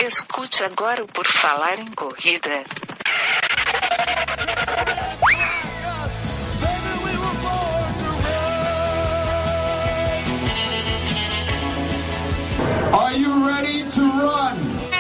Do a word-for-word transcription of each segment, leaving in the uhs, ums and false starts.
Escute agora o Por Falar em Corrida. Are you ready to run?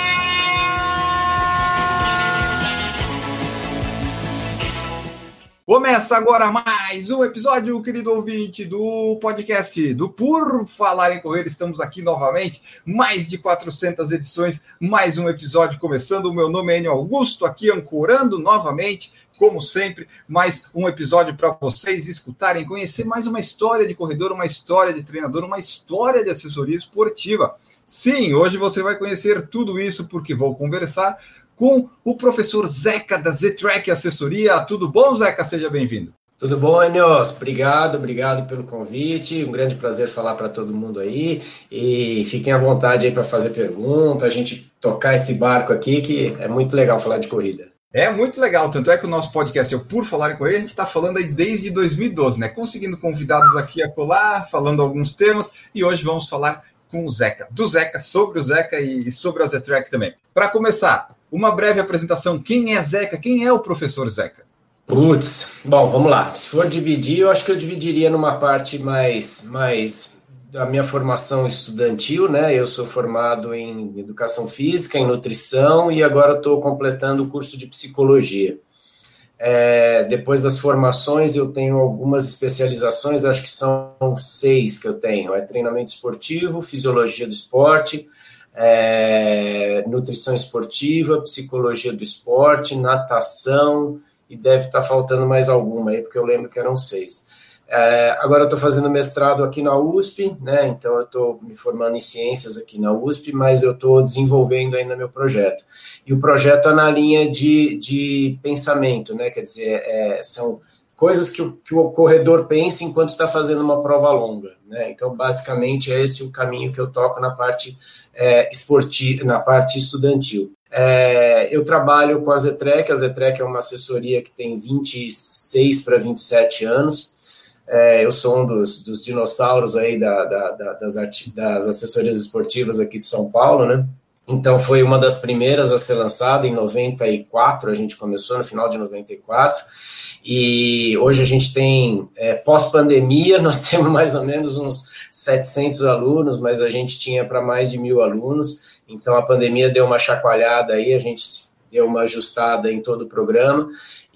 Começa agora mais um episódio, querido ouvinte, do podcast do Por Falar em Correr. Estamos aqui novamente, mais de quatrocentas edições, mais um episódio começando. O meu nome é Enio Augusto, aqui ancorando novamente, como sempre, mais um episódio para vocês escutarem, conhecer mais uma história de corredor, uma história de treinador, uma história de assessoria esportiva. Sim, hoje você vai conhecer tudo isso porque vou conversar com o professor Zeca da Z-Track Assessoria. Tudo bom, Zeca? Seja bem-vindo. Tudo bom, Enos? Obrigado, obrigado pelo convite. Um grande prazer falar para todo mundo aí. E fiquem à vontade aí para fazer pergunta, a gente tocar esse barco aqui, que é muito legal falar de corrida. É muito legal, tanto é que o nosso podcast é o Por Falar em Corrida, a gente está falando aí desde dois mil e doze, né? Conseguindo convidados aqui a colar, falando alguns temas, e hoje vamos falar com o Zeca, do Zeca, sobre o Zeca e sobre a Z-Track também. Para começar, uma breve apresentação. Quem é Zeca? Quem é o professor Zeca? Putz, bom, vamos lá. Se for dividir, eu acho que eu dividiria numa parte mais, mais da minha formação estudantil, né? Eu sou formado em Educação Física, em Nutrição, e agora estou completando o curso de Psicologia. É, depois das formações, eu tenho algumas especializações, acho que são seis que eu tenho. É treinamento esportivo, fisiologia do esporte, É, nutrição esportiva, psicologia do esporte, natação, e deve estar faltando mais alguma aí, porque eu lembro que eram seis. É, agora eu estou fazendo mestrado aqui na U S P, né? Então eu estou me formando em ciências aqui na U S P, mas eu estou desenvolvendo ainda meu projeto. E o projeto é na linha de, de pensamento, né? Quer dizer, é, são coisas que o, que o corredor pensa enquanto está fazendo uma prova longa, né? Então, basicamente, é esse o caminho que eu toco na parte é, esportiva, na parte estudantil. É, eu trabalho com a Z-Track. A Z-Track é uma assessoria que tem vinte e seis para vinte e sete anos. É, eu sou um dos, dos dinossauros aí da, da, da, das, das assessorias esportivas aqui de São Paulo, né? Então, foi uma das primeiras a ser lançada em noventa e quatro, a gente começou no final de noventa e quatro, e hoje a gente tem, é, pós-pandemia, nós temos mais ou menos uns setecentos alunos, mas a gente tinha para mais de mil alunos, então a pandemia deu uma chacoalhada aí, a gente deu uma ajustada em todo o programa,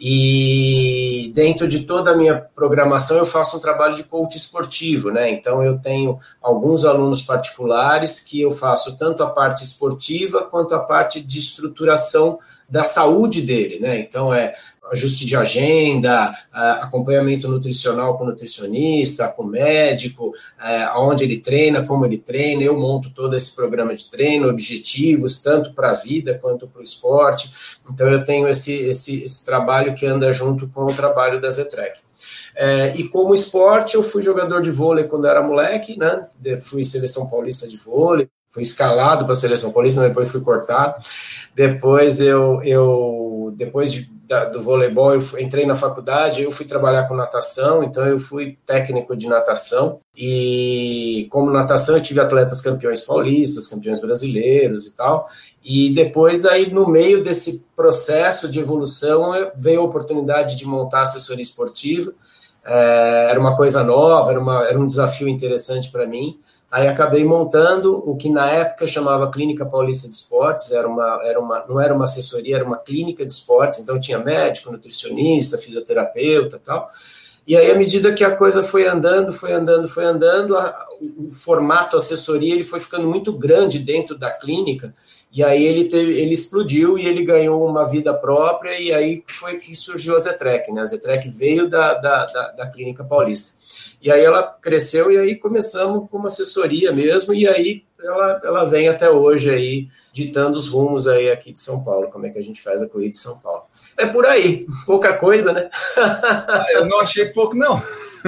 e dentro de toda a minha programação eu faço um trabalho de coach esportivo, né? Então eu tenho alguns alunos particulares que eu faço tanto a parte esportiva quanto a parte de estruturação da saúde dele, né? Então é ajuste de agenda, acompanhamento nutricional com o nutricionista, com o médico, aonde ele treina, como ele treina, eu monto todo esse programa de treino, objetivos, tanto para a vida quanto para o esporte. Então eu tenho esse, esse, esse trabalho que anda junto com o trabalho da Z-Track. É, e como esporte, eu fui jogador de vôlei quando eu era moleque, né? Fui seleção paulista de vôlei, fui escalado para a seleção paulista, depois fui cortado. Depois eu, eu depois de, da, do voleibol, eu fui, entrei na faculdade, eu fui trabalhar com natação, então eu fui técnico de natação. E como natação, eu tive atletas campeões paulistas, campeões brasileiros e tal. E depois, aí, no meio desse processo de evolução, veio a oportunidade de montar assessoria esportiva. É, era uma coisa nova, era, uma, era um desafio interessante para mim. Aí acabei montando o que na época chamava Clínica Paulista de Esportes, era uma, era uma, não era uma assessoria, era uma clínica de esportes, então tinha médico, nutricionista, fisioterapeuta e tal. E aí, à medida que a coisa foi andando, foi andando, foi andando, a, o, o formato assessoria ele foi ficando muito grande dentro da clínica, e aí ele, teve, ele explodiu e ele ganhou uma vida própria, e aí foi que surgiu a Z-Track, né? A Z-Track veio da, da, da, da Clínica Paulista. E aí ela cresceu e aí começamos com uma assessoria mesmo, e aí ela, ela vem até hoje aí, ditando os rumos aí aqui de São Paulo, como é que a gente faz a corrida de São Paulo. É por aí, pouca coisa, né? Ah, eu não achei pouco, não.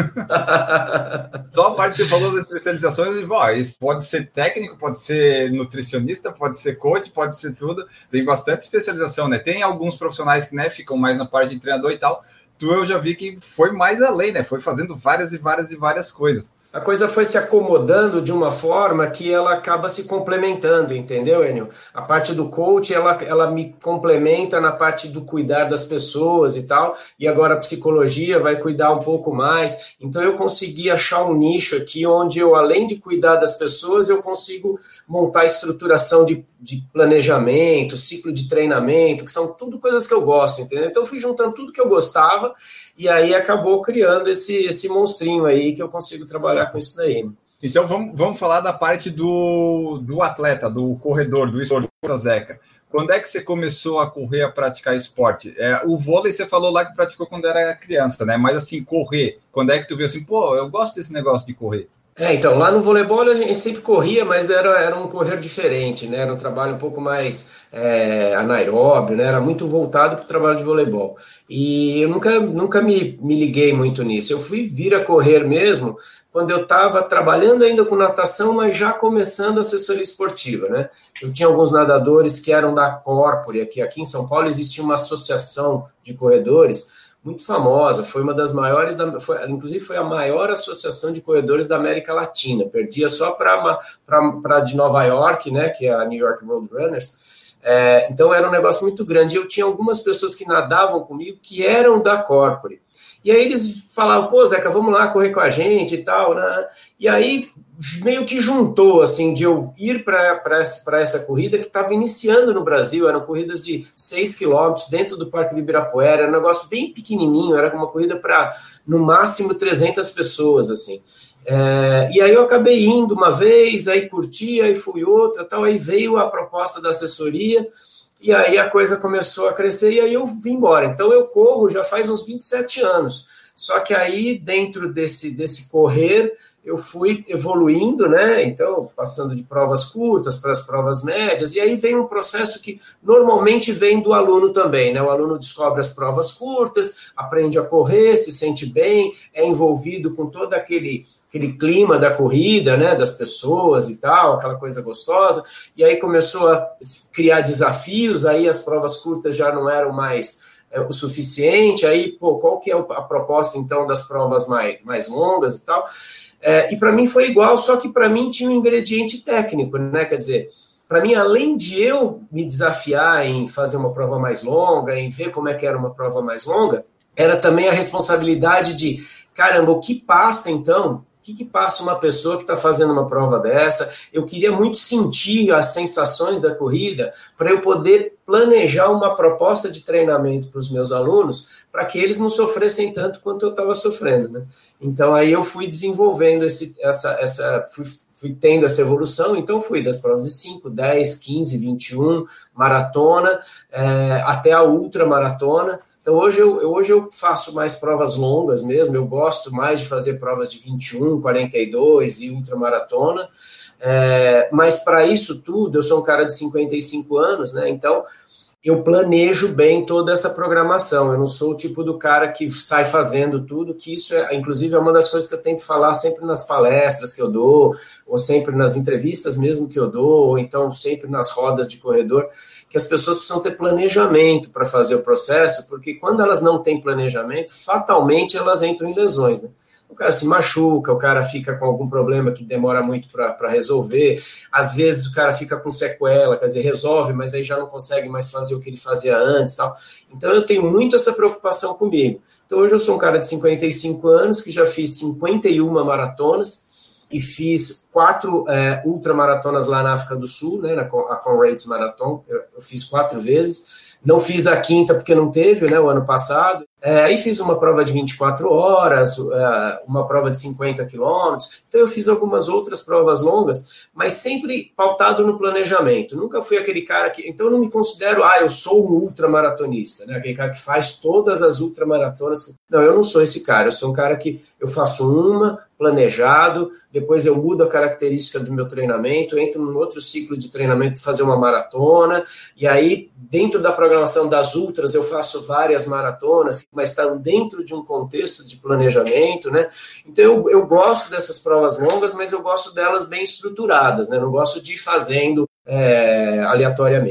Só a parte que você falou das especializações, bom, isso pode ser técnico, pode ser nutricionista, pode ser coach, pode ser tudo. Tem bastante especialização, né? Tem alguns profissionais que, né, ficam mais na parte de treinador e tal. Tu eu já vi que foi mais além, né? Foi fazendo várias e várias e várias coisas. A coisa foi se acomodando de uma forma que ela acaba se complementando, entendeu, Enio? A parte do coach, ela, ela me complementa na parte do cuidar das pessoas e tal, e agora a psicologia vai cuidar um pouco mais. Então eu consegui achar um nicho aqui onde eu, além de cuidar das pessoas, eu consigo montar estruturação de, de planejamento, ciclo de treinamento, que são tudo coisas que eu gosto, entendeu? Então eu fui juntando tudo que eu gostava, e aí acabou criando esse, esse monstrinho aí que eu consigo trabalhar com isso daí. Né? Então vamos, vamos falar da parte do, do atleta, do corredor, do esporte, Zeca. Quando é que você começou a correr, a praticar esporte? É, o vôlei você falou lá que praticou quando era criança, né? Mas assim, correr, quando é que tu viu assim, pô, eu gosto desse negócio de correr? É, então, lá no voleibol a gente sempre corria, mas era, era um correr diferente, né? Era um trabalho um pouco mais é, anaeróbio, né? Era muito voltado para o trabalho de voleibol. E eu nunca, nunca me, me liguei muito nisso. Eu fui vir a correr mesmo quando eu estava trabalhando ainda com natação, mas já começando a assessoria esportiva, né? Eu tinha alguns nadadores que eram da Corpore, aqui, aqui em São Paulo existia uma associação de corredores muito famosa, foi uma das maiores, da, foi, inclusive foi a maior associação de corredores da América Latina, perdia só para a de Nova York, né, que é a New York Road Runners, é, então era um negócio muito grande, eu tinha algumas pessoas que nadavam comigo que eram da Corpore, e aí eles falavam, pô, Zeca, vamos lá correr com a gente e tal, né? E aí meio que juntou, assim, de eu ir para essa, essa corrida que estava iniciando no Brasil, eram corridas de seis quilômetros dentro do Parque do Ibirapuera, era um negócio bem pequenininho, era uma corrida para, no máximo, trezentas pessoas, assim. É, e aí eu acabei indo uma vez, aí curti, aí fui outra, tal, aí veio a proposta da assessoria, e aí a coisa começou a crescer e aí eu vim embora. Então eu corro já faz uns vinte e sete anos. Só que aí dentro desse, desse correr eu fui evoluindo, né? Então passando de provas curtas para as provas médias. E aí vem um processo que normalmente vem do aluno também, né? O aluno descobre as provas curtas, aprende a correr, se sente bem, é envolvido com todo aquele... aquele clima da corrida, né, das pessoas e tal, aquela coisa gostosa, e aí começou a criar desafios, aí as provas curtas já não eram mais é, o suficiente, aí, pô, qual que é a proposta, então, das provas mais, mais longas e tal, é, e para mim foi igual, só que para mim tinha um ingrediente técnico, né, quer dizer, para mim, além de eu me desafiar em fazer uma prova mais longa, em ver como é que era uma prova mais longa, era também a responsabilidade de, caramba, o que passa, então, o que, que passa uma pessoa que está fazendo uma prova dessa? Eu queria muito sentir as sensações da corrida para eu poder planejar uma proposta de treinamento para os meus alunos para que eles não sofressem tanto quanto eu estava sofrendo, né? Então, aí eu fui desenvolvendo esse, essa, essa fui, fui tendo essa evolução, então fui das provas de cinco, dez, quinze, vinte e um, maratona, é, até a ultramaratona. Então, hoje eu, hoje eu faço mais provas longas mesmo, eu gosto mais de fazer provas de vinte e um, quarenta e dois e ultramaratona, é, mas para isso tudo, eu sou um cara de cinquenta e cinco anos, né? Então, eu planejo bem toda essa programação, eu não sou o tipo do cara que sai fazendo tudo, que isso, é, inclusive, é uma das coisas que eu tento falar sempre nas palestras que eu dou, ou sempre nas entrevistas mesmo que eu dou, ou então sempre nas rodas de corredor, que as pessoas precisam ter planejamento para fazer o processo, porque quando elas não têm planejamento, fatalmente elas entram em lesões, né? O cara se machuca, o cara fica com algum problema que demora muito para resolver, às vezes o cara fica com sequela, quer dizer, resolve, mas aí já não consegue mais fazer o que ele fazia antes, tal. Então eu tenho muito essa preocupação comigo. Então hoje eu sou um cara de cinquenta e cinco anos, que já fiz cinquenta e uma maratonas, e fiz quatro é, ultramaratonas lá na África do Sul, né, na, a Comrades Marathon, eu, eu fiz quatro vezes, não fiz a quinta porque não teve, né, o ano passado, é, aí fiz uma prova de vinte e quatro horas, é, uma prova de cinquenta quilômetros, então eu fiz algumas outras provas longas, mas sempre pautado no planejamento, nunca fui aquele cara que, então eu não me considero, ah, eu sou um ultramaratonista, né, aquele cara que faz todas as ultramaratonas, não, eu não sou esse cara, eu sou um cara que eu faço uma, planejado, depois eu mudo a característica do meu treinamento, entro num outro ciclo de treinamento para fazer uma maratona, e aí dentro da programação das ultras eu faço várias maratonas, mas está dentro de um contexto de planejamento, né? Então eu, eu gosto dessas provas longas, mas eu gosto delas bem estruturadas, né? Não gosto de ir fazendo é, aleatoriamente.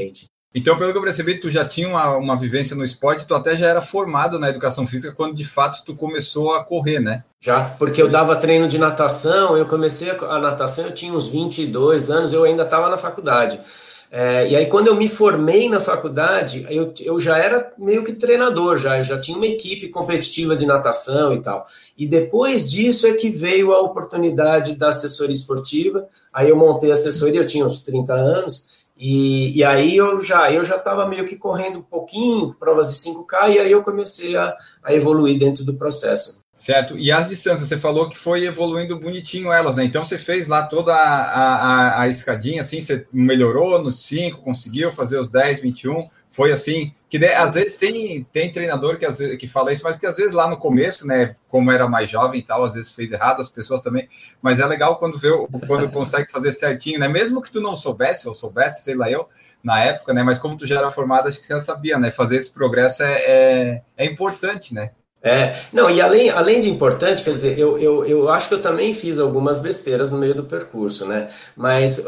Então, pelo que eu percebi, tu já tinha uma, uma vivência no esporte, tu até já era formado na educação física quando, de fato, tu começou a correr, né? Já, porque eu dava treino de natação, eu comecei a natação, eu tinha uns vinte e dois anos, eu ainda estava na faculdade. É, e aí, quando eu me formei na faculdade, eu, eu já era meio que treinador, já, eu já tinha uma equipe competitiva de natação e tal. E depois disso é que veio a oportunidade da assessoria esportiva, aí eu montei a assessoria, eu tinha uns trinta anos, e, e aí eu já eu já estava meio que correndo um pouquinho, provas de cinco K, e aí eu comecei a, a evoluir dentro do processo. Certo, e as distâncias, você falou que foi evoluindo bonitinho elas, né? Então você fez lá toda a, a, a escadinha, assim, você melhorou nos cinco, conseguiu fazer os dez, vinte e um, foi assim, que de, às vezes tem, tem treinador que, às vezes, que fala isso, mas que às vezes lá no começo, né, como era mais jovem e tal, às vezes fez errado, as pessoas também, mas é legal quando vê, quando consegue fazer certinho, né? Mesmo que tu não soubesse, ou soubesse, sei lá eu, na época, né? Mas como tu já era formado, acho que você já sabia, né? Fazer esse progresso é, é, é importante, né? É, não, e além, além de importante, quer dizer, eu, eu, eu acho que eu também fiz algumas besteiras no meio do percurso, né? Mas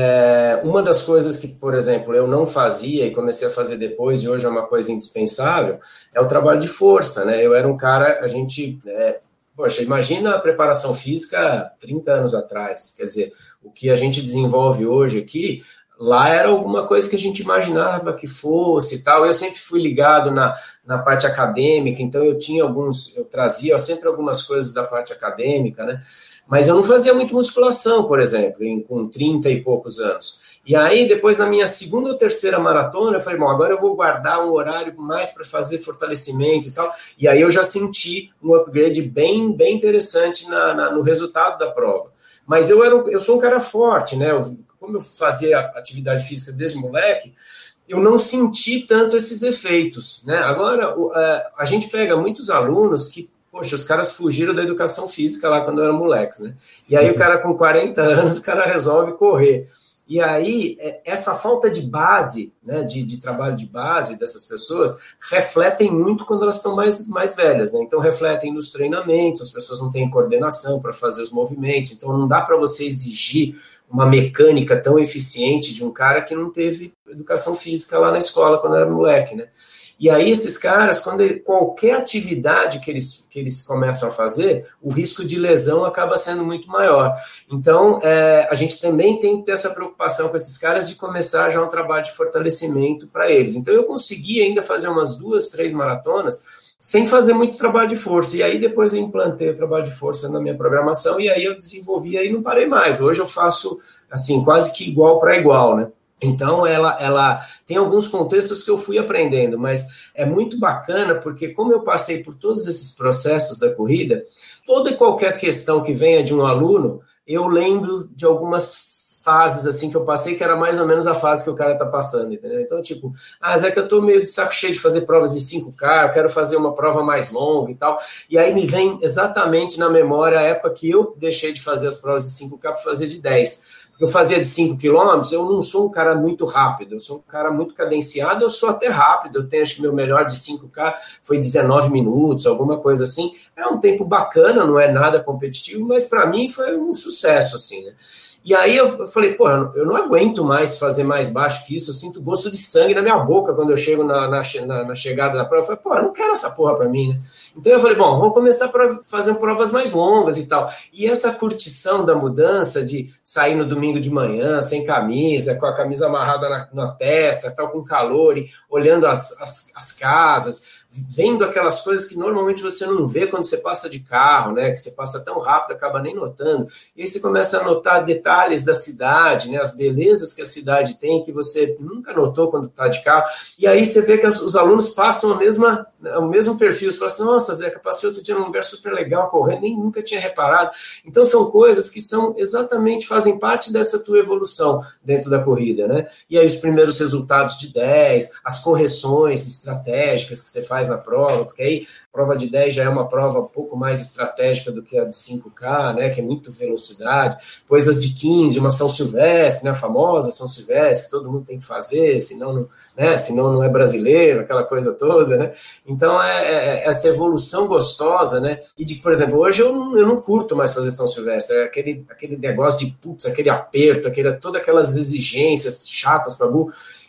é, uma das coisas que, por exemplo, eu não fazia e comecei a fazer depois, e hoje é uma coisa indispensável, é o trabalho de força, né? Eu era um cara, a gente, é, poxa, imagina a preparação física trinta anos atrás, quer dizer, o que a gente desenvolve hoje aqui, lá era alguma coisa que a gente imaginava que fosse e tal. Eu sempre fui ligado na, na parte acadêmica, então eu tinha alguns, eu trazia sempre algumas coisas da parte acadêmica, né? Mas eu não fazia muito musculação, por exemplo, em, com trinta e poucos anos. E aí, depois, na minha segunda ou terceira maratona, eu falei, bom, agora eu vou guardar um horário mais para fazer fortalecimento e tal. E aí eu já senti um upgrade bem, bem interessante na, na, no resultado da prova. Mas eu, era, eu sou um cara forte, né? Eu, como eu fazia atividade física desde moleque, eu não senti tanto esses efeitos, né? Agora, a gente pega muitos alunos que, poxa, os caras fugiram da educação física lá quando eram moleques, né? E aí o cara com quarenta anos, o cara resolve correr. E aí, essa falta de base, né, de, de trabalho de base dessas pessoas, refletem muito quando elas estão mais, mais velhas, né? Então, refletem nos treinamentos, as pessoas não têm coordenação para fazer os movimentos, então não dá para você exigir uma mecânica tão eficiente de um cara que não teve educação física lá na escola quando era moleque, né? E aí esses caras, quando ele, qualquer atividade que eles, que eles começam a fazer, o risco de lesão acaba sendo muito maior. Então, é, a gente também tem que ter essa preocupação com esses caras de começar já um trabalho de fortalecimento para eles. Então, eu consegui ainda fazer umas duas, três maratonas sem fazer muito trabalho de força. E aí, depois eu implantei o trabalho de força na minha programação e aí eu desenvolvi e não parei mais. Hoje eu faço, assim, quase que igual para igual, né? Então, ela, ela tem alguns contextos que eu fui aprendendo, mas é muito bacana porque como eu passei por todos esses processos da corrida, toda e qualquer questão que venha de um aluno, eu lembro de algumas fases assim que eu passei, que era mais ou menos a fase que o cara tá passando, entendeu? Então, tipo, ah, Zé, que eu tô meio de saco cheio de fazer provas de cinco K, eu quero fazer uma prova mais longa e tal, e aí me vem exatamente na memória a época que eu deixei de fazer as provas de cinco K para fazer de dez. Eu fazia de cinco quilômetros, eu não sou um cara muito rápido, eu sou um cara muito cadenciado, eu sou até rápido, eu tenho, acho que meu melhor de cinco K foi dezenove minutos, alguma coisa assim, é um tempo bacana, não é nada competitivo, mas para mim foi um sucesso, assim, né? E aí eu falei, pô, eu não aguento mais fazer mais baixo que isso, eu sinto gosto de sangue na minha boca quando eu chego na, na, na, na chegada da prova. Eu falei, pô, eu não quero essa porra pra mim, né? Então eu falei, bom, vamos começar a fazer provas mais longas e tal. E essa curtição da mudança de sair no domingo de manhã, sem camisa, com a camisa amarrada na, na testa, tal, com calor, e olhando as, as, as casas, vendo aquelas coisas que normalmente você não vê quando você passa de carro, né? Que você passa tão rápido, acaba nem notando. E aí você começa a notar detalhes da cidade, né? As belezas que a cidade tem, que você nunca notou quando está de carro. E aí você vê que as, os alunos passam a mesma, o mesmo perfil. Você fala assim, nossa, Zeca, passei outro dia num lugar super legal, correndo, nem nunca tinha reparado. Então são coisas que são exatamente, fazem parte dessa tua evolução dentro da corrida, né? E aí os primeiros resultados de dez, as correções estratégicas que você faz na prova, porque aí a prova de dez já é uma prova um pouco mais estratégica do que a de cinco K, né, que é muito velocidade, depois as de quinze, uma São Silvestre, né, a famosa São Silvestre, que todo mundo tem que fazer, senão não, né, senão não é brasileiro, aquela coisa toda, né, então é, é essa evolução gostosa, né, e de, por exemplo, hoje eu não, eu não curto mais fazer São Silvestre, é aquele, aquele negócio de, putz, aquele aperto, aquele, todas aquelas exigências chatas para burro.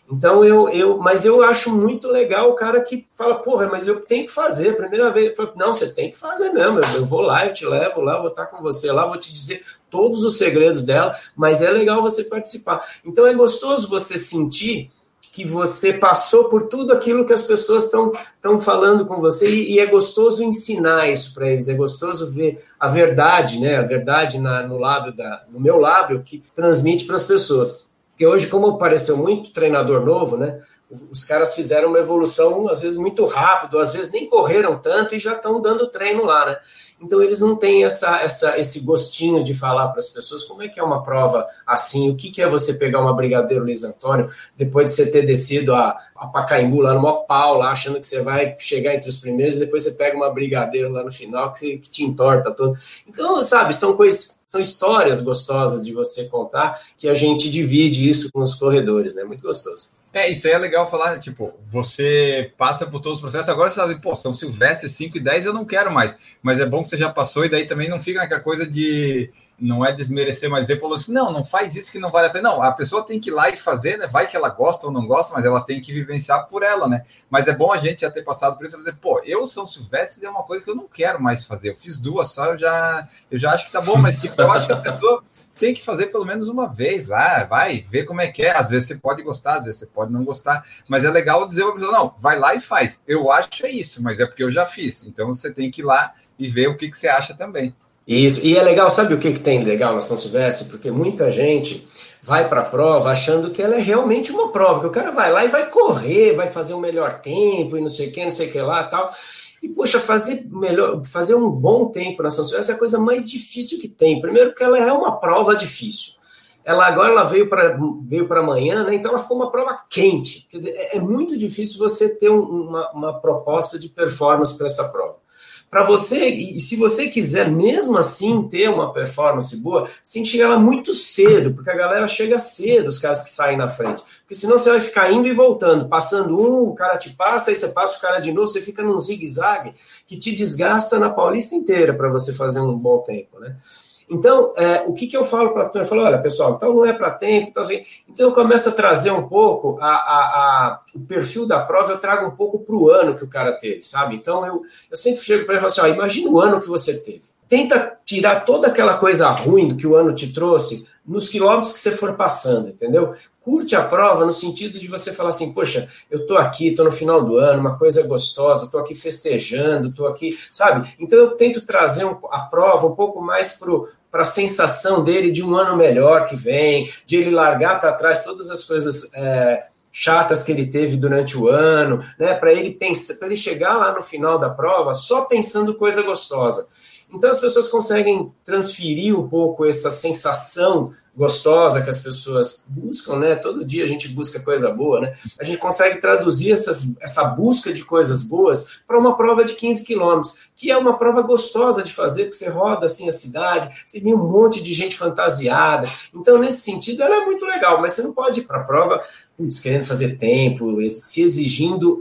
Então, eu, eu, mas eu acho muito legal o cara que fala, porra, mas eu tenho que fazer, a primeira vez. Eu falo, não, você tem que fazer mesmo, eu, eu vou lá, eu te levo lá, vou estar com você lá, vou te dizer todos os segredos dela, mas é legal você participar. Então, é gostoso você sentir que você passou por tudo aquilo que as pessoas estão falando com você e, e é gostoso ensinar isso para eles, é gostoso ver a verdade, né, a verdade na, no lábio, da, no meu lábio, que transmite para as pessoas. Porque hoje, como apareceu muito treinador novo, né, os caras fizeram uma evolução, às vezes, muito rápido, às vezes nem correram tanto e já estão dando treino lá, né? Então, eles não têm essa, essa, esse gostinho de falar para as pessoas como é que é uma prova assim, o que, que é você pegar uma Brigadeiro Luiz Antônio, depois de você ter descido a, a Pacaembu lá no maior pau, lá, achando que você vai chegar entre os primeiros, e depois você pega uma Brigadeiro lá no final, que, que te entorta todo. Então, sabe, são coisas... São histórias gostosas de você contar, que a gente divide isso com os corredores, né? Muito gostoso. É, isso aí é legal falar, tipo, você passa por todos os processos, agora você sabe, pô, São Silvestre, cinco e dez eu não quero mais, mas é bom que você já passou e daí também não fica aquela coisa de, não é desmerecer, mas ele falou assim, não, não faz isso que não vale a pena, não, a pessoa tem que ir lá e fazer, né, vai que ela gosta ou não gosta, mas ela tem que vivenciar por ela, né, mas é bom a gente já ter passado por isso, dizer, pô, eu São Silvestre é uma coisa que eu não quero mais fazer, eu fiz duas só, eu já, eu já acho que tá bom, mas tipo, eu acho que a pessoa tem que fazer pelo menos uma vez lá, vai, ver como é que é, às vezes você pode gostar, às vezes você pode não gostar, mas é legal dizer para a pessoa, não, vai lá e faz, eu acho que é isso, mas é porque eu já fiz, então você tem que ir lá e ver o que, que você acha também. Isso, e é legal, sabe o que, que tem legal na São Silvestre? Porque muita gente vai para a prova achando que ela é realmente uma prova, que o cara vai lá e vai correr, vai fazer um melhor tempo e não sei o que, não sei o que lá e tal. E, poxa, fazer, melhor, fazer um bom tempo na São Silvestre é a coisa mais difícil que tem. Primeiro porque ela é uma prova difícil. Ela agora ela veio para veio para amanhã, né? Então ela ficou uma prova quente. Quer dizer, é, é muito difícil você ter um, uma, uma proposta de performance para essa prova. Para você, e se você quiser mesmo assim ter uma performance boa, você tem que chegar lá muito cedo, porque a galera chega cedo, os caras que saem na frente. Porque senão você vai ficar indo e voltando, passando um, o cara te passa, aí você passa o cara de novo, você fica num zigue-zague que te desgasta na Paulista inteira para você fazer um bom tempo, né? Então, é, o que, que eu falo para a turma? Eu falo, olha, pessoal, então não é para tempo, então, assim, então eu começo a trazer um pouco a, a, a, o perfil da prova, eu trago um pouco para o ano que o cara teve, sabe? Então, eu, eu sempre chego para ele e falo assim, ó, imagina o ano que você teve. Tenta tirar toda aquela coisa ruim do que o ano te trouxe nos quilômetros que você for passando, entendeu? Curte a prova no sentido de você falar assim, poxa, eu tô aqui, tô no final do ano, uma coisa gostosa, tô aqui festejando, tô aqui, sabe? Então eu tento trazer um, a prova um pouco mais para a sensação dele de um ano melhor que vem, de ele largar para trás todas as coisas é, chatas que ele teve durante o ano, né? Para ele pensar, para ele chegar lá no final da prova só pensando coisa gostosa. Então as pessoas conseguem transferir um pouco essa sensação gostosa que as pessoas buscam, né? Todo dia a gente busca coisa boa, né? A gente consegue traduzir essas, essa busca de coisas boas para uma prova de quinze quilômetros, que é uma prova gostosa de fazer, porque você roda assim a cidade, você vê um monte de gente fantasiada. Então, nesse sentido, ela é muito legal, mas você não pode ir para a prova putz, querendo fazer tempo, se exigindo,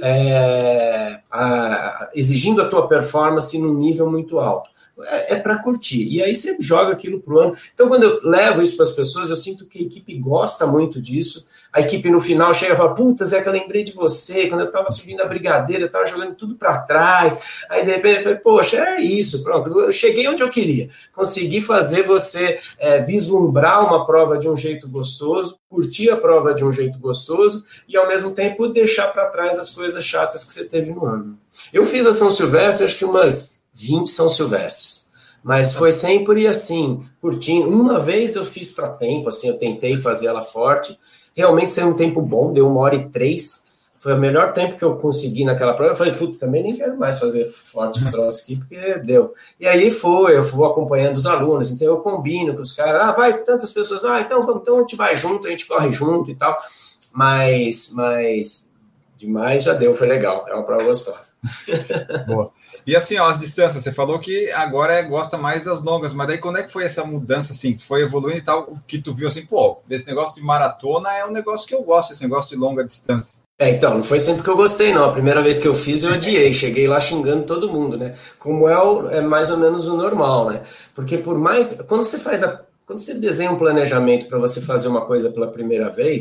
é, a, exigindo a tua performance num nível muito alto. É, é para curtir. E aí você joga aquilo pro ano. Então, quando eu levo isso para as pessoas, eu sinto que a equipe gosta muito disso. A equipe no final chega e fala, puta, Zeca, eu lembrei de você. Quando eu estava subindo a brigadeira, eu estava jogando tudo para trás. Aí, de repente, eu falei, poxa, é isso, pronto. Eu cheguei onde eu queria. Consegui fazer você é, vislumbrar uma prova de um jeito gostoso, curtir a prova de um jeito gostoso e, ao mesmo tempo, deixar para trás as coisas chatas que você teve no ano. Eu fiz a São Silvestre, acho que umas vinte São Silvestres, mas foi sempre assim, curtindo. Uma vez eu fiz para tempo, assim, eu tentei fazer ela forte, realmente saiu um tempo bom, deu uma hora e três, foi o melhor tempo que eu consegui naquela prova. Eu falei, puta, também nem quero mais fazer forte esse troço aqui, porque deu. E aí foi, eu vou acompanhando os alunos, então eu combino com os caras, ah, vai tantas pessoas, ah, então, vamos, então a gente vai junto, a gente corre junto e tal, mas, mas demais já deu, foi legal, é uma prova gostosa. Boa. E assim, ó, as distâncias, você falou que agora gosta mais das longas, mas daí quando é que foi essa mudança, assim, foi evoluindo e tal, o que tu viu assim, pô, esse negócio de maratona é um negócio que eu gosto, esse negócio de longa distância. É, então, não foi sempre que eu gostei, não. A primeira vez que eu fiz, eu odiei. Cheguei lá xingando todo mundo, né? Como é, o, é mais ou menos o normal, né? Porque por mais... Quando você faz a... Quando você desenha um planejamento para você fazer uma coisa pela primeira vez,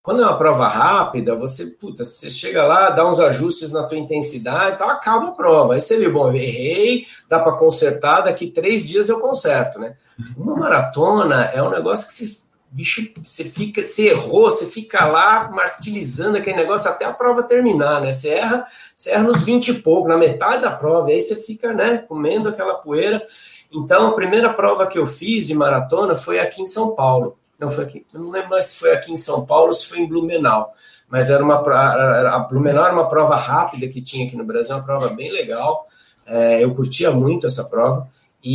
Quando é uma prova rápida, você, puta, você chega lá, dá uns ajustes na tua intensidade, então acaba a prova. Aí você viu, bom, eu errei, dá para consertar, daqui três dias eu conserto, né? Uma maratona é um negócio que você, bicho, você fica, você errou, você fica lá martirizando aquele negócio até a prova terminar, né? Você erra, você erra nos vinte e pouco, na metade da prova, e aí você fica, né, comendo aquela poeira. Então, a primeira prova que eu fiz de maratona foi aqui em São Paulo. Não, foi aqui, eu não lembro mais se foi aqui em São Paulo ou se foi em Blumenau, mas era uma, a Blumenau era uma prova rápida que tinha aqui no Brasil, uma prova bem legal, é, eu curtia muito essa prova,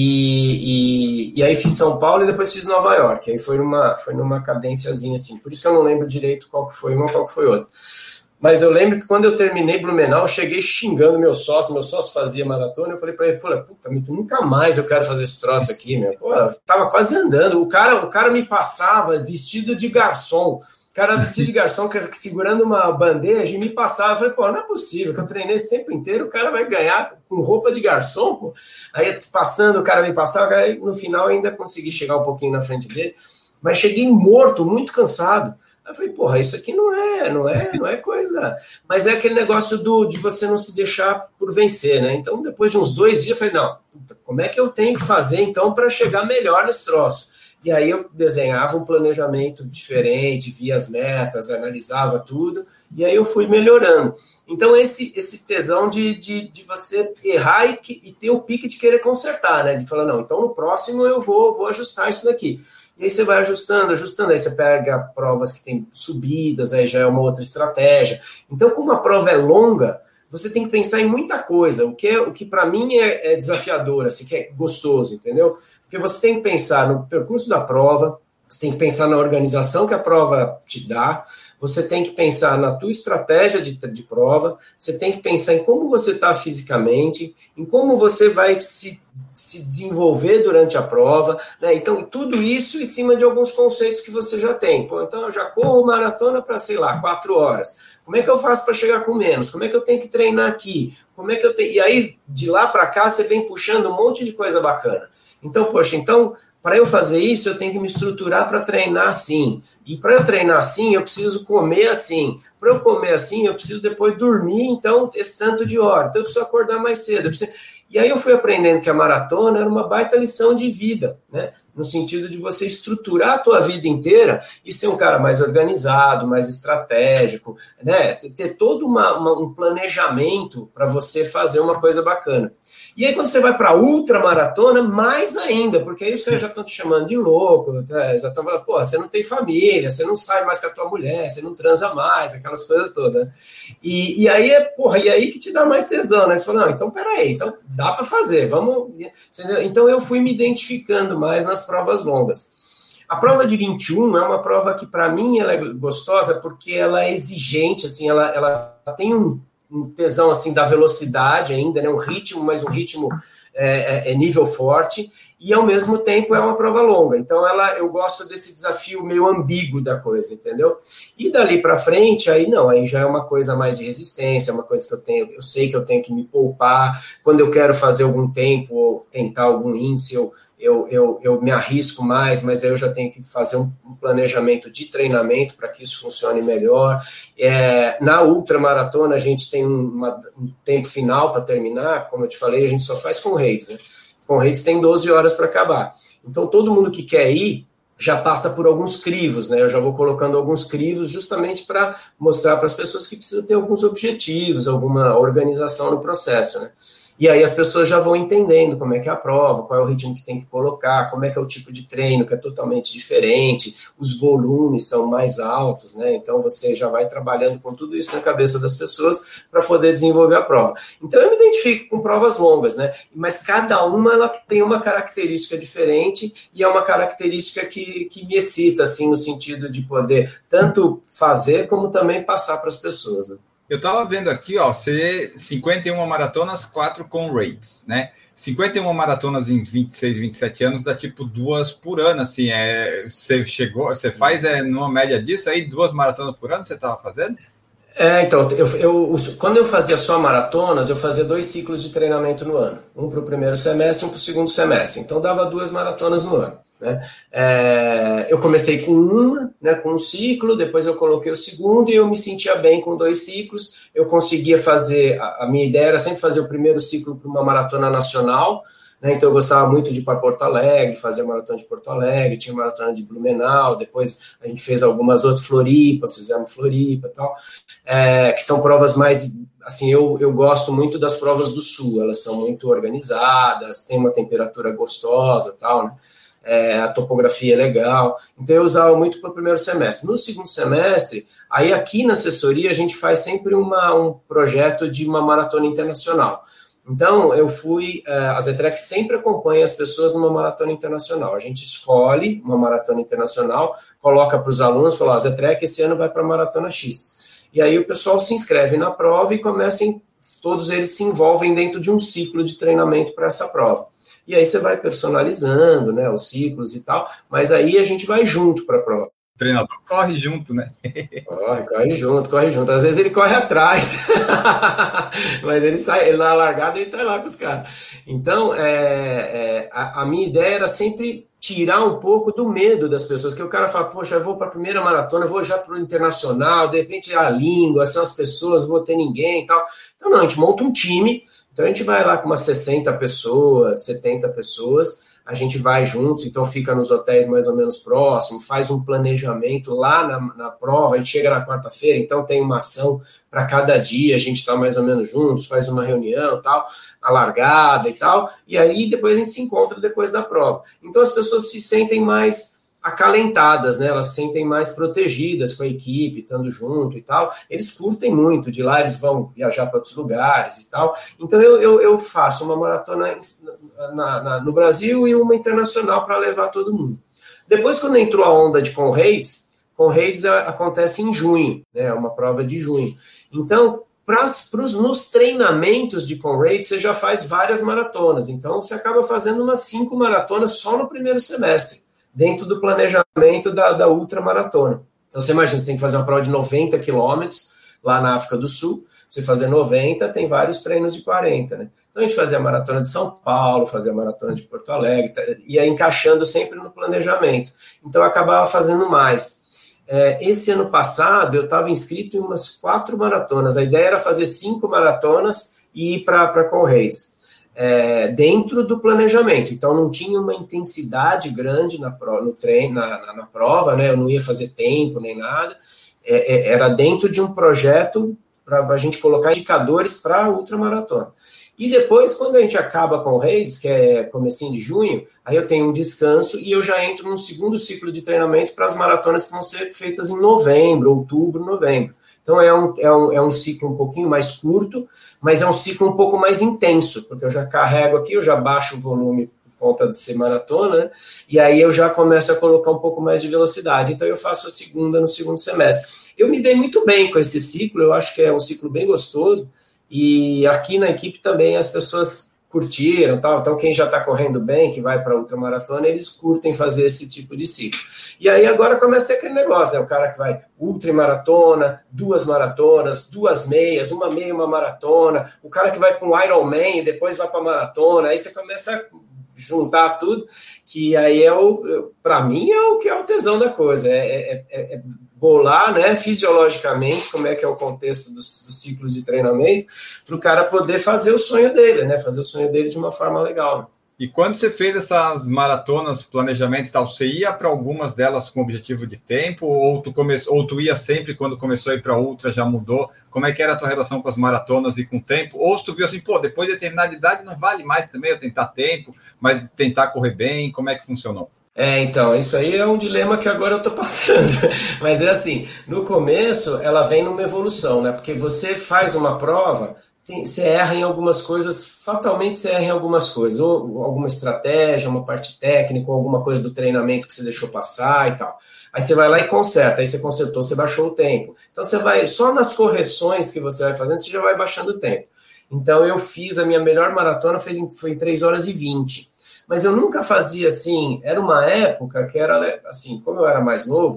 e, e, e aí fiz São Paulo e depois fiz Nova York, aí foi numa, foi numa cadênciazinha assim, por isso que eu não lembro direito qual que foi uma qual que foi outra. Mas eu lembro que quando eu terminei Blumenau, eu cheguei xingando meu sócio, meu sócio fazia maratona, eu falei pra ele, pô, puta, nunca mais eu quero fazer esse troço aqui, meu. Pô, eu tava quase andando, o cara, o cara me passava vestido de garçom, o cara vestido de garçom, segurando uma bandeja e me passava, eu falei, pô, não é possível, que eu treinei esse tempo inteiro, o cara vai ganhar com roupa de garçom, pô. Aí passando, o cara me passava, aí no final ainda consegui chegar um pouquinho na frente dele, mas cheguei morto, muito cansado. Eu falei, porra, isso aqui não é, não é, não é coisa... Mas é aquele negócio do, de você não se deixar por vencer, né? Então, depois de uns dois dias, eu falei, não, puta, como é que eu tenho que fazer, então, para chegar melhor nesse troço? E aí eu desenhava um planejamento diferente, via as metas, analisava tudo, e aí eu fui melhorando. Então, esse, esse tesão de, de, de você errar e, que, e ter o pique de querer consertar, né? De falar, não, então no próximo eu vou, vou ajustar isso daqui. E aí você vai ajustando, ajustando, aí você pega provas que tem subidas, aí já é uma outra estratégia. Então, como a prova é longa, você tem que pensar em muita coisa, o que, é, o que para mim é, é desafiador, assim, que é gostoso, entendeu? Porque você tem que pensar no percurso da prova, você tem que pensar na organização que a prova te dá, você tem que pensar na tua estratégia de, de prova, você tem que pensar em como você está fisicamente, em como você vai se, se desenvolver durante a prova, né? Então, tudo isso em cima de alguns conceitos que você já tem. Pô, então, eu já corro maratona para, sei lá, quatro horas. Como é que eu faço para chegar com menos? Como é que eu tenho que treinar aqui? Como é que eu tenho... E aí, de lá para cá, você vem puxando um monte de coisa bacana. Então, poxa, então... Para eu fazer isso, eu tenho que me estruturar para treinar assim. E para eu treinar assim, eu preciso comer assim. Para eu comer assim, eu preciso depois dormir, então, esse tanto de hora. Então, eu preciso acordar mais cedo. Eu preciso... E aí eu fui aprendendo que a maratona era uma baita lição de vida, né? No sentido de você estruturar a tua vida inteira e ser um cara mais organizado, mais estratégico, né? Ter todo uma, uma, um planejamento para você fazer uma coisa bacana. E aí, quando você vai para ultramaratona, mais ainda, porque aí os caras já estão te chamando de louco, já estão falando, pô, você não tem família, você não sai mais com a tua mulher, você não transa mais, aquelas coisas todas. E, e aí, é, porra, e aí que te dá mais tesão, né? Você fala, não, então peraí, então dá para fazer, vamos... Entendeu? Então eu fui me identificando mais nas provas longas. A prova de vinte e um é uma prova que, para mim, ela é gostosa porque ela é exigente, assim, ela, ela tem um um tesão assim da velocidade ainda, né? Um ritmo, mas um ritmo é, é, é nível forte, e ao mesmo tempo é uma prova longa. Então ela, eu gosto desse desafio meio ambíguo da coisa, entendeu? E dali para frente, aí não, aí já é uma coisa mais de resistência, uma coisa que eu tenho, eu sei que eu tenho que me poupar, quando eu quero fazer algum tempo ou tentar algum índice, eu Eu, eu, eu me arrisco mais, mas aí eu já tenho que fazer um, um planejamento de treinamento para que isso funcione melhor. É, na ultramaratona, a gente tem uma, um tempo final para terminar, como eu te falei, a gente só faz com rates, né? Com rates tem doze horas para acabar. Então, todo mundo que quer ir já passa por alguns crivos, né? Eu já vou colocando alguns crivos justamente para mostrar para as pessoas que precisam ter alguns objetivos, alguma organização no processo, né? E aí as pessoas já vão entendendo como é que é a prova, qual é o ritmo que tem que colocar, como é que é o tipo de treino, que é totalmente diferente, os volumes são mais altos, né? Então você já vai trabalhando com tudo isso na cabeça das pessoas para poder desenvolver a prova. Então eu me identifico com provas longas, né? Mas cada uma ela tem uma característica diferente e é uma característica que, que me excita, assim, no sentido de poder tanto fazer como também passar para as pessoas, né? Eu estava vendo aqui, ó, você cinquenta e uma maratonas, quatro com rates, né? cinquenta e uma maratonas em vinte e seis, vinte e sete anos dá tipo duas por ano, assim, é, você chegou, você faz é, numa média disso aí, duas maratonas por ano você estava fazendo? É, então, eu, eu, quando eu fazia só maratonas, eu fazia dois ciclos de treinamento no ano, um para o primeiro semestre e um para o segundo semestre, então dava duas maratonas no ano. né? É, eu comecei com uma, né, com um ciclo, depois eu coloquei o segundo e eu me sentia bem com dois ciclos. Eu conseguia fazer, a, a minha ideia era sempre fazer o primeiro ciclo para uma maratona nacional, né? Então eu gostava muito de ir para Porto Alegre, fazer a maratona de Porto Alegre, tinha maratona de Blumenau, depois a gente fez algumas outras, Floripa, fizemos Floripa e tal, é, que são provas mais, assim, eu, eu gosto muito das provas do Sul, elas são muito organizadas, tem uma temperatura gostosa e tal, né? É, a topografia é legal, então eu usava muito para o primeiro semestre. No segundo semestre, aí aqui na assessoria a gente faz sempre uma, um projeto de uma maratona internacional. Então eu fui, a Zetrec sempre acompanha as pessoas numa maratona internacional, a gente escolhe uma maratona internacional, coloca para os alunos, fala, a Zetrec esse ano vai para a maratona X, e aí o pessoal se inscreve na prova e comecem, todos eles se envolvem dentro de um ciclo de treinamento para essa prova. E aí você vai personalizando, né, os ciclos e tal, mas aí a gente vai junto para a prova. O treinador corre junto, né? Corre, corre junto, corre junto. Às vezes ele corre atrás, mas ele sai, ele na largada ele tá lá com os caras. Então, é, é, a, a minha ideia era sempre tirar um pouco do medo das pessoas, que o cara fala, poxa, eu vou para a primeira maratona, eu vou já para o internacional, de repente a língua, são as pessoas, não vou ter ninguém e tal. Então, não, a gente monta um time. Então a gente vai lá com umas sessenta pessoas, setenta pessoas, a gente vai juntos, então fica nos hotéis mais ou menos próximos, faz um planejamento lá na, na prova, a gente chega na quarta-feira, então tem uma ação para cada dia, a gente está mais ou menos juntos, faz uma reunião, tal, a largada e tal, e aí depois a gente se encontra depois da prova. Então as pessoas se sentem mais acalentadas, né? Elas se sentem mais protegidas com a equipe, estando junto e tal. Eles curtem muito, de lá eles vão viajar para outros lugares e tal. Então eu, eu, eu faço uma maratona na, na, no Brasil e uma internacional para levar todo mundo. Depois, quando entrou a onda de Conrads, Conrads acontece em junho, né? Uma prova de junho. Então, pras, pros, nos treinamentos de Conrads, você já faz várias maratonas. Então, você acaba fazendo umas cinco maratonas só no primeiro semestre, dentro do planejamento da, da ultramaratona. Então, você imagina, você tem que fazer uma prova de noventa quilômetros lá na África do Sul, você fazer noventa, tem vários treinos de quarenta, né? Então, a gente fazia a maratona de São Paulo, fazia a maratona de Porto Alegre, ia encaixando sempre no planejamento. Então, eu acabava fazendo mais. É, esse ano passado, eu estava inscrito em umas quatro maratonas. A ideia era fazer cinco maratonas e ir para Conrads. É, dentro do planejamento, então não tinha uma intensidade grande na, pro, no treino, na, na, na prova, né? Eu não ia fazer tempo nem nada, é, é, era dentro de um projeto para a gente colocar indicadores para a ultramaratona. E depois, quando a gente acaba com o Reis, que é comecinho de junho, aí eu tenho um descanso e eu já entro num segundo ciclo de treinamento para as maratonas que vão ser feitas em novembro, outubro, novembro. Então é um, é, um, é um ciclo um pouquinho mais curto, mas é um ciclo um pouco mais intenso, porque eu já carrego aqui, eu já baixo o volume por conta de ser maratona, né? E aí eu já começo a colocar um pouco mais de velocidade. Então eu faço a segunda no segundo semestre. Eu me dei muito bem com esse ciclo, eu acho que é um ciclo bem gostoso, e aqui na equipe também as pessoas curtiram, tal. Então quem já está correndo bem, que vai para a ultramaratona, eles curtem fazer esse tipo de ciclo. E aí agora começa a ter aquele negócio, né? O cara que vai ultramaratona, duas maratonas, duas meias, uma meia, uma maratona, o cara que vai para um Ironman e depois vai para a maratona, aí você começa a juntar tudo, que aí é o, para mim, é o que é o tesão da coisa, é, é, é, é bolar, né, fisiologicamente, como é que é o contexto dos, dos ciclos de treinamento, para o cara poder fazer o sonho dele, né, fazer o sonho dele de uma forma legal, né? E quando você fez essas maratonas, planejamento e tal, você ia para algumas delas com objetivo de tempo, ou tu, come... ou tu ia sempre quando começou a ir para ultra, já mudou? Como é que era a tua relação com as maratonas e com o tempo? Ou se tu viu assim, pô, depois de determinada idade não vale mais também eu tentar tempo, mas tentar correr bem, como é que funcionou? É, então, isso aí é um dilema que agora eu tô passando, mas é assim, no começo ela vem numa evolução, né, porque você faz uma prova, tem, você erra em algumas coisas, fatalmente você erra em algumas coisas, ou alguma estratégia, uma parte técnica, ou alguma coisa do treinamento que você deixou passar e tal. Aí você vai lá e conserta, aí você consertou, você baixou o tempo. Então você vai, só nas correções que você vai fazendo, você já vai baixando o tempo. Então eu fiz, a minha melhor maratona foi em, foi em três horas e vinte. Mas eu nunca fazia assim, era uma época que era assim, como eu era mais novo,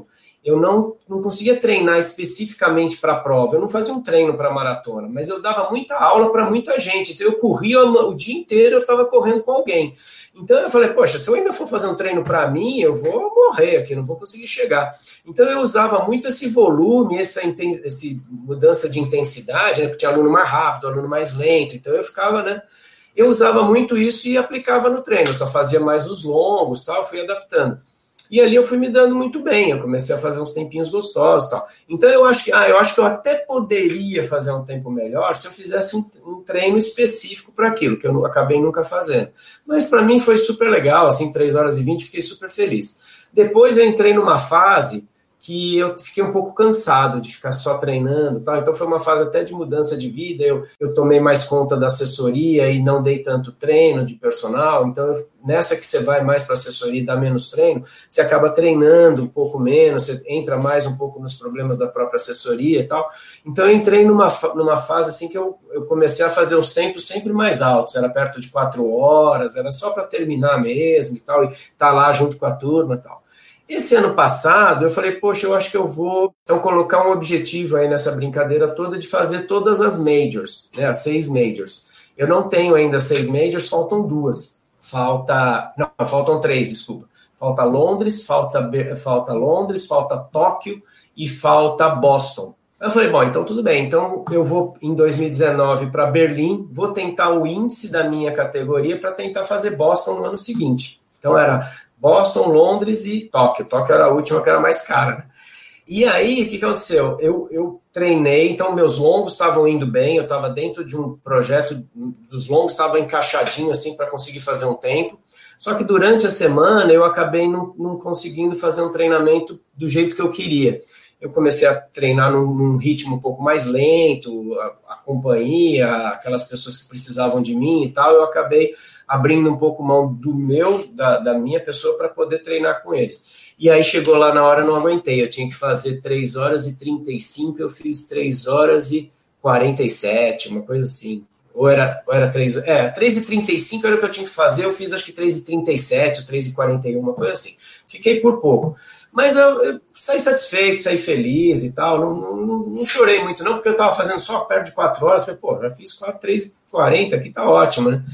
eu não, não conseguia treinar especificamente para a prova, eu não fazia um treino para maratona, mas eu dava muita aula para muita gente, então eu corria o dia inteiro, eu estava correndo com alguém. Então eu falei, poxa, se eu ainda for fazer um treino para mim, eu vou morrer aqui, não vou conseguir chegar. Então eu usava muito esse volume, essa, essa mudança de intensidade, né, porque tinha aluno mais rápido, aluno mais lento, então eu ficava, né, eu usava muito isso e aplicava no treino, eu só fazia mais os longos, tal, fui adaptando. E ali eu fui me dando muito bem, eu comecei a fazer uns tempinhos gostosos e tal. Então eu acho que, ah, eu acho que eu até poderia fazer um tempo melhor se eu fizesse um, um treino específico para aquilo, que eu não, acabei nunca fazendo. Mas para mim foi super legal, assim, três horas e vinte, fiquei super feliz. Depois eu entrei numa fase que eu fiquei um pouco cansado de ficar só treinando, tal. Então foi uma fase até de mudança de vida, eu, eu tomei mais conta da assessoria e não dei tanto treino de personal, então eu, nessa que você vai mais para assessoria e dá menos treino, você acaba treinando um pouco menos, você entra mais um pouco nos problemas da própria assessoria e tal. Então eu entrei numa, numa fase assim que eu, eu comecei a fazer os tempos sempre mais altos, era perto de quatro horas, era só para terminar mesmo e tal, e tá lá junto com a turma e tal. Esse ano passado, eu falei, poxa, eu acho que eu vou então colocar um objetivo aí nessa brincadeira toda de fazer todas as majors, né, as seis majors. Eu não tenho ainda seis majors, faltam duas. Falta, não, faltam três, desculpa. Falta Londres, falta, falta Londres, falta Tóquio e falta Boston. Eu falei, bom, então tudo bem, então eu vou em dois mil e dezenove para Berlim, vou tentar o índice da minha categoria para tentar fazer Boston no ano seguinte. Então era Boston, Londres e Tóquio. Tóquio era a última que era mais cara, né? E aí, o que, que aconteceu? Eu, eu treinei, então meus longos estavam indo bem, eu estava dentro de um projeto dos longos, estava encaixadinho assim para conseguir fazer um tempo. Só que durante a semana eu acabei não, não conseguindo fazer um treinamento do jeito que eu queria. Eu comecei a treinar num, num ritmo um pouco mais lento, a, a companhia, aquelas pessoas que precisavam de mim e tal, eu acabei abrindo um pouco mão do meu, da, da minha pessoa para poder treinar com eles. E aí chegou lá na hora, eu não aguentei, eu tinha que fazer três horas e trinta e cinco, eu fiz três horas e quarenta e sete, uma coisa assim. Ou era, ou era três, é, três e trinta e cinco era o que eu tinha que fazer, eu fiz acho que três e trinta e sete, ou três e quarenta e um, uma coisa assim. Fiquei por pouco. Mas eu, eu saí satisfeito, saí feliz e tal, não, não, não chorei muito não, porque eu estava fazendo só perto de quatro horas, falei, pô, já fiz quatro, três e quarenta, aqui tá ótimo, né?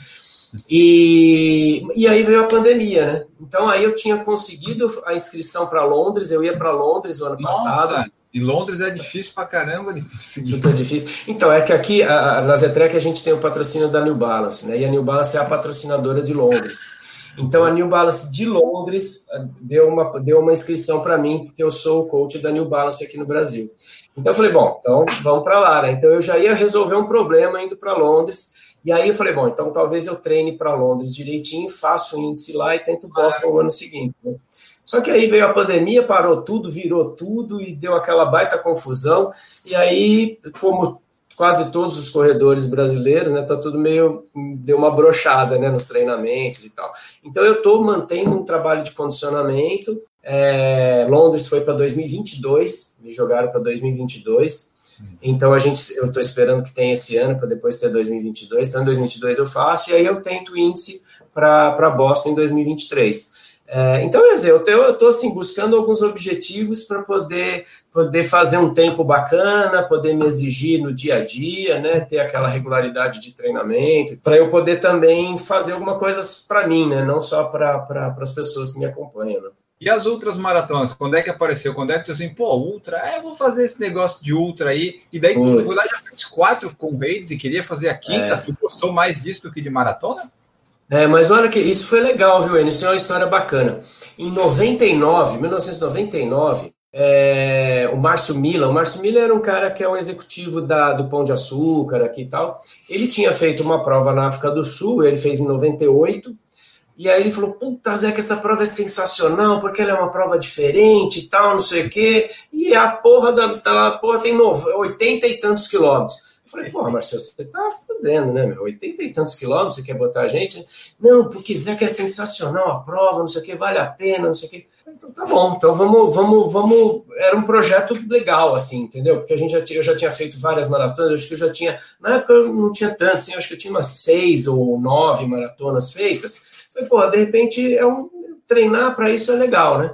E, e aí veio a pandemia, né? Então aí eu tinha conseguido a inscrição para Londres, eu ia para Londres o ano Nossa, passado. E Londres é difícil pra caramba de conseguir. Super difícil. Então, é que aqui a, na Zetrec a gente tem o patrocínio da New Balance, né? E a New Balance é a patrocinadora de Londres. Então a New Balance de Londres deu uma, deu uma inscrição para mim, porque eu sou o coach da New Balance aqui no Brasil. Então eu falei, bom, então vamos para lá, né? Então eu já ia resolver um problema indo para Londres. E aí eu falei, bom, então talvez eu treine para Londres direitinho, faço o índice lá e tento Boston no ano seguinte, né? Só que aí veio a pandemia, parou tudo, virou tudo e deu aquela baita confusão. E aí, como quase todos os corredores brasileiros, né, tá tudo meio, deu uma brochada, né, nos treinamentos e tal. Então eu estou mantendo um trabalho de condicionamento. É, Londres foi para dois mil e vinte e dois, me jogaram para dois mil e vinte e dois. Então a gente, eu estou esperando que tenha esse ano para depois ter dois mil e vinte e dois. Então em dois mil e vinte e dois eu faço e aí eu tento o índice para Boston em dois mil e vinte e três. É, então, quer dizer, eu estou assim, buscando alguns objetivos para poder, poder fazer um tempo bacana, poder me exigir no dia a dia, né, ter aquela regularidade de treinamento, para eu poder também fazer alguma coisa para mim, né, não só para pra, as pessoas que me acompanham. Né. E as outras maratonas, quando é que apareceu? Quando é que tu assim, pô, ultra, é, eu vou fazer esse negócio de ultra aí, e daí tu foi lá, já fez quatro com Raids e queria fazer a quinta, é. Tu gostou mais disso do que de maratona? É, mas olha que isso foi legal, viu, Enio? Isso é uma história bacana. Em noventa e nove, mil novecentos e noventa e nove, é, o Márcio Mila, o Márcio Mila era um cara que é um executivo da, do Pão de Açúcar aqui e tal, ele tinha feito uma prova na África do Sul, ele fez em noventa e oito, e aí ele falou, puta, Zé, que essa prova é sensacional, porque ela é uma prova diferente e tal, não sei o quê, e a porra da, da porra tem oitenta e tantos quilômetros. Eu falei, porra, Marcelo, você tá fudendo, né, meu? oitenta e tantos quilômetros, você quer botar a gente? Não, porque Zé que é sensacional a prova, não sei o que, vale a pena, não sei o que. Então tá bom, então vamos, vamos, vamos. Era um projeto legal, assim, entendeu? Porque a gente já, eu já tinha feito várias maratonas, acho que eu já tinha. Na época eu não tinha tanto, assim, acho que eu tinha umas seis ou nove maratonas feitas. Falei, porra, de repente é um, treinar para isso é legal, né?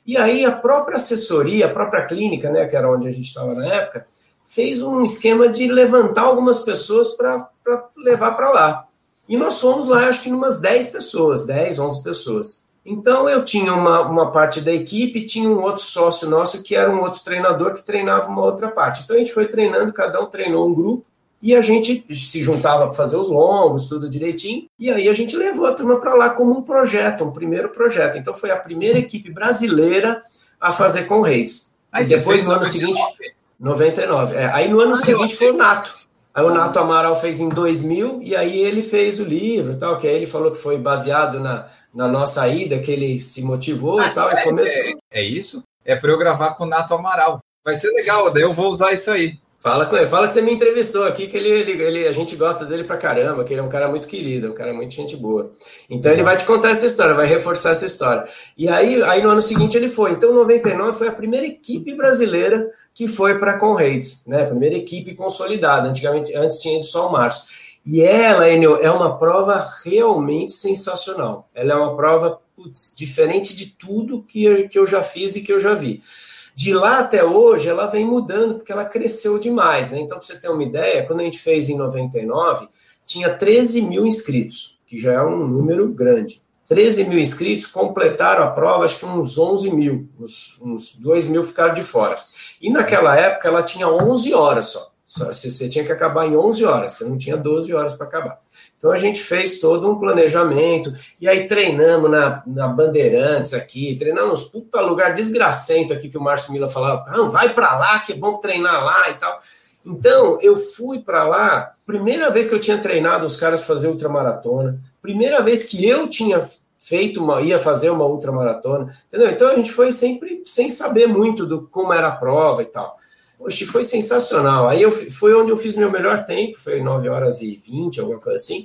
E aí a própria assessoria, a própria clínica, né, que era onde a gente estava na época, fez um esquema de levantar algumas pessoas para levar para lá. E nós fomos lá, acho que umas dez pessoas, dez, onze pessoas. Então eu tinha uma, uma parte da equipe, tinha um outro sócio nosso que era um outro treinador que treinava uma outra parte. Então a gente foi treinando, cada um treinou um grupo, e a gente se juntava para fazer os longos, tudo direitinho, e aí a gente levou a turma para lá como um projeto, um primeiro projeto. Então foi a primeira equipe brasileira a fazer com reis. Aí depois, no ano seguinte, noventa e nove. É, aí no ano ah, seguinte foi o Nato. Aí o Nato Amaral fez em dois mil, e aí ele fez o livro, tal, que aí ele falou que foi baseado na, na nossa ida, que ele se motivou ah, e tal, e começou. É, é isso? É para eu gravar com o Nato Amaral. Vai ser legal, daí eu vou usar isso aí. Fala com ele, fala que você me entrevistou aqui, que ele, ele, ele, a gente gosta dele pra caramba, que ele é um cara muito querido, um cara muito gente boa. Então ele vai te contar essa história, vai reforçar essa história. E aí, aí no ano seguinte ele foi. Então noventa e nove foi a primeira equipe brasileira que foi para a Conrads, né? A primeira equipe consolidada. Antigamente, antes tinha ido só o Márcio. E ela, Enio, é uma prova realmente sensacional. Ela é uma prova putz, diferente de tudo que eu, que eu já fiz e que eu já vi. De lá até hoje, ela vem mudando, porque ela cresceu demais, né? Então, para você ter uma ideia, quando a gente fez em noventa e nove, tinha treze mil inscritos, que já é um número grande. treze mil inscritos, completaram a prova, acho que uns onze mil, uns, uns dois mil ficaram de fora. E naquela época, ela tinha onze horas só. só você tinha que acabar em onze horas, você não tinha doze horas para acabar. Então, a gente fez todo um planejamento, e aí treinamos na, na Bandeirantes aqui, treinamos puta lugar desgracento aqui, que o Márcio Mila falava, não, vai para lá, que é bom treinar lá e tal. Então, eu fui para lá, primeira vez que eu tinha treinado os caras fazer ultramaratona, primeira vez que eu tinha feito uma, ia fazer uma ultramaratona, entendeu? Então, a gente foi sempre sem saber muito do como era a prova e tal. Poxa, foi sensacional. Aí eu, foi onde eu fiz meu melhor tempo, foi nove horas e vinte, alguma coisa assim,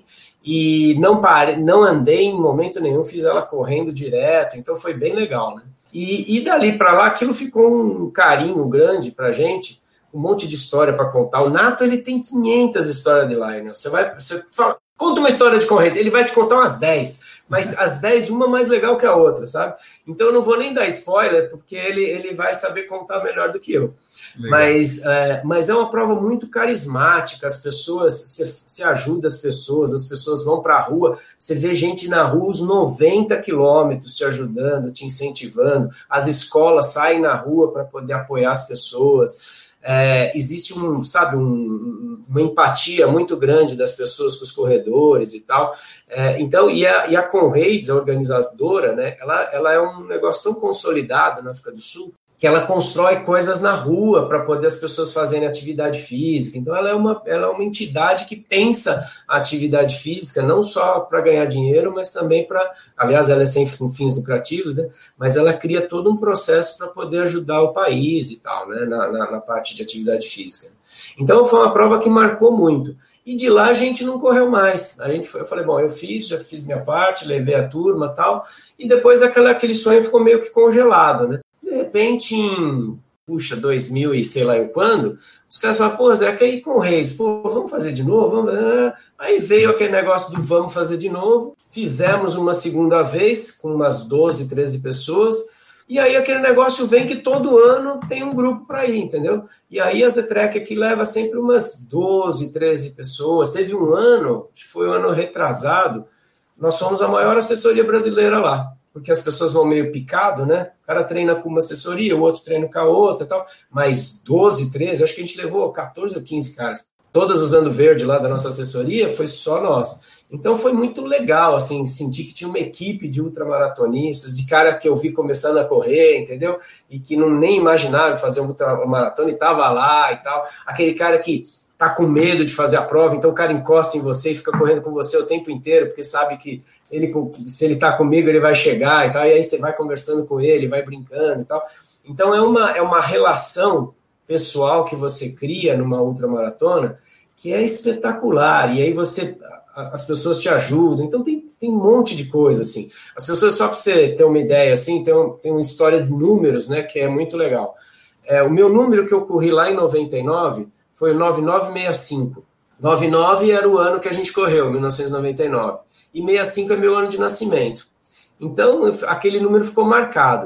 e não parei, não andei em momento nenhum, fiz ela correndo direto, então foi bem legal, né? E, e dali para lá, aquilo ficou um carinho grande pra gente, um monte de história para contar. O Nato, ele tem quinhentas histórias de lá, né? Você vai, você fala, conta uma história de corrente, ele vai te contar umas dez, mas as dez, uma mais legal que a outra, sabe? Então eu não vou nem dar spoiler, porque ele, ele vai saber contar melhor do que eu. Mas é, mas é uma prova muito carismática, as pessoas, você, você ajuda as pessoas, as pessoas vão para a rua, você vê gente na rua os noventa quilômetros te ajudando, te incentivando, as escolas saem na rua para poder apoiar as pessoas. É, existe um, sabe, um, uma empatia muito grande das pessoas com os corredores e tal. É, então, e a, e a Conrads, a organizadora, né, ela, ela é um negócio tão consolidado na África do Sul, que ela constrói coisas na rua para poder as pessoas fazerem atividade física. Então, ela é uma, ela é uma entidade que pensa a atividade física não só para ganhar dinheiro, mas também para... Aliás, ela é sem fins lucrativos, né? Mas ela cria todo um processo para poder ajudar o país e tal, né? Na, na, na parte de atividade física. Então, foi uma prova que marcou muito. E de lá a gente não correu mais. A gente foi, eu falei, bom, eu fiz, já fiz minha parte, levei a turma e tal, e depois aquela, aquele sonho ficou meio que congelado, né? De repente, em, puxa, dois mil e sei lá eu quando, os caras falaram, pô, Zé, quer ir com o Reis? Pô, vamos fazer de novo? Vamos... Aí veio aquele negócio do vamos fazer de novo, fizemos uma segunda vez, com umas doze, treze pessoas, e aí aquele negócio vem que todo ano tem um grupo para ir, entendeu? E aí a Zetrec aqui leva sempre umas doze, treze pessoas. Teve um ano, acho que foi um ano retrasado, nós fomos a maior assessoria brasileira lá. Porque as pessoas vão meio picado, né? O cara treina com uma assessoria, o outro treina com a outra e tal. Mas doze, treze, acho que a gente levou catorze ou quinze caras. Todas usando verde lá da nossa assessoria, foi só nós. Então foi muito legal, assim, sentir que tinha uma equipe de ultramaratonistas, de cara que eu vi começando a correr, entendeu? E que não nem imaginava fazer um ultramaratona e tava lá e tal. Aquele cara que tá com medo de fazer a prova, então o cara encosta em você e fica correndo com você o tempo inteiro, porque sabe que ele, se ele tá comigo, ele vai chegar e tal, e aí você vai conversando com ele, vai brincando e tal. Então é uma, é uma relação pessoal que você cria numa ultramaratona que é espetacular, e aí você, as pessoas te ajudam, então tem, tem um monte de coisa, assim. As pessoas, só para você ter uma ideia, assim, tem, um, tem uma história de números, né, que é muito legal. É, o meu número que eu corri lá em noventa e nove foi o nove nove seis cinco. noventa e nove era o ano que a gente correu, mil novecentos e noventa e nove. E sessenta e cinco é meu ano de nascimento. Então, aquele número ficou marcado.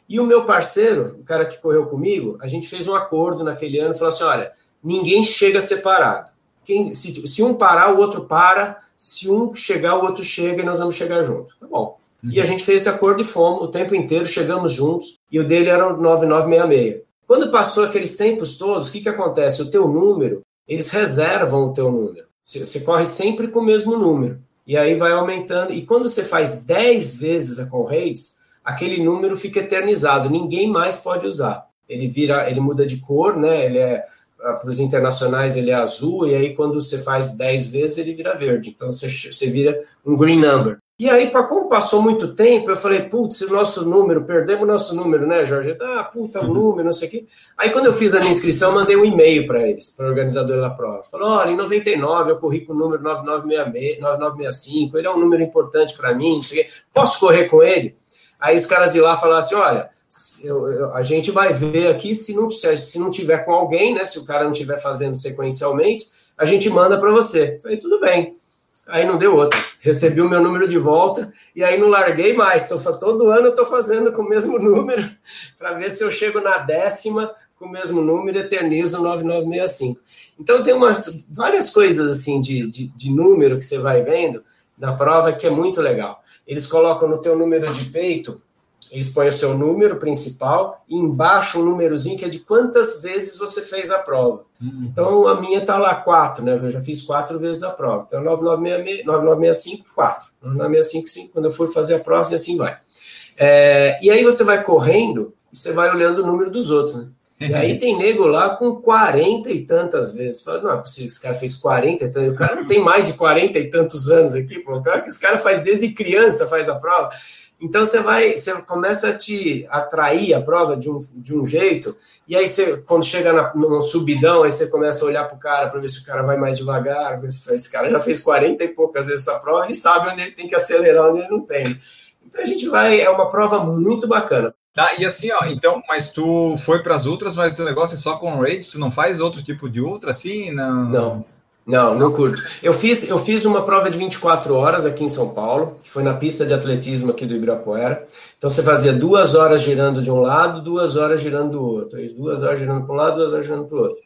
E o meu parceiro, o cara que correu comigo, a gente fez um acordo naquele ano, falou assim, olha, ninguém chega separado. Quem, se, se um parar, o outro para, se um chegar, o outro chega e nós vamos chegar junto. Tá bom. Uhum. E a gente fez esse acordo e fomos o tempo inteiro, chegamos juntos, e o dele era o nove nove seis seis. Quando passou aqueles tempos todos, o que, que acontece? O teu número, eles reservam o teu número. Você, você corre sempre com o mesmo número. E aí vai aumentando. E quando você faz dez vezes a Comrades, aquele número fica eternizado. Ninguém mais pode usar. Ele vira, ele muda de cor, né? Ele é, para os internacionais, ele é azul. E aí, quando você faz dez vezes, ele vira verde. Então, você, você vira um green number. E aí, como passou muito tempo, eu falei, putz, o nosso número, perdemos o nosso número, né, Jorge? Ah, puta, o número, não sei o quê. Aí, quando eu fiz a minha inscrição, eu mandei um e-mail para eles, para o organizador da prova. Falou, olha, em noventa e nove eu corri com o número nove nove seis seis, nove nove seis cinco, ele é um número importante para mim, não sei o quê. Posso correr com ele? Aí os caras de lá falaram assim, olha, eu, eu, a gente vai ver aqui, se não, se não tiver com alguém, né, se o cara não estiver fazendo sequencialmente, a gente manda para você. Aí, tudo bem. Aí não deu outra. Recebi o meu número de volta e aí não larguei mais. Tô, todo ano eu estou fazendo com o mesmo número para ver se eu chego na décima com o mesmo número e eternizo nove nove seis cinco. Então tem umas, várias coisas assim de, de, de número que você vai vendo na prova que é muito legal. Eles colocam no teu número de peito, eles põem o seu número principal e embaixo um númerozinho que é de quantas vezes você fez a prova. Uhum. Então, a minha está lá quatro, né? Eu já fiz quatro vezes a prova. Então, nove nove seis cinco, quatro. nove nove seis cinco, cinco. Quando eu for fazer a prova, assim vai. É, e aí você vai correndo e você vai olhando o número dos outros, né? E aí tem nego lá com quarenta e tantas vezes. Fala, não é possível que esse cara fez quarenta e tantos. O cara não tem mais de quarenta e tantos anos aqui. Pô. O cara que esse cara faz desde criança, faz a prova. Então, você vai, você começa a te atrair a prova de um, de um jeito, e aí você, quando chega na, no subidão, aí você começa a olhar para o cara para ver se o cara vai mais devagar, ver se esse cara já fez quarenta e poucas vezes essa prova, ele sabe onde ele tem que acelerar, onde ele não tem. Então, a gente vai, é uma prova muito bacana. Tá, e assim, ó, então, mas tu foi para as ultras, mas o teu negócio é só com raids, tu não faz outro tipo de ultra, assim? Não, não. Não, não curto. Eu fiz, eu fiz uma prova de vinte e quatro horas aqui em São Paulo, que foi na pista de atletismo aqui do Ibirapuera. Então você fazia duas horas girando de um lado, duas horas girando do outro. Duas horas girando para um lado, duas horas girando para o outro.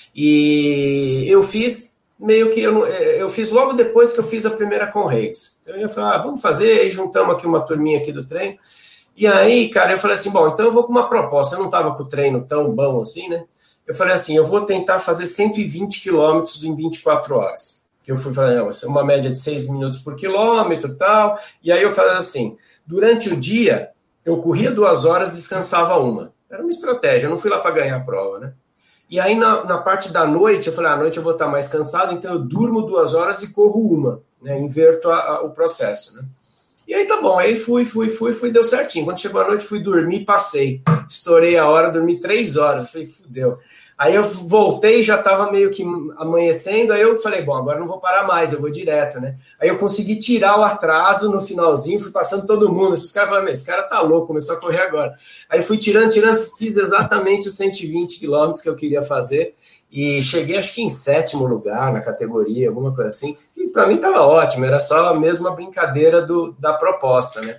E eu fiz meio que... Eu, eu fiz logo depois que eu fiz a primeira Comrades. Então eu ia falar, ah, vamos fazer, aí juntamos aqui uma turminha aqui do treino. E aí, cara, eu falei assim, bom, então eu vou com uma proposta. Eu não estava com o treino tão bom assim, né? Eu falei assim, eu vou tentar fazer cento e vinte quilômetros em vinte e quatro horas. Que eu fui falando, não, isso é uma média de seis minutos por quilômetro e tal. E aí eu falei assim, durante o dia, eu corria duas horas, descansava uma. Era uma estratégia, eu não fui lá para ganhar a prova, né? E aí na, na parte da noite, eu falei, ah, à noite eu vou estar mais cansado, então eu durmo duas horas e corro uma, né? Inverto a, a, o processo, né? E aí tá bom, aí fui, fui, fui, fui, deu certinho. Quando chegou a noite, fui dormir, passei. Estourei a hora, dormi três horas. Falei, fudeu. Aí eu voltei, já tava meio que amanhecendo, aí eu falei, bom, agora não vou parar mais, eu vou direto, né? Aí eu consegui tirar o atraso no finalzinho, fui passando todo mundo. Os caras falaram, esse cara tá louco, começou a correr agora. Aí fui tirando, tirando, fiz exatamente os cento e vinte quilômetros que eu queria fazer. E cheguei, acho que em sétimo lugar na categoria, alguma coisa assim, que para mim estava ótimo, era só a mesma brincadeira do, da proposta, né?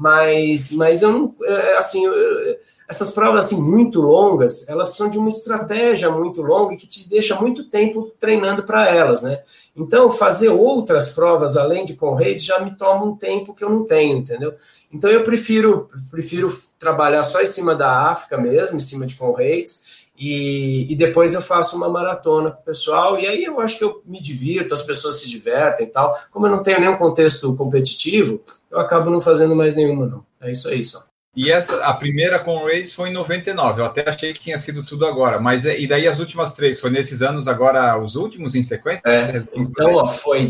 Mas, mas eu não, assim, eu, essas provas assim, muito longas, elas precisam de uma estratégia muito longa que te deixa muito tempo treinando para elas, né? Então, fazer outras provas além de Comrades já me toma um tempo que eu não tenho, entendeu? Então, eu prefiro, prefiro trabalhar só em cima da África mesmo, em cima de Comrades. E, e depois eu faço uma maratona com o pessoal, e aí eu acho que eu me divirto, as pessoas se divertem e tal. Como eu não tenho nenhum contexto competitivo, eu acabo não fazendo mais nenhuma, não. É isso aí só. E essa, a primeira Comrades foi em noventa e nove, eu até achei que tinha sido tudo agora, mas e daí as últimas três, foi nesses anos agora, os últimos em sequência? É, então ó, foi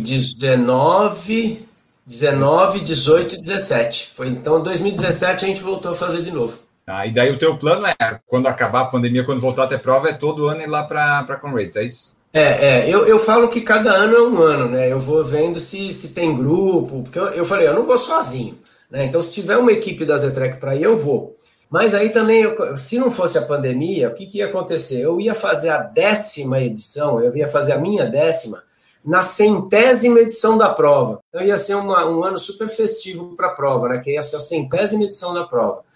dezenove, dezenove, dezoito e dezessete. Foi, então em dois mil e dezessete a gente voltou a fazer de novo. Ah, e daí o teu plano é, quando acabar a pandemia, quando voltar a ter prova, é todo ano ir lá para a Comrades, é isso? É, é eu, eu falo que cada ano é um ano, né? Eu vou vendo se, se tem grupo, porque eu, eu falei, eu não vou sozinho, né? Então, se tiver uma equipe da Zetrec para ir, eu vou. Mas aí também, eu, se não fosse a pandemia, o que, que ia acontecer? Eu ia fazer a décima edição, eu ia fazer a minha décima, na centésima edição da prova. Então, ia ser uma, um ano super festivo para a prova, né? Que ia ser a centésima edição da prova.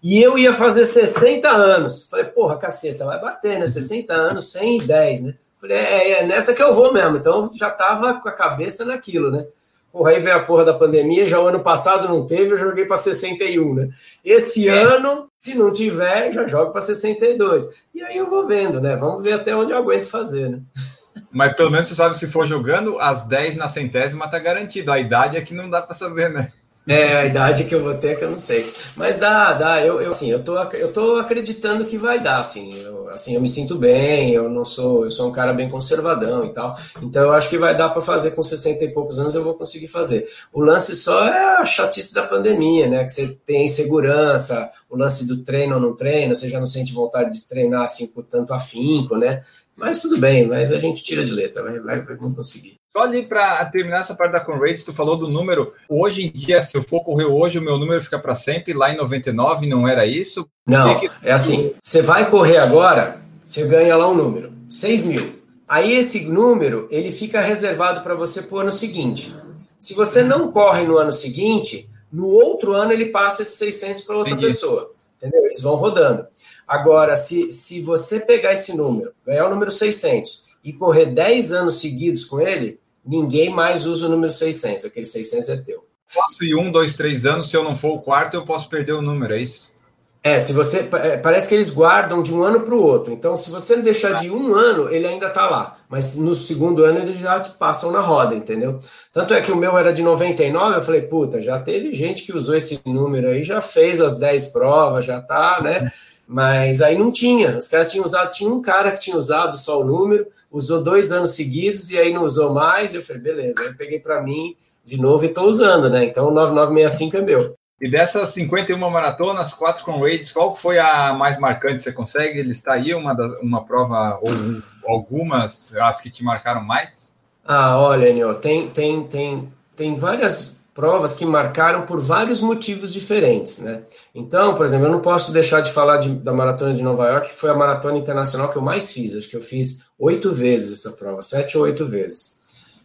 E eu ia fazer sessenta anos. Falei, porra, caceta, vai bater, né? sessenta anos, cem e dez, né? Falei, é, é nessa que eu vou mesmo. Então eu já tava com a cabeça naquilo, né? Porra, aí veio a porra da pandemia, já o ano passado não teve, eu joguei para sessenta e um, né? Esse é. ano, se não tiver, já jogo para sessenta e dois. E aí eu vou vendo, né? Vamos ver até onde eu aguento fazer, né? Mas pelo menos você sabe, se for jogando, as dez na centésima tá garantido. A idade é que não dá para saber, né? É, a idade que eu vou ter é que eu não sei. Mas dá, dá. Eu, eu, assim, eu, tô, eu tô acreditando que vai dar, assim. Eu, assim, eu me sinto bem, eu não sou... Eu sou um cara bem conservadão e tal. Então, eu acho que vai dar para fazer com sessenta e poucos anos, eu vou conseguir fazer. O lance só é a chatice da pandemia, né? Que você tem insegurança, o lance do treino ou não treino, você já não sente vontade de treinar, assim, com tanto afinco, né? Mas tudo bem, mas a gente tira de letra, vai, vai, vai conseguir. Só ali para terminar essa parte da Conrads, tu falou do número. Hoje em dia, se eu for correr hoje, o meu número fica para sempre. Lá em noventa e nove, não era isso? Não, que... é assim. Você vai correr agora, você ganha lá um número, seis mil. Aí esse número, ele fica reservado para você para o ano seguinte. Se você não corre no ano seguinte, no outro ano ele passa esses seiscentos para outra Entendi. pessoa. Entendeu? Eles vão rodando. Agora, se, se você pegar esse número, ganhar o número seiscentos e correr dez anos seguidos com ele, ninguém mais usa o número seiscentos. Aquele seiscentos é teu. Posso ir um, dois, três anos, se eu não for o quarto, eu posso perder o número, é isso? É, se você, parece que eles guardam de um ano para o outro. Então, se você deixar de um ano, ele ainda está lá. Mas no segundo ano, eles já te passam na roda, entendeu? Tanto é que o meu era de noventa e nove, eu falei, puta, já teve gente que usou esse número aí, já fez as dez provas, já tá, né? Mas aí não tinha. Os caras tinham usado, tinha um cara que tinha usado só o número, usou dois anos seguidos e aí não usou mais. Eu falei, beleza. Aí eu peguei para mim de novo e estou usando, né? Então o nove nove seis cinco é meu. E dessas cinquenta e uma maratonas, quatro com raids, qual foi a mais marcante? Você consegue listar aí uma, das, uma prova ou algumas, as que te marcaram mais? Ah, olha, Nio, tem, tem, tem, tem várias provas que marcaram por vários motivos diferentes, né? Então, por exemplo, eu não posso deixar de falar de, da Maratona de Nova York, que foi a maratona internacional que eu mais fiz. Acho que eu fiz oito vezes essa prova, sete ou oito vezes.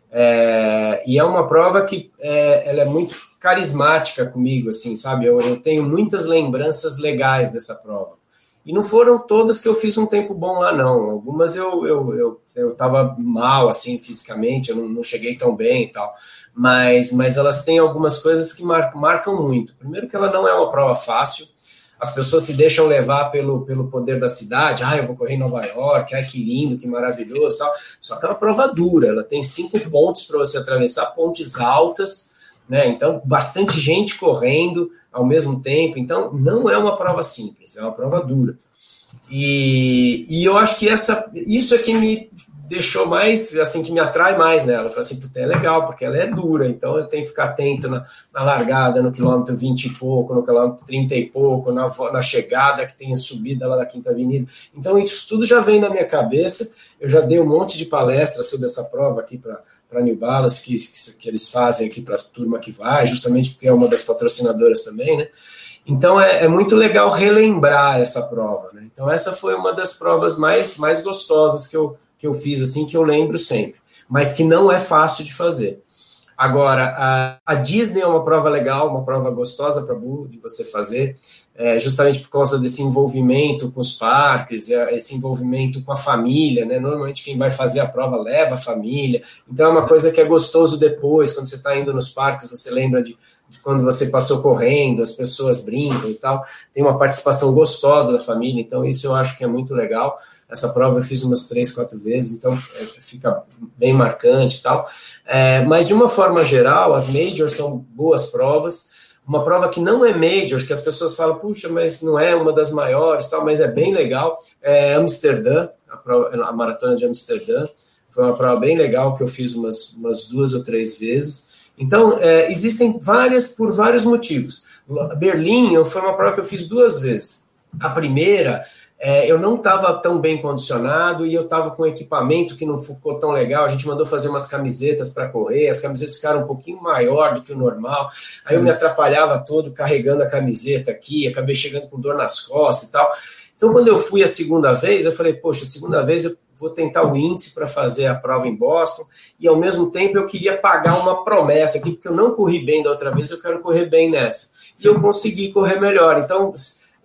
É, e é uma prova que é, ela é muito carismática comigo, assim, sabe? Eu, eu tenho muitas lembranças legais dessa prova. E não foram todas que eu fiz um tempo bom lá, não. Algumas eu eu, eu, eu tava mal, assim, fisicamente, eu não, não cheguei tão bem e tal. Mas, mas elas têm algumas coisas que mar, marcam muito. Primeiro que ela não é uma prova fácil. As pessoas se deixam levar pelo, pelo poder da cidade. Ah, eu vou correr em Nova York, ai, que lindo, que maravilhoso, tal. Só que é uma prova dura, ela tem cinco pontes para você atravessar, pontes altas, né? Então, bastante gente correndo ao mesmo tempo. Então, não é uma prova simples, é uma prova dura. E, e eu acho que essa, isso é que me deixou mais, assim, que me atrai mais nela. Eu falei assim, puta, é legal, porque ela é dura, então eu tenho que ficar atento na, na largada, no quilômetro vinte e pouco, no quilômetro trinta e pouco, na, na chegada, que tem a subida lá da Quinta Avenida. Então isso tudo já vem na minha cabeça. Eu já dei um monte de palestras sobre essa prova aqui para para New Balance, que, que, que eles fazem aqui para a turma que vai, justamente porque é uma das patrocinadoras também, né? Então é, é muito legal relembrar essa prova, né? Então essa foi uma das provas mais, mais gostosas que eu, que eu fiz, assim, que eu lembro sempre, mas que não é fácil de fazer. Agora, a, a Disney é uma prova legal, uma prova gostosa para de você fazer, é, justamente por causa desse envolvimento com os parques, esse envolvimento com a família, né? Normalmente quem vai fazer a prova leva a família, então é uma coisa que é gostoso depois, quando você está indo nos parques, você lembra de, de quando você passou correndo, as pessoas brincam e tal, tem uma participação gostosa da família, então isso eu acho que é muito legal. Essa prova eu fiz umas três, quatro vezes, então é, fica bem marcante e tal. É, mas, de uma forma geral, as majors são boas provas. Uma prova que não é major, que as pessoas falam, puxa, mas não é uma das maiores, tal, mas é bem legal, é Amsterdã, a, prova, a maratona de Amsterdã. Foi uma prova bem legal que eu fiz umas, umas duas ou três vezes. Então, é, existem várias, por vários motivos. Berlim foi uma prova que eu fiz duas vezes. A primeira... É, eu não estava tão bem condicionado e eu estava com equipamento que não ficou tão legal. A gente mandou fazer umas camisetas para correr, as camisetas ficaram um pouquinho maior do que o normal. Aí eu me atrapalhava todo carregando a camiseta aqui, acabei chegando com dor nas costas e tal. Então, quando eu fui a segunda vez, eu falei, poxa, a segunda vez eu vou tentar o índice para fazer a prova em Boston e, ao mesmo tempo, eu queria pagar uma promessa aqui, porque eu não corri bem da outra vez, eu quero correr bem nessa. E eu consegui correr melhor. Então...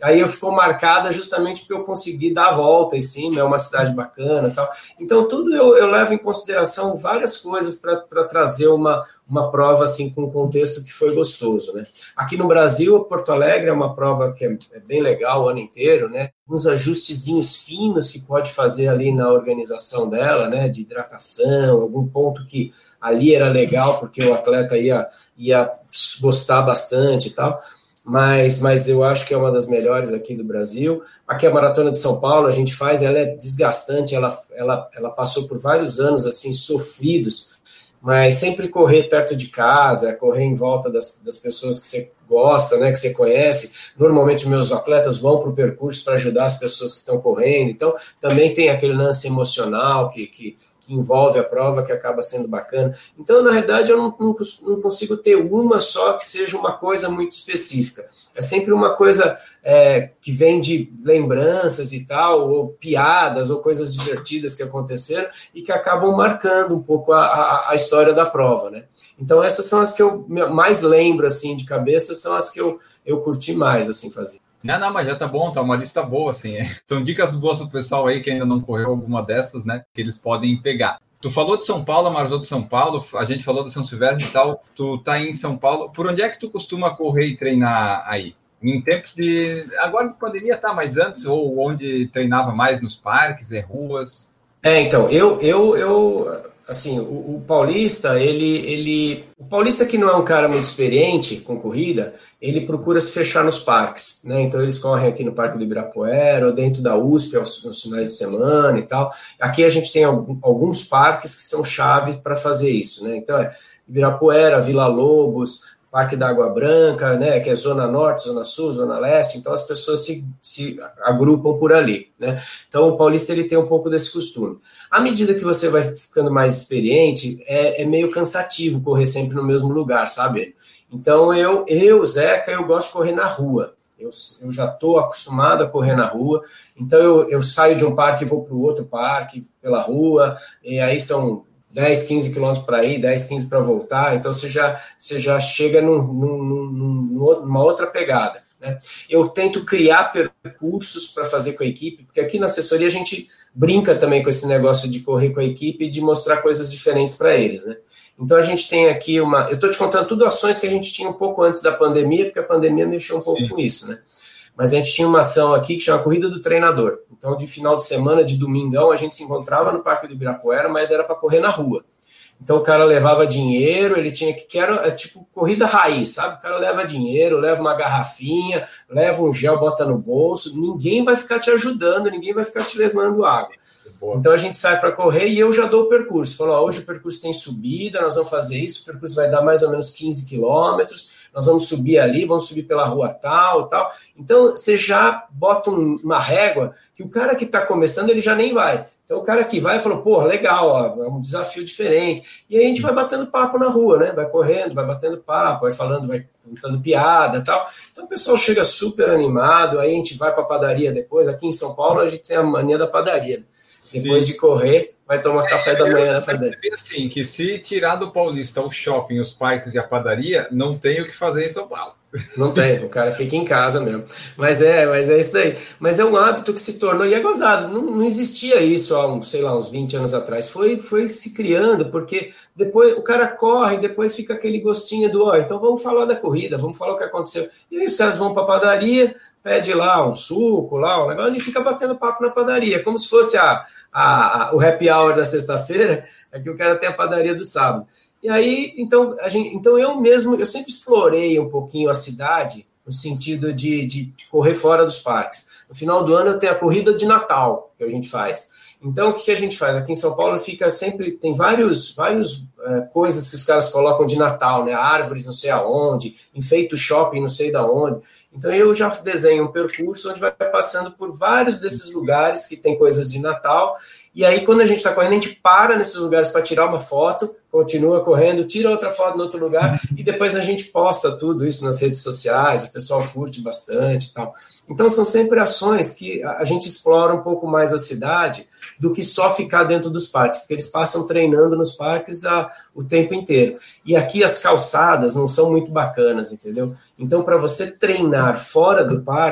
aí eu ficou marcada justamente porque eu consegui dar a volta em cima, é uma cidade bacana e tal. Então, tudo eu, eu levo em consideração várias coisas para trazer uma, uma prova assim, com um contexto que foi gostoso, né? Aqui no Brasil, Porto Alegre é uma prova que é, é bem legal o ano inteiro, né? Uns ajustezinhos finos que pode fazer ali na organização dela, né? De hidratação, algum ponto que ali era legal porque o atleta ia, ia gostar bastante e tal. Mas, mas eu acho que é uma das melhores aqui do Brasil. Aqui a Maratona de São Paulo a gente faz, ela é desgastante, ela, ela, ela passou por vários anos assim sofridos, mas sempre correr perto de casa, correr em volta das, das pessoas que você gosta, né, que você conhece. Normalmente meus atletas vão para o percurso para ajudar as pessoas que estão correndo, então também tem aquele lance emocional que... que que envolve a prova, que acaba sendo bacana. Então, na realidade, eu não, não, não consigo ter uma só que seja uma coisa muito específica. É sempre uma coisa é, que vem de lembranças e tal, ou piadas, ou coisas divertidas que aconteceram e que acabam marcando um pouco a, a, a história da prova, né? Então, essas são as que eu mais lembro, assim, de cabeça, são as que eu, eu curti mais, assim, fazer. Não, não, mas já tá bom, tá uma lista boa, assim. É. São dicas boas pro pessoal aí que ainda não correu alguma dessas, né? Que eles podem pegar. Tu falou de São Paulo, a Maratona de São Paulo, a gente falou de São Silvestre e tal. Tu tá em São Paulo. Por onde é que tu costuma correr e treinar aí? Em tempos de... Agora de pandemia tá, mas antes, ou onde treinava mais nos parques, é ruas? É, então, eu... eu, eu... Assim, o, o Paulista, ele, ele... O Paulista, que não é um cara muito experiente com corrida, ele procura se fechar nos parques, né? Então, eles correm aqui no Parque do Ibirapuera, ou dentro da U S P, aos, nos finais de semana e tal. Aqui a gente tem alguns parques que são chave para fazer isso, né? Então, é Ibirapuera, Vila Lobos, Parque da Água Branca, né, que é Zona Norte, Zona Sul, Zona Leste, então as pessoas se, se agrupam por ali, né? Então o paulista ele tem um pouco desse costume. À medida que você vai ficando mais experiente, é, é meio cansativo correr sempre no mesmo lugar, sabe? Então eu, eu Zeca, eu gosto de correr na rua. Eu, eu já estou acostumado a correr na rua, então eu, eu saio de um parque e vou para o outro parque pela rua, e aí são dez, quinze quilômetros para ir, dez, quinze para voltar, então você já, você já chega num, num, num, numa outra pegada, né? Eu tento criar percursos para fazer com a equipe, porque aqui na assessoria a gente brinca também com esse negócio de correr com a equipe e de mostrar coisas diferentes para eles, né? Então a gente tem aqui uma... Eu estou te contando tudo ações que a gente tinha um pouco antes da pandemia, porque a pandemia mexeu um pouco Sim. com isso, né? Mas a gente tinha uma ação aqui que chama Corrida do Treinador. Então, de final de semana, de domingão, a gente se encontrava no Parque do Ibirapuera, mas era para correr na rua. Então, o cara levava dinheiro, ele tinha que... que era tipo corrida raiz, sabe? O cara leva dinheiro, leva uma garrafinha, leva um gel, bota no bolso. Ninguém vai ficar te ajudando, ninguém vai ficar te levando água. Então, a gente sai para correr e eu já dou o percurso. Falo, ó, hoje o percurso tem subida, nós vamos fazer isso, o percurso vai dar mais ou menos quinze quilômetros, nós vamos subir ali, vamos subir pela rua tal, tal. Então, você já bota um, uma régua que o cara que está começando, ele já nem vai. Então, o cara que vai falou, pô, legal, ó, é um desafio diferente. E aí a gente vai batendo papo na rua, né? Vai correndo, vai batendo papo, vai falando, vai contando piada e tal. Então, o pessoal chega super animado, aí a gente vai para a padaria depois. Aqui em São Paulo, a gente tem a mania da padaria, né? Depois Sim. de correr, vai tomar é, café da manhã na padaria. Eu percebi assim, que se tirar do Paulista o shopping, os parques e a padaria, não tem o que fazer em São Paulo. Não tem, o cara fica em casa mesmo. Mas é, mas é isso aí. Mas é um hábito que se tornou, e é gozado, não, não existia isso há, uns, sei lá, uns vinte anos atrás. Foi, foi se criando, porque depois o cara corre, depois fica aquele gostinho do, ó, então vamos falar da corrida, vamos falar o que aconteceu. E aí os caras vão para a padaria, pede lá um suco, lá um negócio, e fica batendo papo na padaria, como se fosse a, a, a, o happy hour da sexta-feira, aqui o cara tem a padaria do sábado. E aí, então, a gente, então eu mesmo, eu sempre explorei um pouquinho a cidade, no sentido de, de correr fora dos parques. No final do ano eu tenho a corrida de Natal, que a gente faz. Então, o que a gente faz? Aqui em São Paulo fica sempre, tem vários, vários é, coisas que os caras colocam de Natal, né? Árvores não sei aonde, enfeita o shopping não sei da onde. Então, eu já desenho um percurso onde vai passando por vários desses lugares que tem coisas de Natal. E aí, quando a gente está correndo, a gente para nesses lugares para tirar uma foto, continua correndo, tira outra foto em outro lugar, e depois a gente posta tudo isso nas redes sociais, o pessoal curte bastante e tal. Então, são sempre ações que a gente explora um pouco mais a cidade do que só ficar dentro dos parques, porque eles passam treinando nos parques a, o tempo inteiro. E aqui as calçadas não são muito bacanas, entendeu? Então, para você treinar fora do parque,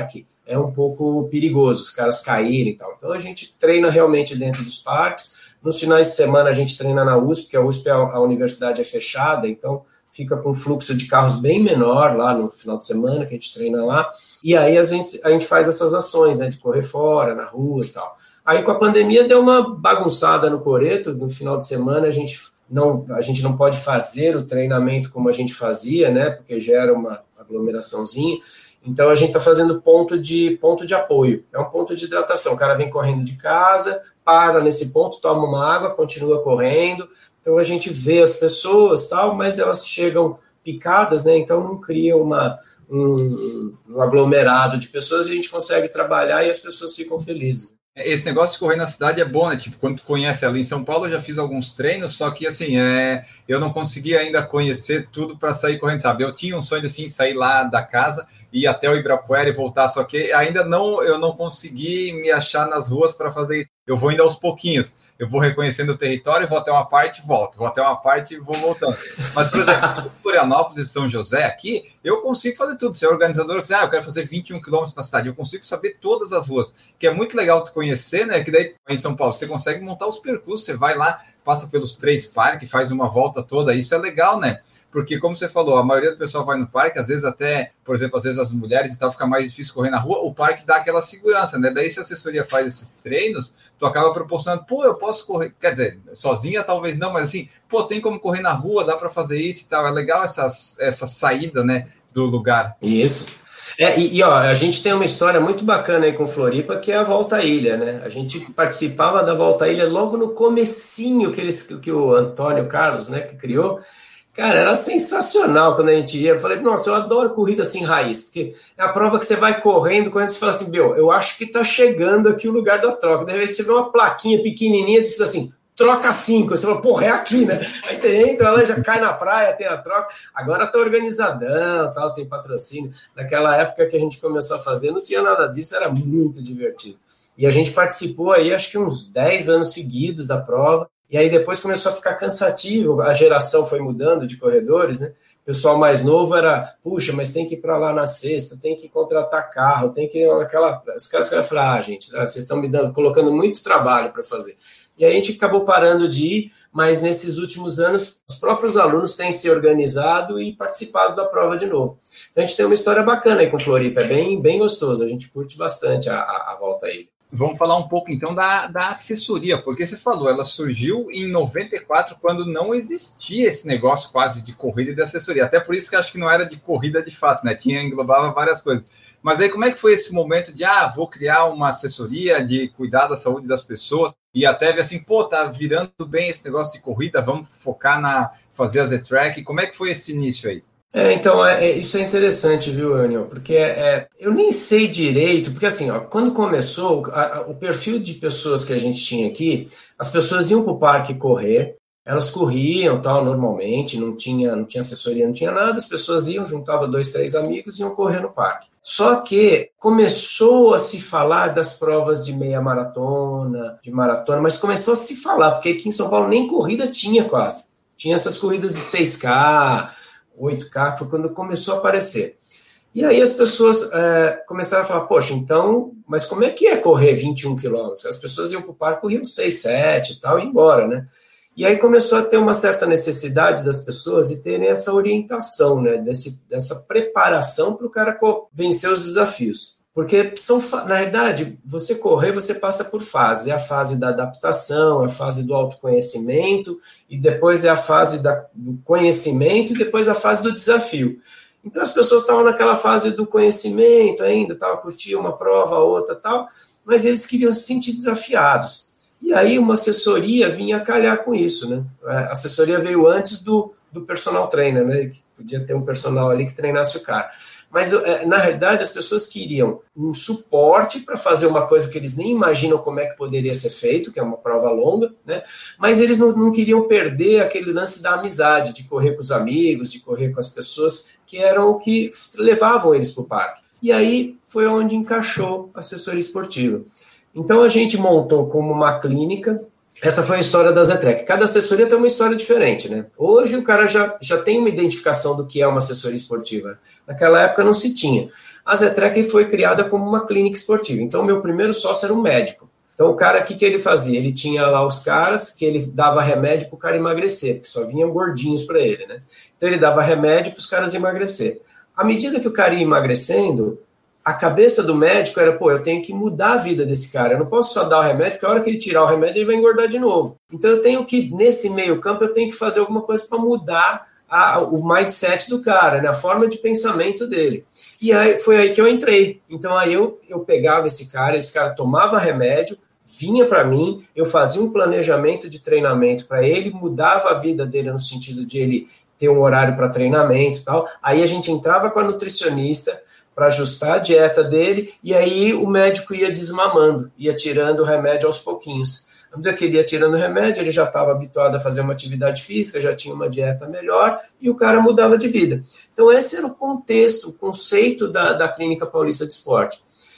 é um pouco perigoso, os caras caírem e tal. Então a gente treina realmente dentro dos parques. Nos finais de semana a gente treina na U S P, porque a U S P, a, a universidade é fechada, então fica com um fluxo de carros bem menor lá no final de semana, que a gente treina lá. E aí a gente, a gente faz essas ações, né, de correr fora, na rua e tal. Aí com a pandemia deu uma bagunçada no coreto, no final de semana a gente não, a gente não pode fazer o treinamento como a gente fazia, né, porque gera uma aglomeraçãozinha. Então a gente está fazendo ponto de, ponto de apoio, é um ponto de hidratação. O cara vem correndo de casa, para nesse ponto, toma uma água, continua correndo. Então a gente vê as pessoas, tal, mas elas chegam picadas, né? Então não cria uma, um, um aglomerado de pessoas e a gente consegue trabalhar e as pessoas ficam felizes. Esse negócio de correr na cidade é bom, né? Tipo, quando tu conhece ali em São Paulo, eu já fiz alguns treinos, só que, assim, é, eu não consegui ainda conhecer tudo para sair correndo, sabe? Eu tinha um sonho, assim, sair lá da casa, ir até o Ibirapuera e voltar, só que ainda não, eu não consegui me achar nas ruas para fazer isso. Eu vou indo aos pouquinhos. Eu vou reconhecendo o território, vou até uma parte e volto. Vou até uma parte e vou voltando. Mas, por exemplo, Florianópolis e São José aqui, eu consigo fazer tudo. Se é organizador, que ah, eu quero fazer vinte e um quilômetros na cidade, eu consigo saber todas as ruas, que é muito legal tu conhecer, né? Que daí, em São Paulo, você consegue montar os percursos, você vai lá, passa pelos três parques, faz uma volta toda, isso é legal, né? Porque, como você falou, a maioria do pessoal vai no parque, às vezes até, por exemplo, às vezes as mulheres e tal, fica mais difícil correr na rua, o parque dá aquela segurança, né? Daí, se a assessoria faz esses treinos, tu acaba proporcionando, pô, eu posso correr, quer dizer, sozinha talvez não, mas assim, pô, tem como correr na rua, dá para fazer isso e tal, é legal essas, essa saída, né, do lugar. Isso. É, e, e ó, a gente tem uma história muito bacana aí com Floripa, que é a Volta à Ilha, né? A gente participava da Volta à Ilha logo no comecinho que, eles, que o Antônio Carlos, né, que criou. Cara, era sensacional quando a gente ia. Eu falei, nossa, eu adoro corrida assim, raiz, porque é a prova que você vai correndo, quando você fala assim, meu, eu acho que tá chegando aqui o lugar da troca. De repente você vê uma plaquinha pequenininha, diz assim, troca cinco. Você fala, porra, é aqui, né? Aí você entra, ela já cai na praia, tem a troca. Agora tá organizadão, tal, tem patrocínio. Naquela época que a gente começou a fazer, não tinha nada disso, era muito divertido. E a gente participou aí, acho que uns dez anos seguidos da prova. E aí depois começou a ficar cansativo, a geração foi mudando de corredores, né? O pessoal mais novo era, puxa, mas tem que ir para lá na sexta, tem que contratar carro, tem que ir naquela... Os caras iam falar, ah, gente, vocês estão me dando, colocando muito trabalho para fazer. E aí a gente acabou parando de ir, mas nesses últimos anos, os próprios alunos têm se organizado e participado da prova de novo. Então a gente tem uma história bacana aí com Floripa, é bem, bem gostoso, a gente curte bastante a, a, a Volta à Ilha. Vamos falar um pouco, então, da, da assessoria, porque você falou, ela surgiu em noventa e quatro, quando não existia esse negócio quase de corrida e de assessoria. Até por isso que acho que não era de corrida de fato, né? Tinha, englobava várias coisas. Mas aí, como é que foi esse momento de, ah, vou criar uma assessoria de cuidar da saúde das pessoas e até ver assim, pô, tá virando bem esse negócio de corrida, vamos focar na fazer a Z-Track. Como é que foi esse início aí? É, então, é, é, isso é interessante, viu, Anil? Porque é, eu nem sei direito, porque assim, ó, quando começou, a, a, o perfil de pessoas que a gente tinha aqui, as pessoas iam para o parque correr, elas corriam, tal, normalmente, não tinha, não tinha assessoria, não tinha nada, as pessoas iam, juntavam dois, três amigos e iam correr no parque. Só que começou a se falar das provas de meia maratona, de maratona, mas começou a se falar, porque aqui em São Paulo nem corrida tinha quase. Tinha essas corridas de seis K, oito K, foi quando começou a aparecer. E aí as pessoas é, começaram a falar, poxa, então, mas como é que é correr vinte e um quilômetros? As pessoas iam para o parque, corriam seis, sete e tal, e embora, né? E aí começou a ter uma certa necessidade das pessoas de terem essa orientação, né? Desse, dessa preparação para o cara vencer os desafios. Porque, são, na verdade, você correr, você passa por fases. É a fase da adaptação, é a fase do autoconhecimento, e depois é a fase da, do conhecimento, e depois a fase do desafio. Então, as pessoas estavam naquela fase do conhecimento ainda, estavam curtindo uma prova, outra tal, mas eles queriam se sentir desafiados. E aí, uma assessoria vinha calhar com isso, né? A assessoria veio antes do, do personal trainer, né? Podia ter um personal ali que treinasse o cara. Mas, na realidade, as pessoas queriam um suporte para fazer uma coisa que eles nem imaginam como é que poderia ser feito, que é uma prova longa, né? Mas eles não, não queriam perder aquele lance da amizade, de correr com os amigos, de correr com as pessoas que eram o que levavam eles para o parque. E aí foi onde encaixou a assessoria esportiva. Então, a gente montou como uma clínica, essa foi a história da Zetrec. Cada assessoria tem uma história diferente, né? Hoje o cara já, já tem uma identificação do que é uma assessoria esportiva. Naquela época não se tinha. A Zetrec foi criada como uma clínica esportiva. Então, o meu primeiro sócio era um médico. Então, o cara, o que, que ele fazia? Ele tinha lá os caras que ele dava remédio para o cara emagrecer, porque só vinham gordinhos para ele, né? Então, ele dava remédio para os caras emagrecer. À medida que o cara ia emagrecendo, a cabeça do médico era, pô, eu tenho que mudar a vida desse cara. Eu não posso só dar o remédio, porque a hora que ele tirar o remédio, ele vai engordar de novo. Então, eu tenho que, nesse meio campo, eu tenho que fazer alguma coisa para mudar a, o mindset do cara, né? A forma de pensamento dele. E aí, foi aí que eu entrei. Então, aí eu, eu pegava esse cara, esse cara tomava remédio, vinha para mim, eu fazia um planejamento de treinamento para ele, mudava a vida dele no sentido de ele ter um horário para treinamento e tal. Aí a gente entrava com a nutricionista para ajustar a dieta dele, e aí o médico ia desmamando, ia tirando o remédio aos pouquinhos. À medida que ele ia tirando o remédio, ele já estava habituado a fazer uma atividade física, já tinha uma dieta melhor, e o cara mudava de vida. Então esse era o contexto, o conceito da, da Clínica Paulista de Esporte.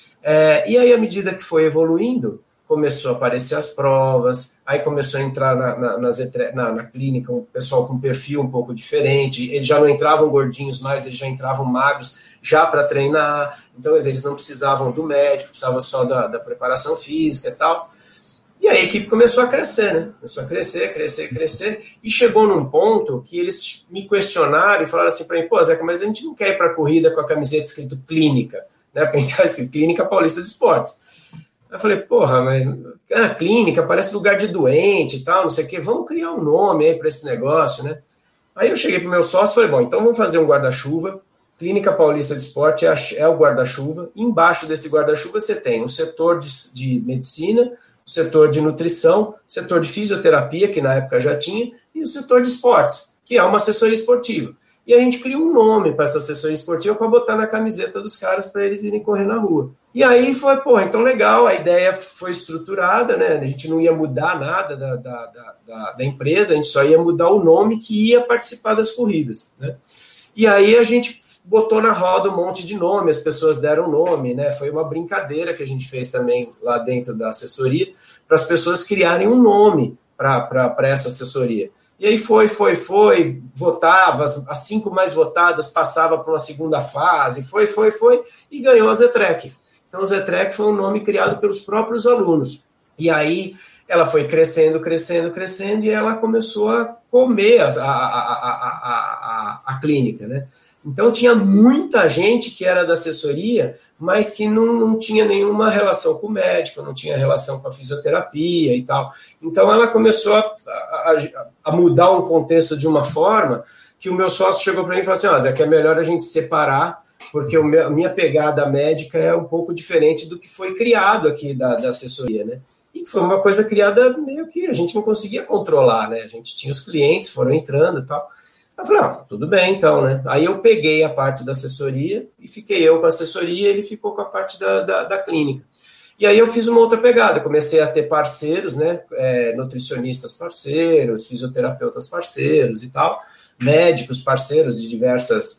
É, e aí, à medida que foi evoluindo, começou a aparecer as provas, aí começou a entrar na, na, na, na, na clínica um pessoal com perfil um pouco diferente, eles já não entravam gordinhos mais, eles já entravam magros, já para treinar, então eles não precisavam do médico, precisavam só da, da preparação física e tal. E aí a equipe começou a crescer, né? Começou a crescer, crescer, crescer, e chegou num ponto que eles me questionaram e falaram assim para mim, pô, Zeca, mas a gente não quer ir para a corrida com a camiseta escrito clínica, né? Porque a gente está escrito Clínica Paulista de Esportes. Eu falei, porra, mas a clínica parece lugar de doente e tal, não sei o quê, vamos criar um nome aí para esse negócio, né? Aí eu cheguei pro meu sócio e falei, bom, então vamos fazer um guarda-chuva, Clínica Paulista de Esporte é, a, é o guarda-chuva, embaixo desse guarda-chuva você tem o setor de, de medicina, o setor de nutrição, o setor de fisioterapia, que na época já tinha, e o setor de esportes, que é uma assessoria esportiva. E a gente criou um nome para essa assessoria esportiva para botar na camiseta dos caras para eles irem correr na rua. E aí foi, pô, então legal, a ideia foi estruturada, né? A gente não ia mudar nada da, da, da, da empresa, a gente só ia mudar o nome que ia participar das corridas, né? E aí a gente botou na roda um monte de nome, as pessoas deram nome, né? Foi uma brincadeira que a gente fez também lá dentro da assessoria, para as pessoas criarem um nome para essa assessoria. E aí foi, foi, foi, votava, as, as cinco mais votadas passava para uma segunda fase, foi, foi, foi, e ganhou a Zetrec. Então, a Zetrec foi um nome criado pelos próprios alunos. E aí, ela foi crescendo, crescendo, crescendo, e ela começou a comer a, a, a, a, a, a clínica, né? Então, tinha muita gente que era da assessoria, mas que não, não tinha nenhuma relação com o médico, não tinha relação com a fisioterapia e tal. Então, ela começou a, a, a mudar um contexto de uma forma que o meu sócio chegou para mim e falou assim, ó, Zé, que é melhor a gente separar, porque o meu, a minha pegada médica é um pouco diferente do que foi criado aqui da, da assessoria, né? E que foi uma coisa criada meio que a gente não conseguia controlar, né? A gente tinha os clientes, foram entrando e tal. Eu falei, ah, tudo bem então, né? Aí eu peguei a parte da assessoria e fiquei eu com a assessoria e ele ficou com a parte da, da, da clínica. E aí eu fiz uma outra pegada, comecei a ter parceiros, né? É, nutricionistas parceiros, fisioterapeutas parceiros e tal, médicos parceiros de diversas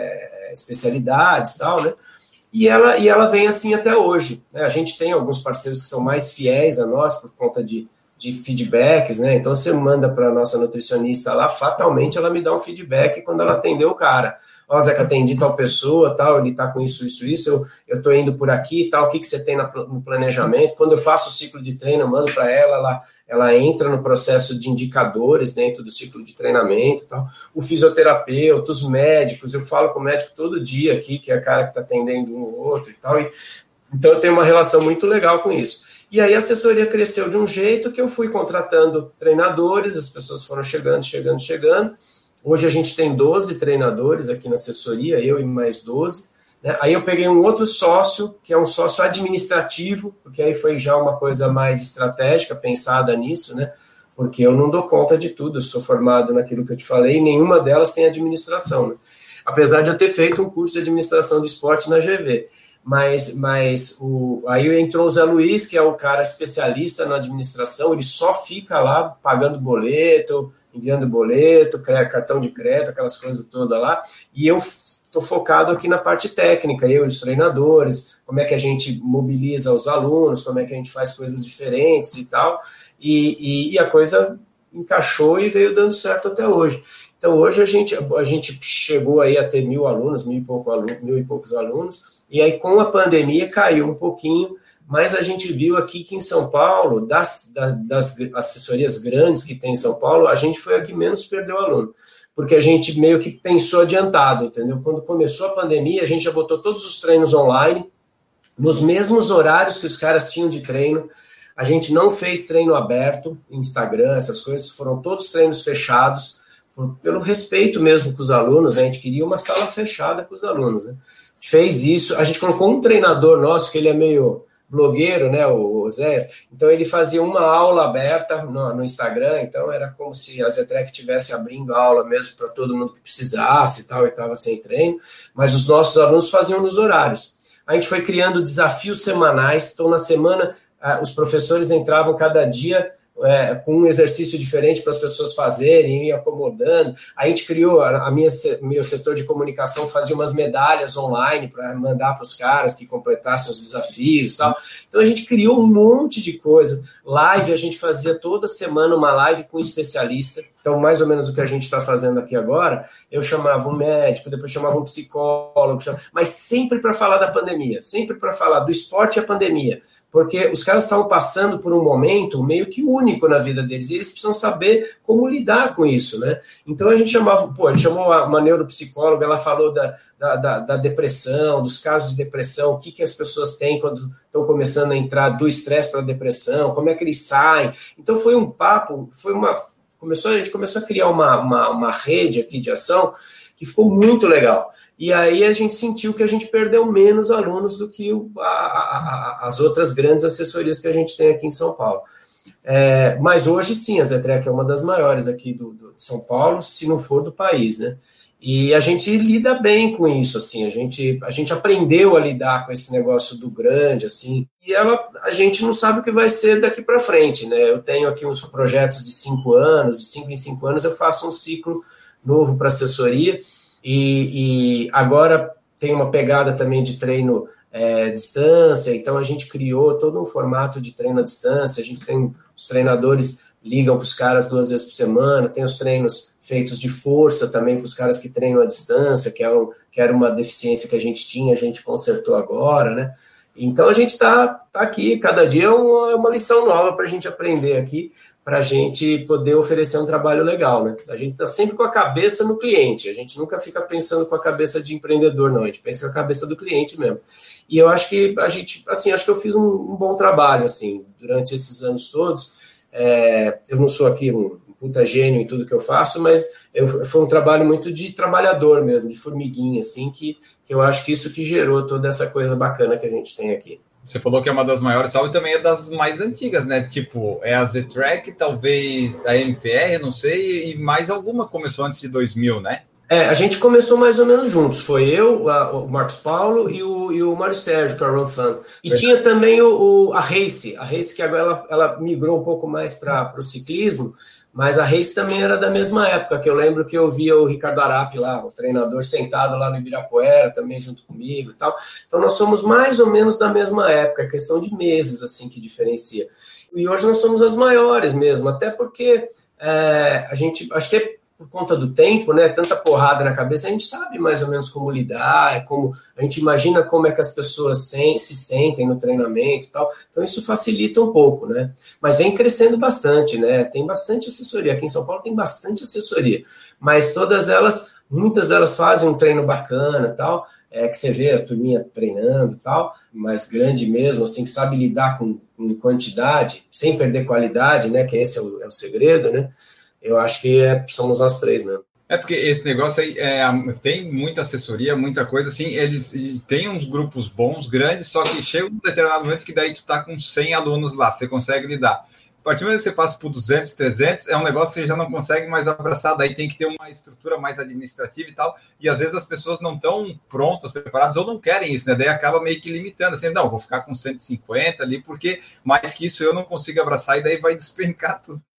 é, especialidades e tal, né? E ela, e ela vem assim até hoje, né? A gente tem alguns parceiros que são mais fiéis a nós por conta de de feedbacks, né? Então você manda para a nossa nutricionista lá, fatalmente ela me dá um feedback quando ela atendeu o cara. Ó, oh, Zé, que atendi tal pessoa, tal, ele tá com isso, isso, isso, eu, eu tô indo por aqui, tal, o que, que você tem na, no planejamento? Quando eu faço o ciclo de treino, eu mando para ela, ela, ela entra no processo de indicadores dentro do ciclo de treinamento, tal. O fisioterapeuta, os médicos, eu falo com o médico todo dia aqui, que é o cara que tá atendendo um ou outro e tal, e, então eu tenho uma relação muito legal com isso. E aí a assessoria cresceu de um jeito que eu fui contratando treinadores, as pessoas foram chegando, chegando, chegando. Hoje a gente tem doze treinadores aqui na assessoria, eu e mais doze. Né? Aí eu peguei um outro sócio, que é um sócio administrativo, porque aí foi já uma coisa mais estratégica, pensada nisso, né? Porque eu não dou conta de tudo, eu sou formado naquilo que eu te falei, e nenhuma delas tem administração. Né? Apesar de eu ter feito um curso de administração do esporte na G V. Mas, mas o, aí entrou o Zé Luiz, que é o cara especialista na administração, ele só fica lá pagando boleto, enviando boleto, cartão de crédito, aquelas coisas todas lá, e eu estou focado aqui na parte técnica, eu e os treinadores, como é que a gente mobiliza os alunos, como é que a gente faz coisas diferentes e tal, e, e, e a coisa encaixou e veio dando certo até hoje. Então, hoje a gente, a gente chegou aí a ter mil alunos, mil e, pouco aluno, mil e poucos alunos, e aí com a pandemia caiu um pouquinho, mas a gente viu aqui que em São Paulo, das, das, das assessorias grandes que tem em São Paulo, a gente foi a que menos perdeu aluno, porque a gente meio que pensou adiantado, entendeu? Quando começou a pandemia, a gente já botou todos os treinos online, nos mesmos horários que os caras tinham de treino, a gente não fez treino aberto, Instagram, essas coisas, foram todos treinos fechados, pelo respeito mesmo com os alunos, né? A gente queria uma sala fechada com os alunos, né? A gente fez isso, a gente colocou um treinador nosso, que ele é meio blogueiro, né, o Zé, então ele fazia uma aula aberta no, no Instagram, então era como se a Zetrec estivesse abrindo aula mesmo para todo mundo que precisasse e tal, e estava sem treino, mas os nossos alunos faziam nos horários. A gente foi criando desafios semanais, então na semana os professores entravam cada dia É, com um exercício diferente para as pessoas fazerem, ir acomodando. A gente criou, a minha, meu setor de comunicação fazia umas medalhas online para mandar para os caras que completassem os desafios e tal. Então a gente criou um monte de coisa. Live, a gente fazia toda semana uma live com um especialista. Então, mais ou menos o que a gente está fazendo aqui agora, eu chamava um médico, depois chamava um psicólogo, chamava, mas sempre para falar da pandemia, sempre para falar do esporte e a pandemia. Porque os caras estavam passando por um momento meio que único na vida deles, e eles precisam saber como lidar com isso, né? Então a gente chamava, pô, a gente chamou uma neuropsicóloga, ela falou da, da, da, da depressão, dos casos de depressão, o que, que as pessoas têm quando estão começando a entrar do estresse para a depressão, como é que eles saem. Então foi um papo, foi uma. Começou, a gente começou a criar uma, uma, uma rede aqui de ação que ficou muito legal. E aí a gente sentiu que a gente perdeu menos alunos do que o, a, a, as outras grandes assessorias que a gente tem aqui em São Paulo. É, mas hoje sim, a Zetrec é uma das maiores aqui do, do, de São Paulo, se não for do país, né? E a gente lida bem com isso, assim, a gente, a gente aprendeu a lidar com esse negócio do grande, assim, e ela, a gente não sabe o que vai ser daqui para frente, né? Eu tenho aqui uns projetos de cinco anos, de cinco em cinco anos eu faço um ciclo novo para assessoria, E, e agora tem uma pegada também de treino é, à distância, então a gente criou todo um formato de treino à distância, a gente tem os treinadores ligam para os caras duas vezes por semana, tem os treinos feitos de força também para os caras que treinam à distância, que, é um, que era uma deficiência que a gente tinha, a gente consertou agora, né? Então a gente está tá aqui, cada dia é uma, uma lição nova para a gente aprender aqui, para a gente poder oferecer um trabalho legal, né? A gente está sempre com a cabeça no cliente, a gente nunca fica pensando com a cabeça de empreendedor, não, a gente pensa com a cabeça do cliente mesmo. E eu acho que a gente, assim, acho que eu fiz um, um bom trabalho, assim, durante esses anos todos. É, eu não sou aqui um, um puta gênio em tudo que eu faço, mas eu, foi um trabalho muito de trabalhador mesmo, de formiguinha, assim, que, que eu acho que isso que gerou toda essa coisa bacana que a gente tem aqui. Você falou que é uma das maiores, sabe, também é das mais antigas, né? Tipo, é a Zetrec, talvez a M P R, não sei, e mais alguma começou antes de dois mil, né? É, a gente começou mais ou menos juntos. Foi eu, a, o Marcos Paulo e o, e o Mário Sérgio, que é o Run Fun. E é. Tinha também o, o, a Race, a Race que agora ela, ela migrou um pouco mais para o ciclismo, mas a Race também era da mesma época, que eu lembro que eu via o Ricardo Arapi lá, o treinador, sentado lá no Ibirapuera, também junto comigo e tal. Então nós somos mais ou menos da mesma época, é questão de meses assim que diferencia. E hoje nós somos as maiores mesmo, até porque é, a gente, acho que é por conta do tempo, né, tanta porrada na cabeça, a gente sabe mais ou menos como lidar, é como, a gente imagina como é que as pessoas se, se sentem no treinamento e tal, então isso facilita um pouco, né, mas vem crescendo bastante, né, tem bastante assessoria, aqui em São Paulo tem bastante assessoria, mas todas elas, muitas delas fazem um treino bacana e tal, é, que você vê a turminha treinando e tal, mais grande mesmo, assim, que sabe lidar com, com quantidade, sem perder qualidade, né, que esse é o, é o segredo, né. Eu acho que é, somos nós três, né? É porque esse negócio aí é, tem muita assessoria, muita coisa, assim, eles têm uns grupos bons, grandes, só que chega um determinado momento que daí tu tá com cem alunos lá, você consegue lidar. A partir do momento que você passa por duzentos, trezentos, é um negócio que você já não consegue mais abraçar, daí tem que ter uma estrutura mais administrativa e tal, e às vezes as pessoas não estão prontas, preparadas, ou não querem isso, né? Daí acaba meio que limitando, assim, não, vou ficar com cento e cinquenta ali, porque mais que isso eu não consigo abraçar, e daí vai despencar tudo.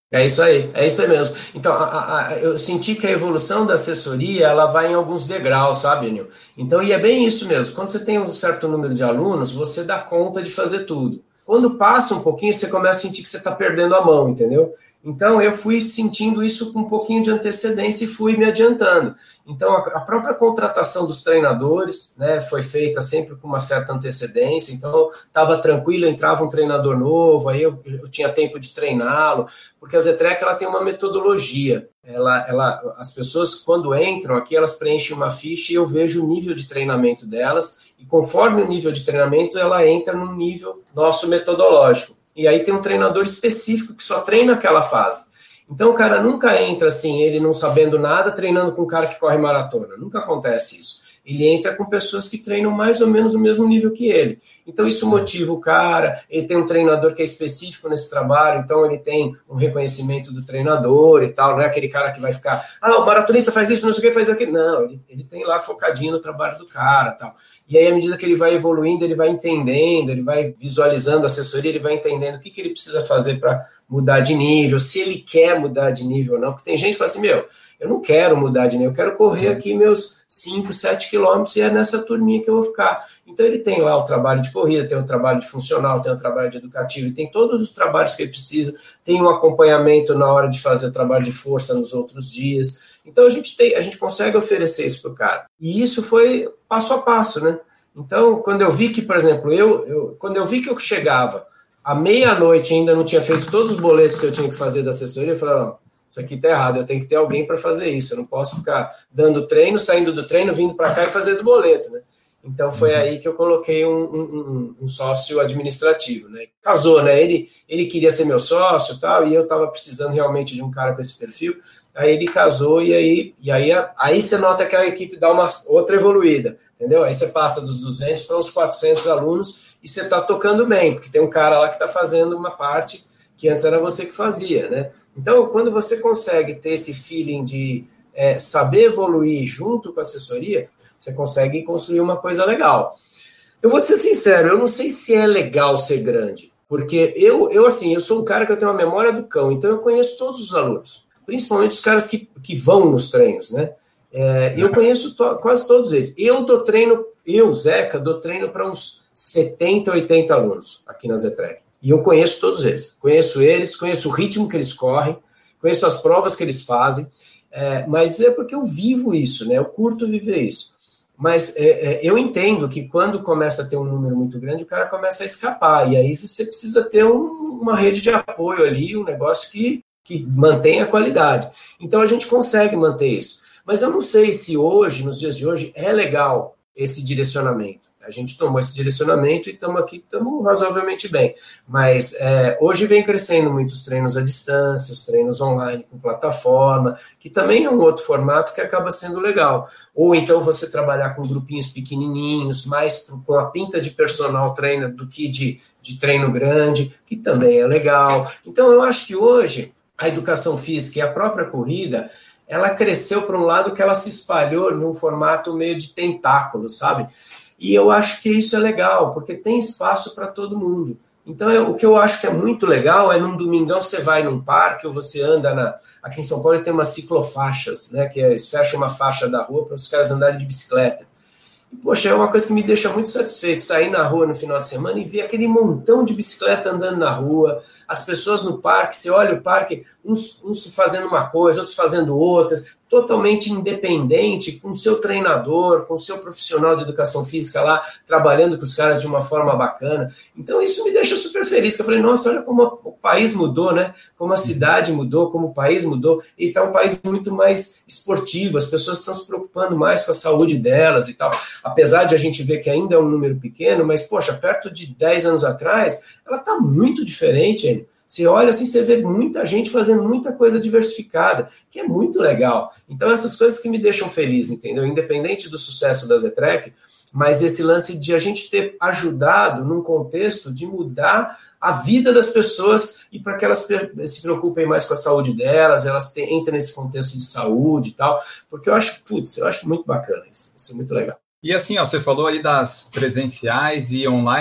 É isso aí, é isso aí mesmo. Então, a, a, eu senti que a evolução da assessoria, ela vai em alguns degraus, sabe, Enio? Então, e é bem isso mesmo. Quando você tem um certo número de alunos, você dá conta de fazer tudo. Quando passa um pouquinho, você começa a sentir que você está perdendo a mão, entendeu? Então, eu fui sentindo isso com um pouquinho de antecedência e fui me adiantando. Então, a própria contratação dos treinadores, né, foi feita sempre com uma certa antecedência. Então, estava tranquilo, entrava um treinador novo, aí eu, eu tinha tempo de treiná-lo, porque a Zetrec, ela tem uma metodologia. Ela, ela, as pessoas, quando entram aqui, elas preenchem uma ficha e eu vejo o nível de treinamento delas, e conforme o nível de treinamento, ela entra no nível nosso metodológico. E aí tem um treinador específico que só treina aquela fase. Então o cara nunca entra assim, ele não sabendo nada, treinando com um cara que corre maratona. Nunca acontece isso. Ele entra com pessoas que treinam mais ou menos no mesmo nível que ele. Então isso motiva o cara, ele tem um treinador que é específico nesse trabalho, então ele tem um reconhecimento do treinador e tal, não é aquele cara que vai ficar, ah, o maratonista faz isso, não sei o que, faz aquilo. Não, ele, ele tem lá focadinho no trabalho do cara e tal. E aí, à medida que ele vai evoluindo, ele vai entendendo, ele vai visualizando a assessoria, ele vai entendendo o que, que ele precisa fazer para mudar de nível, se ele quer mudar de nível ou não, porque tem gente que fala assim, meu, eu não quero mudar de nível, eu quero correr aqui meus cinco, sete quilômetros e é nessa turminha que eu vou ficar. Então ele tem lá o trabalho de corrida, tem o trabalho de funcional, tem o trabalho de educativo, ele tem todos os trabalhos que ele precisa, tem um acompanhamento na hora de fazer trabalho de força nos outros dias. Então a gente, tem, a gente consegue oferecer isso para o cara. E isso foi passo a passo, né? Então, quando eu vi que, por exemplo, eu, eu quando eu vi que eu chegava à meia-noite e ainda não tinha feito todos os boletos que eu tinha que fazer da assessoria, eu falei, não, isso aqui tá errado, eu tenho que ter alguém para fazer isso, eu não posso ficar dando treino, saindo do treino, vindo para cá e fazendo boleto, né? Então foi aí que eu coloquei um, um, um sócio administrativo, né? Casou, né? Ele, ele queria ser meu sócio e tal, e eu estava precisando realmente de um cara com esse perfil, aí ele casou e aí, e aí, aí você nota que a equipe dá uma outra evoluída, entendeu? Aí você passa dos duzentos para uns quatrocentos alunos e você está tocando bem, porque tem um cara lá que está fazendo uma parte que antes era você que fazia, né? Então, quando você consegue ter esse feeling de é, saber evoluir junto com a assessoria, você consegue construir uma coisa legal. Eu vou te ser sincero, eu não sei se é legal ser grande, porque eu, eu assim, eu sou um cara que eu tenho uma memória do cão, então eu conheço todos os alunos, principalmente os caras que, que vão nos treinos, né? É, eu conheço to, quase todos eles. Eu dou treino, eu, Zeca, dou treino para uns setenta, oitenta alunos aqui na Zetrec. E eu conheço todos eles. Conheço eles, conheço o ritmo que eles correm, conheço as provas que eles fazem, é, mas é porque eu vivo isso, né? Eu curto viver isso. Mas é, é, eu entendo que quando começa a ter um número muito grande, o cara começa a escapar. E aí você precisa ter um, uma rede de apoio ali, um negócio que, que mantenha a qualidade. Então a gente consegue manter isso. Mas eu não sei se hoje, nos dias de hoje, é legal esse direcionamento. A gente tomou esse direcionamento e estamos aqui, estamos razoavelmente bem. Mas é, hoje vem crescendo muitos treinos à distância, os treinos online com plataforma, que também é um outro formato que acaba sendo legal. Ou então você trabalhar com grupinhos pequenininhos, mais com a pinta de personal trainer do que de, de treino grande, que também é legal. Então eu acho que hoje a educação física e a própria corrida, ela cresceu para um lado que ela se espalhou num formato meio de tentáculo, sabe? E eu acho que isso é legal, porque tem espaço para todo mundo. Então, eu, o que eu acho que é muito legal é num domingão você vai num parque ou você anda na... Aqui em São Paulo tem umas ciclofaixas, né? Que eles fecham uma faixa da rua para os caras andarem de bicicleta. E, poxa, é uma coisa que me deixa muito satisfeito, sair na rua no final de semana e ver aquele montão de bicicleta andando na rua, as pessoas no parque, você olha o parque, uns, uns fazendo uma coisa, outros fazendo outras, totalmente independente, com o seu treinador, com o seu profissional de educação física lá, trabalhando com os caras de uma forma bacana. Então isso me deixa super feliz, que eu falei, nossa, olha como o país mudou, né? Como a cidade mudou, como o país mudou, e está um país muito mais esportivo, as pessoas estão se preocupando mais com a saúde delas e tal, apesar de a gente ver que ainda é um número pequeno, mas, poxa, perto de dez anos atrás, ela está muito diferente, hein? Você olha assim, você vê muita gente fazendo muita coisa diversificada, que é muito legal. Então, essas coisas que me deixam feliz, entendeu? Independente do sucesso da Zetrec, mas esse lance de a gente ter ajudado num contexto de mudar a vida das pessoas e para que elas se preocupem mais com a saúde delas, elas te, entrem nesse contexto de saúde e tal, porque eu acho, putz, eu acho muito bacana isso, isso é muito legal. E assim, ó, você falou ali das presenciais e online.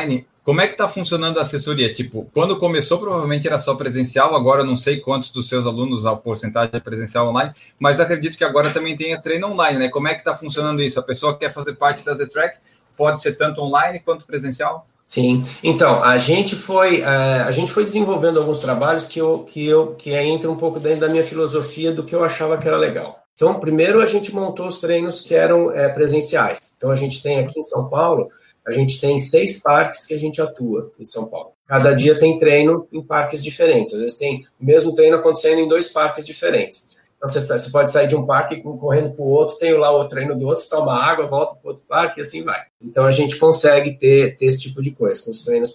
como é que está funcionando a assessoria? Tipo, quando começou, provavelmente era só presencial, agora não sei quantos dos seus alunos, a porcentagem é presencial online, mas acredito que agora também tenha treino online, né? Como é que está funcionando isso? A pessoa que quer fazer parte da Z-Track pode ser tanto online quanto presencial? Sim, então, a gente foi, uh, a gente foi desenvolvendo alguns trabalhos que, eu, que, eu, que entra um pouco dentro da minha filosofia do que eu achava que era legal. Então, primeiro a gente montou os treinos que eram é, presenciais. Então, a gente tem aqui em São Paulo, a gente tem seis parques que a gente atua em São Paulo. Cada dia tem treino em parques diferentes. Às vezes tem o mesmo treino acontecendo em dois parques diferentes. Então, você, você pode sair de um parque correndo para o outro, tem lá o treino do outro, você toma água, volta para o outro parque e assim vai. Então, a gente consegue ter, ter esse tipo de coisa com os treinos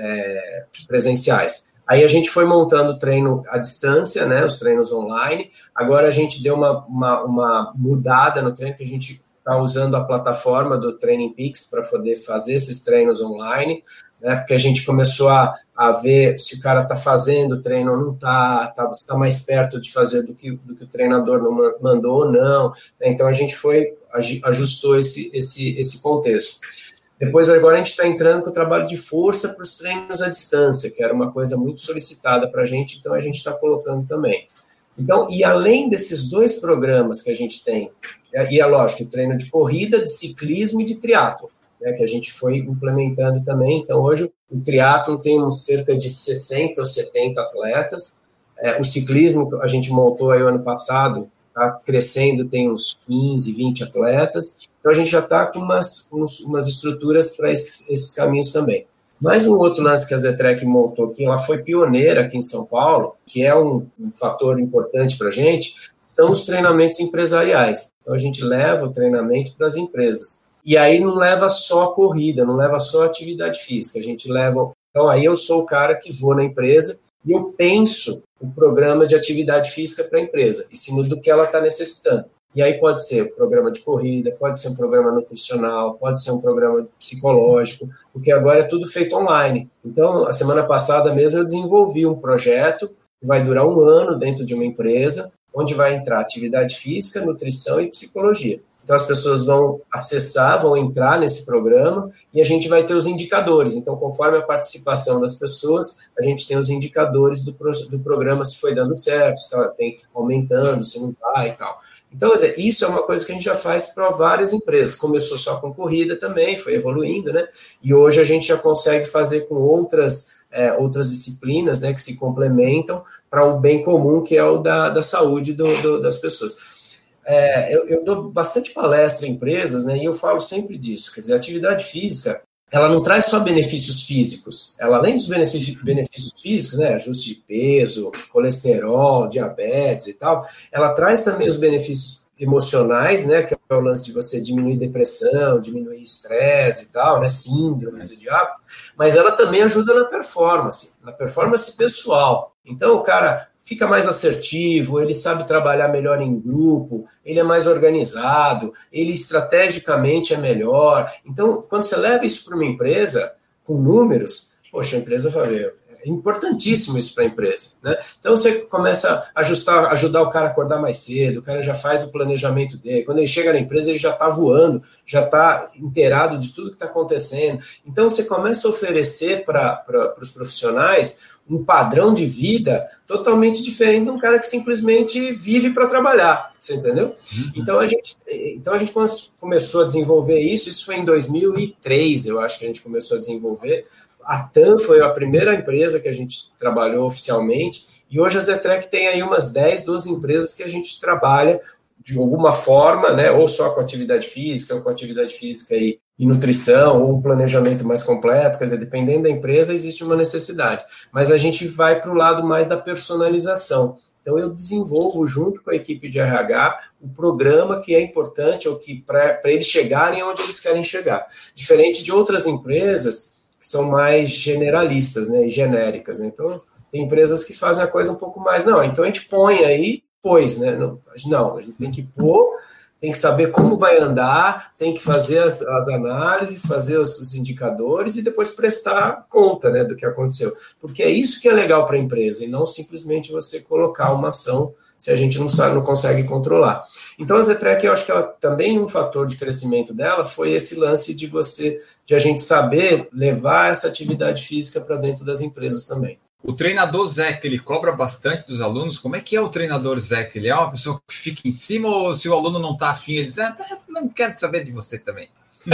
é, presenciais. Aí a gente foi montando o treino à distância, né, os treinos online. Agora a gente deu uma, uma, uma mudada no treino, que a gente está usando a plataforma do Training Peaks para poder fazer esses treinos online, né, porque a gente começou a, a ver se o cara está fazendo o treino ou não está, tá, se está mais perto de fazer do que, do que o treinador não mandou ou não. Né, então a gente foi, ajustou esse, esse, esse contexto. Depois, agora, a gente está entrando com o trabalho de força para os treinos à distância, que era uma coisa muito solicitada para a gente, então a gente está colocando também. Então, e além desses dois programas que a gente tem, e é lógico, o treino de corrida, de ciclismo e de triatlo, né, que a gente foi implementando também. Então, hoje, o triatlo tem uns cerca de sessenta ou setenta atletas. É, o ciclismo, que a gente montou aí o ano passado, está crescendo, tem uns quinze, vinte atletas. Então, a gente já está com umas, uns, umas estruturas para esses, esses caminhos também. Mais um outro lance que a Z-Track montou aqui, ela foi pioneira aqui em São Paulo, que é um, um fator importante para a gente, são os treinamentos empresariais. Então, a gente leva o treinamento para as empresas. E aí não leva só corrida, não leva só atividade física. A gente leva... Então, aí eu sou o cara que vou na empresa e eu penso o programa de atividade física para a empresa, em cima do que ela está necessitando. E aí pode ser um programa de corrida, pode ser um programa nutricional, pode ser um programa psicológico, porque agora é tudo feito online. Então, a semana passada mesmo eu desenvolvi um projeto que vai durar um ano dentro de uma empresa, onde vai entrar atividade física, nutrição e psicologia. Então, as pessoas vão acessar, vão entrar nesse programa e a gente vai ter os indicadores. Então, conforme a participação das pessoas, a gente tem os indicadores do, pro, do programa, se foi dando certo, se está tem, aumentando, se não está e tal. Então, isso é uma coisa que a gente já faz para várias empresas. Começou só com corrida também, foi evoluindo, né? E hoje a gente já consegue fazer com outras, é, outras disciplinas, né, que se complementam para um bem comum, que é o da, da saúde do, do, das pessoas. É, eu, eu dou bastante palestra em empresas, né, e eu falo sempre disso. Quer dizer, a atividade física, ela não traz só benefícios físicos. Ela, além dos benefícios, benefícios físicos, né, ajuste de peso, colesterol, diabetes e tal, ela traz também os benefícios emocionais, né, que é o lance de você diminuir depressão, diminuir estresse e tal, né, síndromes e diabo, mas ela também ajuda na performance, na performance pessoal. Então, o cara fica mais assertivo, ele sabe trabalhar melhor em grupo, ele é mais organizado, ele estrategicamente é melhor. Então, quando você leva isso para uma empresa, com números, poxa, a empresa vai ver, é importantíssimo isso para a empresa, né? Então, você começa a ajustar, ajudar o cara a acordar mais cedo, o cara já faz o planejamento dele. Quando ele chega na empresa, ele já está voando, já está inteirado de tudo que está acontecendo. Então, você começa a oferecer para para os profissionais um padrão de vida totalmente diferente de um cara que simplesmente vive para trabalhar, você entendeu? Uhum. Então, a gente, então a gente começou a desenvolver isso, isso foi em dois mil e três, eu acho que a gente começou a desenvolver. A TAM foi a primeira empresa que a gente trabalhou oficialmente, e hoje a Z-Track tem aí umas dez, doze empresas que a gente trabalha de alguma forma, né, ou só com atividade física, ou com atividade física e, e nutrição, ou um planejamento mais completo, quer dizer, dependendo da empresa, existe uma necessidade. Mas a gente vai para o lado mais da personalização. Então, eu desenvolvo, junto com a equipe de R H, o programa que é importante, ou que para eles chegarem onde eles querem chegar. Diferente de outras empresas que são mais generalistas, né, e genéricas, né? Então, tem empresas que fazem a coisa um pouco mais... Não, então a gente põe aí, pois, né? Não, não, a gente tem que pôr, tem que saber como vai andar, tem que fazer as, as análises, fazer os, os indicadores e depois prestar conta, né, do que aconteceu. Porque é isso que é legal para a empresa, e não simplesmente você colocar uma ação se a gente não sabe, não consegue controlar. Então a Zetrec, eu acho que ela também um fator de crescimento dela foi esse lance de você, de a gente saber levar essa atividade física para dentro das empresas também. O treinador Zeca, ele cobra bastante dos alunos. Como é que é o treinador Zeca? Ele é uma pessoa que fica em cima ou se o aluno não está afim, ele diz, ah, não quero saber de você também?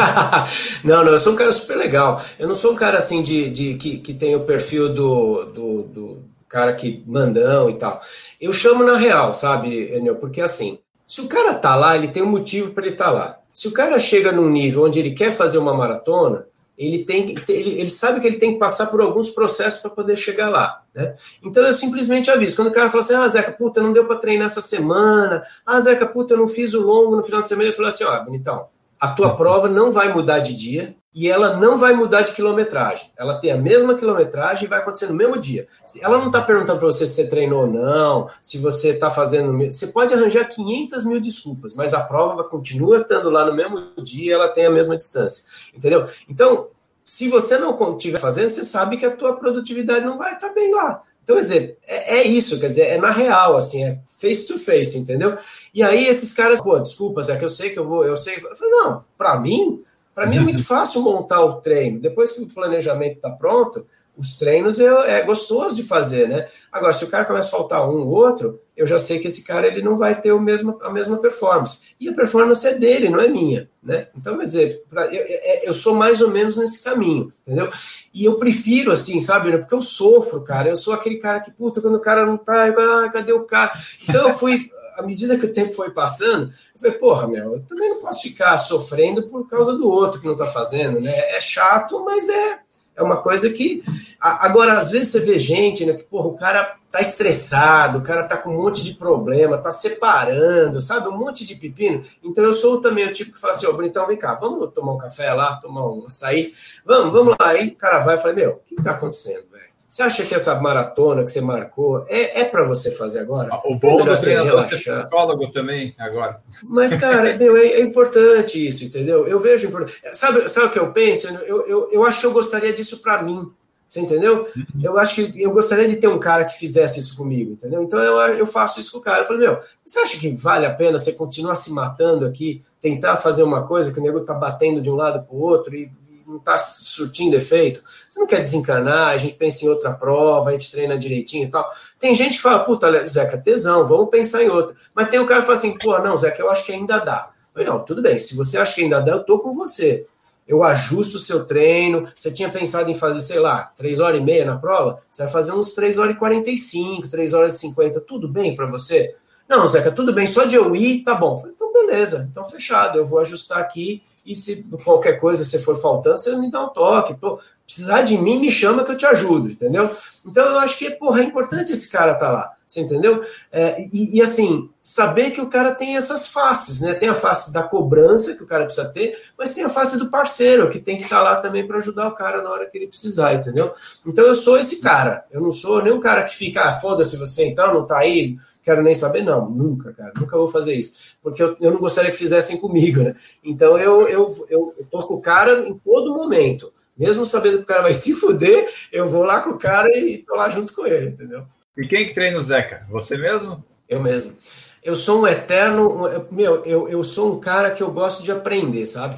não, não, eu sou um cara super legal. Eu não sou um cara assim de, de que, que tem o perfil do, do, do cara que mandão e tal. Eu chamo na real, sabe, Enel? Porque assim, se o cara tá lá, ele tem um motivo para ele estar tá lá. Se o cara chega num nível onde ele quer fazer uma maratona, ele, tem, ele, ele sabe que ele tem que passar por alguns processos para poder chegar lá, né? Então eu simplesmente aviso. Quando o cara fala assim, ah, Zeca, puta, não deu para treinar essa semana, ah, Zeca, puta, eu não fiz o longo no final de semana, eu falo assim, ó, ah, bonitão, a tua prova não vai mudar de dia e ela não vai mudar de quilometragem. Ela tem a mesma quilometragem e vai acontecer no mesmo dia. Ela não está perguntando para você se você treinou ou não, se você está fazendo... Você pode arranjar quinhentas mil desculpas, mas a prova continua estando lá no mesmo dia e ela tem a mesma distância. Entendeu? Então, se você não estiver fazendo, você sabe que a tua produtividade não vai estar bem lá. Então, quer dizer, é, é isso, quer dizer, é na real, assim, é face to face, entendeu? E aí esses caras, pô, desculpa, Zé, que eu sei que eu vou, eu sei. Eu falei, não, pra mim, pra mim é muito fácil montar o treino. Depois que o planejamento tá pronto, os treinos eu, é gostoso de fazer, né? Agora, se o cara começa a faltar um ou outro, eu já sei que esse cara ele não vai ter o mesmo, a mesma performance. E a performance é dele, não é minha, né? Então, quer dizer, pra, eu, eu sou mais ou menos nesse caminho, entendeu? E eu prefiro, assim, sabe? Porque eu sofro, cara. Eu sou aquele cara que, puta, quando o cara não tá, eu, ah, cadê o cara? Então eu fui... À medida que o tempo foi passando, eu falei, porra, meu, eu também não posso ficar sofrendo por causa do outro que não tá fazendo, né? É chato, mas é, é uma coisa que... Agora, às vezes você vê gente, né, que, porra, o cara tá estressado, o cara tá com um monte de problema, tá separando, sabe? Um monte de pepino. Então eu sou também o tipo que fala assim, ó, oh, bonitão, vem cá, vamos tomar um café lá, tomar um açaí? Vamos, vamos lá. Aí o cara vai e fala, meu, o que, que tá acontecendo, velho? Você acha que essa maratona que você marcou é, é para você fazer agora? O bom do treinador ser psicólogo também, agora. Mas, cara, meu, é, é importante isso, entendeu? Eu vejo... Sabe, sabe o que eu penso? Eu, eu, eu acho que eu gostaria disso para mim, você entendeu? Uhum. Eu acho que eu gostaria de ter um cara que fizesse isso comigo, entendeu? Então eu, eu faço isso com o cara. Eu falei, meu, você acha que vale a pena você continuar se matando aqui, tentar fazer uma coisa que o nego tá batendo de um lado pro outro e não está surtindo efeito? Você não quer desencanar, a gente pensa em outra prova, a gente treina direitinho e tal. Tem gente que fala, puta, Zeca, tesão, vamos pensar em outra. Mas tem um cara que fala assim, pô, não, Zeca, eu acho que ainda dá. Eu falei, não, tudo bem, se você acha que ainda dá, eu tô com você. Eu ajusto o seu treino, você tinha pensado em fazer, sei lá, três horas e meia na prova, você vai fazer uns três horas e quarenta e cinco, três horas e cinquenta, tudo bem para você? Não, Zeca, tudo bem, só de eu ir, tá bom. Eu falei, então beleza, então fechado, eu vou ajustar aqui. E se qualquer coisa você for faltando, você me dá um toque. Pô, precisar de mim, me chama que eu te ajudo, entendeu? Então eu acho que, porra, é importante esse cara estar lá, você entendeu? É, e, e assim, saber que o cara tem essas faces, né? Tem a face da cobrança que o cara precisa ter, mas tem a face do parceiro, que tem que estar lá também para ajudar o cara na hora que ele precisar, entendeu? Então eu sou esse cara. Eu não sou nem um cara que fica, ah, foda-se você então, não tá aí, quero nem saber, não, nunca, cara, nunca vou fazer isso, porque eu, eu não gostaria que fizessem comigo, né? Então eu, eu, eu, eu tô com o cara em todo momento, mesmo sabendo que o cara vai se fuder, eu vou lá com o cara e tô lá junto com ele, entendeu? E quem que treina o Zeca? Você mesmo? Eu mesmo. Eu sou um eterno, meu, eu, eu sou um cara que eu gosto de aprender, sabe?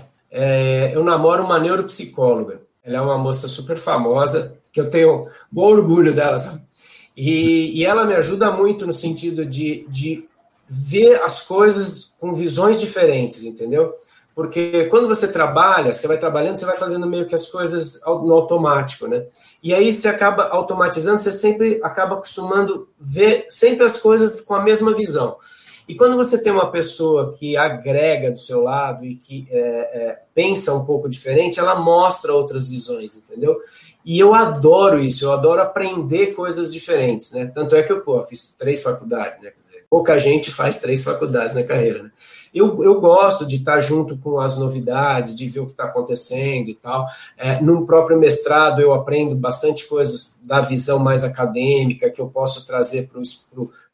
É, eu namoro uma neuropsicóloga, ela é uma moça super famosa, que eu tenho bom orgulho dela, sabe? E, e ela me ajuda muito no sentido de, de ver as coisas com visões diferentes, entendeu? Porque quando você trabalha, você vai trabalhando, você vai fazendo meio que as coisas no automático, né? E aí você acaba automatizando, você sempre acaba acostumando ver sempre as coisas com a mesma visão. E quando você tem uma pessoa que agrega do seu lado e que é, é, pensa um pouco diferente, ela mostra outras visões, entendeu? E eu adoro isso, eu adoro aprender coisas diferentes, né? Tanto é que eu, pô, fiz três faculdades, né? Quer dizer, pouca gente faz três faculdades na carreira, né? Eu, eu gosto de estar junto com as novidades, de ver o que está acontecendo e tal. É, no próprio mestrado eu aprendo bastante coisas da visão mais acadêmica que eu posso trazer para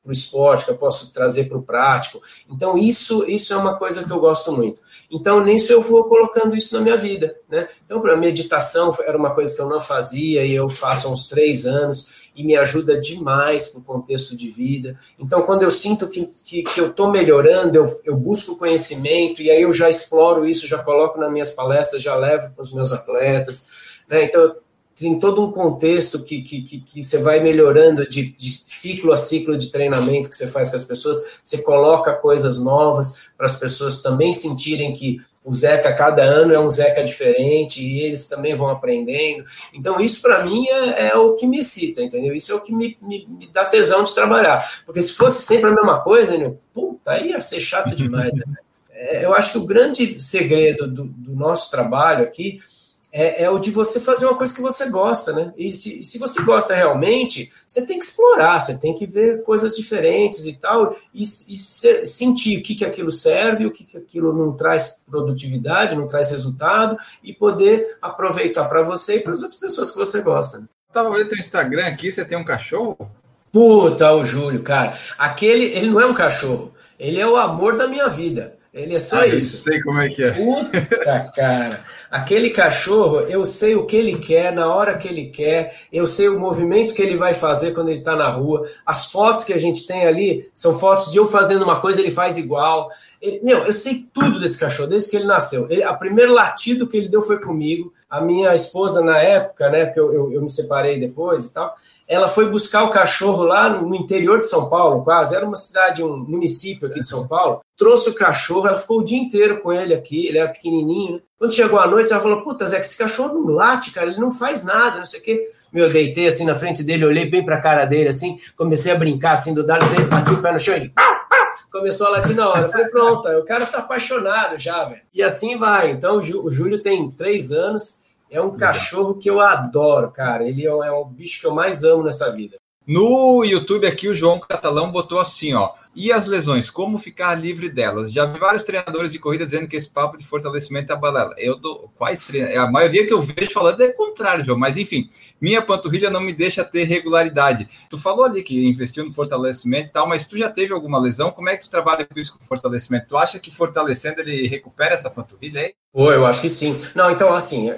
para o esporte, que eu posso trazer para o prático. Então, isso, isso é uma coisa que eu gosto muito. Então, nisso eu vou colocando isso na minha vida, né? Então, para meditação era uma coisa que eu não fazia e eu faço há uns três anos e me ajuda demais para o contexto de vida. Então, quando eu sinto que, que, que eu estou melhorando, eu, eu busco conhecimento e aí eu já exploro isso, já coloco nas minhas palestras, já levo para os meus atletas, né? Então, tem todo um contexto que, que, que, que você vai melhorando de, de ciclo a ciclo de treinamento que você faz com as pessoas, você coloca coisas novas para as pessoas também sentirem que o Zeca, cada ano, é um Zeca diferente e eles também vão aprendendo. Então, isso, para mim, é, é o que me excita, entendeu? Isso é o que me, me, me dá tesão de trabalhar. Porque se fosse sempre a mesma coisa, né, puta, aí ia ser chato demais, né? É, eu acho que o grande segredo do, do nosso trabalho aqui É, é o de você fazer uma coisa que você gosta, né? E se, se você gosta realmente, você tem que explorar, você tem que ver coisas diferentes e tal, e, e ser, sentir o que, que aquilo serve, o que, que aquilo não traz produtividade, não traz resultado, e poder aproveitar para você e para as outras pessoas que você gosta. Né? Eu tava vendo teu Instagram aqui, você tem um cachorro? Puta, o Júlio, cara. Aquele, ele não é um cachorro, ele é o amor da minha vida. Ele é só ah, isso. Eu sei como é que é. Puta, cara. Aquele cachorro, eu sei o que ele quer, na hora que ele quer, eu sei o movimento que ele vai fazer quando ele tá na rua. As fotos que a gente tem ali são fotos de eu fazendo uma coisa, ele faz igual. Ele, meu, eu sei tudo desse cachorro, desde que ele nasceu. Ele, a primeiro latido que ele deu foi comigo. A minha esposa, na época, né, que eu, eu, eu me separei depois e tal, ela foi buscar o cachorro lá no, no interior de São Paulo, quase. Era uma cidade, um município aqui de São Paulo. Trouxe o cachorro, ela ficou o dia inteiro com ele aqui, ele era pequenininho, né? Quando chegou a noite, ela falou, puta, Zé, esse cachorro não late, cara, ele não faz nada, não sei o quê. Meu, eu deitei assim na frente dele, olhei bem pra cara dele, assim, comecei a brincar, assim, do dado dele, bati o pé no chão e ele começou a latir na hora. Eu falei, pronto, o cara tá apaixonado já, velho. E assim vai. Então, o Júlio tem três anos, é um cachorro que eu adoro, cara. Ele é o bicho que eu mais amo nessa vida. No YouTube aqui, o João Catalão botou assim, ó. E as lesões, como ficar livre delas? Já vi vários treinadores de corrida dizendo que esse papo de fortalecimento é balela. Eu dou quais treinadores? A maioria que eu vejo falando é o contrário, João. Mas enfim, minha panturrilha não me deixa ter regularidade. Tu falou ali que investiu no fortalecimento e tal, mas tu já teve alguma lesão? Como é que tu trabalha com isso, com fortalecimento? Tu acha que fortalecendo ele recupera essa panturrilha aí? Pô, eu acho que sim. Não, então assim,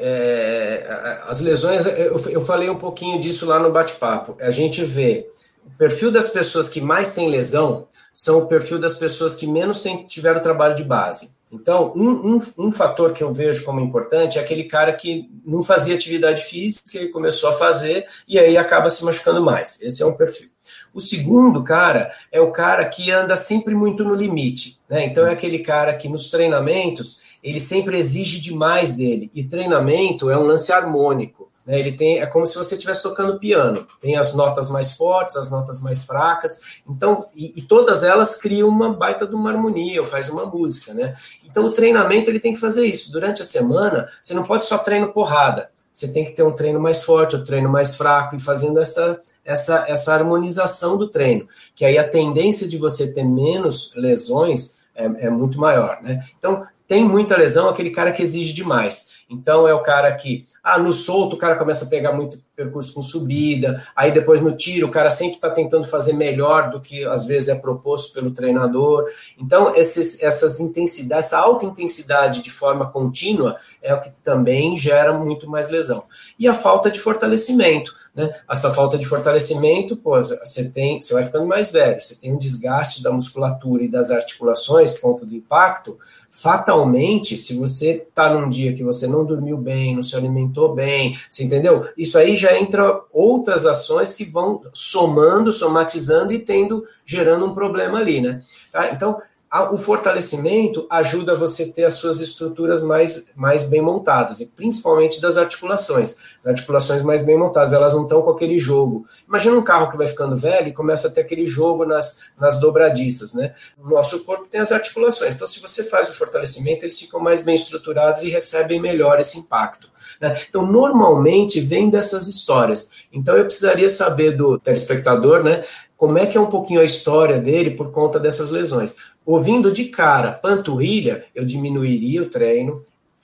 é, as lesões, eu, eu falei um pouquinho disso lá no bate-papo. A gente vê o perfil das pessoas que mais têm lesão são o perfil das pessoas que menos tiveram trabalho de base. Então, um, um, um fator que eu vejo como importante é aquele cara que não fazia atividade física e começou a fazer e aí acaba se machucando mais. Esse é um perfil. O segundo cara é o cara que anda sempre muito no limite, né? Então, é aquele cara que nos treinamentos ele sempre exige demais dele. E treinamento é um lance harmônico. Ele tem, é como se você estivesse tocando piano. Tem as notas mais fortes, as notas mais fracas. Então, e, e todas elas criam uma baita de uma harmonia, ou faz uma música, né? Então, o treinamento ele tem que fazer isso. Durante a semana, você não pode só treino porrada. Você tem que ter um treino mais forte, um treino mais fraco, e fazendo essa, essa, essa harmonização do treino. Que aí a tendência de você ter menos lesões é, é muito maior, né? Então, tem muita lesão aquele cara que exige demais. Então, é o cara que, ah, no solto o cara começa a pegar muito percurso com subida, aí depois no tiro o cara sempre está tentando fazer melhor do que às vezes é proposto pelo treinador. Então, esses, essas intensidades, essa alta intensidade de forma contínua é o que também gera muito mais lesão. E a falta de fortalecimento, né? Essa falta de fortalecimento, pô, você tem, você vai ficando mais velho, você tem um desgaste da musculatura e das articulações por conta do impacto. Fatalmente, se você está num dia que você não dormiu bem, não se alimentou bem, você entendeu? Isso aí já entra outras ações que vão somando, somatizando e tendo, gerando um problema ali, né? Tá? Então, a, o fortalecimento ajuda você a ter as suas estruturas mais, mais bem montadas, e principalmente das articulações. As articulações mais bem montadas, elas não estão com aquele jogo. Imagina um carro que vai ficando velho e começa a ter aquele jogo nas, nas dobradiças, né? O nosso corpo tem as articulações. Então, se você faz o fortalecimento, eles ficam mais bem estruturados e recebem melhor esse impacto, né? Então, normalmente, vem dessas histórias. Então, eu precisaria saber do telespectador, né, como é que é um pouquinho a história dele por conta dessas lesões. Ouvindo de cara panturrilha, eu diminuiria o treino,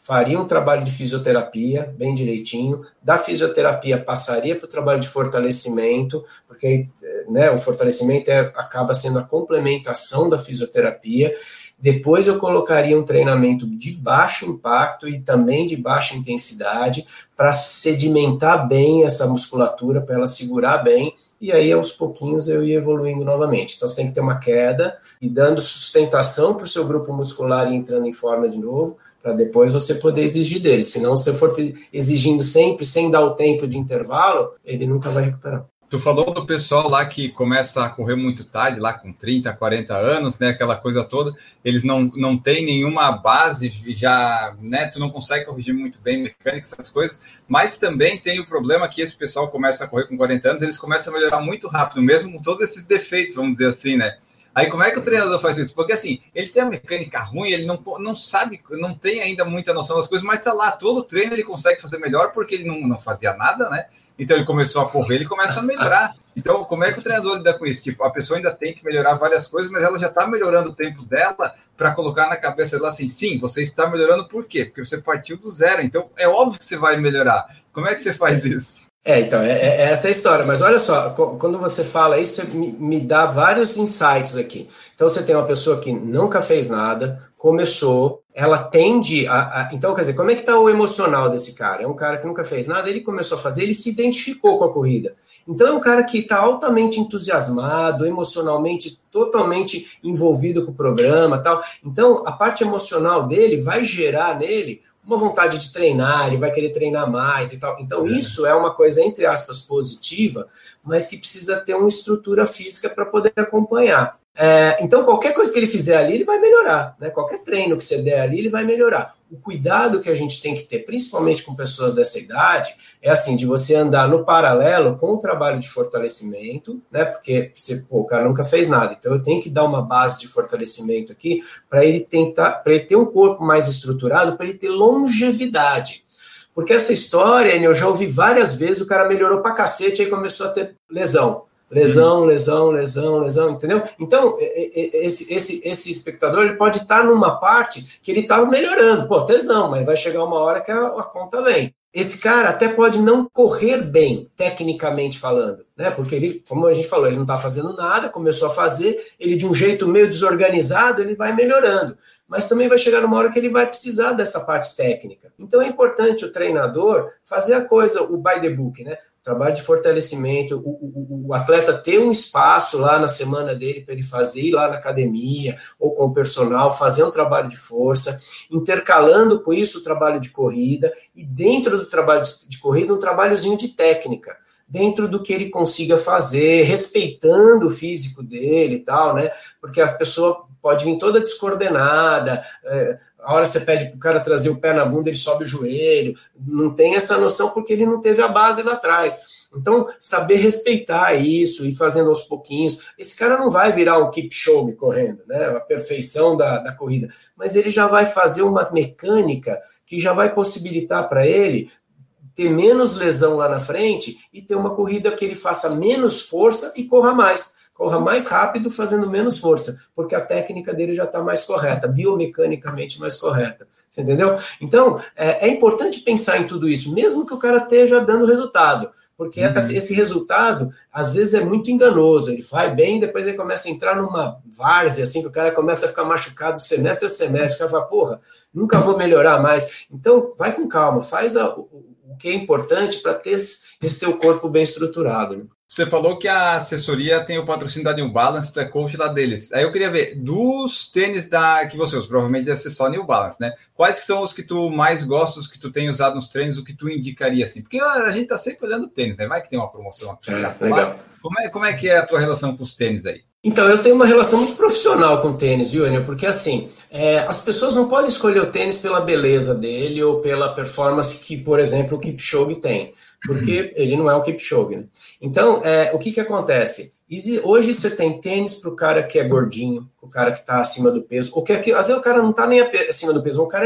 faria um trabalho de fisioterapia, bem direitinho, da fisioterapia passaria para o trabalho de fortalecimento, porque né, o fortalecimento é, acaba sendo a complementação da fisioterapia. Depois eu colocaria um treinamento de baixo impacto e também de baixa intensidade para sedimentar bem essa musculatura, para ela segurar bem, e aí aos pouquinhos eu ia evoluindo novamente. Então você tem que ter uma queda e dando sustentação para o seu grupo muscular e entrando em forma de novo, para depois você poder exigir dele. Senão, se você for exigindo sempre, sem dar o tempo de intervalo, ele nunca vai recuperar. Tu falou do pessoal lá que começa a correr muito tarde, lá com trinta, quarenta anos, né, aquela coisa toda, eles não, não têm nenhuma base, já, né, tu não consegue corrigir muito bem mecânica, essas coisas, mas também tem o problema que esse pessoal começa a correr com quarenta anos, eles começam a melhorar muito rápido, mesmo com todos esses defeitos, vamos dizer assim, né? Aí como é que o treinador faz isso? Porque assim, ele tem a mecânica ruim, ele não, não sabe, não tem ainda muita noção das coisas, mas tá lá, todo treino ele consegue fazer melhor porque ele não, não fazia nada, né? Então ele começou a correr, ele começa a melhorar. Então como é que o treinador lida com isso? Tipo, a pessoa ainda tem que melhorar várias coisas, mas ela já está melhorando o tempo dela para colocar na cabeça dela assim, sim, você está melhorando por quê? Porque você partiu do zero, então é óbvio que você vai melhorar. Como é que você faz isso? É, então, é, é essa a história. Mas olha só, quando você fala isso, você me, me dá vários insights aqui. Então, você tem uma pessoa que nunca fez nada, começou, ela tende a... a então, quer dizer, como é que está o emocional desse cara? É um cara que nunca fez nada, ele começou a fazer, ele se identificou com a corrida. Então, é um cara que está altamente entusiasmado, emocionalmente totalmente envolvido com o programa e tal. Então, a parte emocional dele vai gerar nele uma vontade de treinar, ele vai querer treinar mais e tal. Então, isso é uma coisa, entre aspas, positiva, mas que precisa ter uma estrutura física para poder acompanhar. É, então, qualquer coisa que ele fizer ali, ele vai melhorar, né? Qualquer treino que você der ali, ele vai melhorar. O cuidado que a gente tem que ter, principalmente com pessoas dessa idade, é assim, de você andar no paralelo com o trabalho de fortalecimento, né? Porque você, pô, o cara nunca fez nada, então eu tenho que dar uma base de fortalecimento aqui para ele tentar, para ele ter um corpo mais estruturado, para ele ter longevidade. Porque essa história, eu já ouvi várias vezes, o cara melhorou pra cacete, aí começou a ter lesão. Lesão, lesão, lesão, lesão, entendeu? Então, esse, esse, esse espectador, ele pode estar numa parte que ele está melhorando. Pô, tesão, mas vai chegar uma hora que a, a conta vem. Esse cara até pode não correr bem, tecnicamente falando, né? Porque ele, como a gente falou, ele não está fazendo nada, começou a fazer, ele de um jeito meio desorganizado, ele vai melhorando. Mas também vai chegar numa hora que ele vai precisar dessa parte técnica. Então é importante o treinador fazer a coisa, o by the book, né? Trabalho de fortalecimento, o, o, o atleta ter um espaço lá na semana dele para ele fazer, ir lá na academia ou com o personal, fazer um trabalho de força, intercalando com isso o trabalho de corrida e dentro do trabalho de, de corrida um trabalhozinho de técnica, dentro do que ele consiga fazer, respeitando o físico dele e tal, né? Porque a pessoa pode vir toda descoordenada, é, a hora você pede para o cara trazer o pé na bunda, ele sobe o joelho, não tem essa noção porque ele não teve a base lá atrás. Então, saber respeitar isso e fazendo aos pouquinhos. Esse cara não vai virar um Kipchoge correndo, né? A perfeição da, da corrida, mas ele já vai fazer uma mecânica que já vai possibilitar para ele ter menos lesão lá na frente e ter uma corrida que ele faça menos força e corra mais. Corra mais rápido fazendo menos força, porque a técnica dele já está mais correta, biomecanicamente mais correta. Você entendeu? Então, é, é importante pensar em tudo isso, mesmo que o cara esteja dando resultado, porque uhum. esse resultado, às vezes, é muito enganoso. Ele vai bem, depois ele começa a entrar numa várzea, assim, que o cara começa a ficar machucado semestre a semestre, o cara fala, porra, nunca vou melhorar mais. Então, vai com calma, faz a, o, o que é importante para ter esse, esse teu corpo bem estruturado, né? Você falou que a assessoria tem o patrocínio da New Balance, tu é coach lá deles. Aí eu queria ver, dos tênis da, que você usa, provavelmente deve ser só New Balance, né? Quais que são os que tu mais gosta, os que tu tem usado nos treinos, o que tu indicaria, assim? Porque a gente tá sempre olhando tênis, né? Vai que tem uma promoção aqui. É, legal. Como é, como é que é a tua relação com os tênis aí? Então, eu tenho uma relação muito profissional com o tênis, viu, Enio? Porque, assim, é, as pessoas não podem escolher o tênis pela beleza dele ou pela performance que, por exemplo, o Kipchoge tem. Porque ele não é um Kipchoge, né? Então, é, o que que acontece? Hoje você tem tênis para o cara que é gordinho, o cara que está acima do peso, ou que, às vezes o cara não está nem acima do peso, o cara é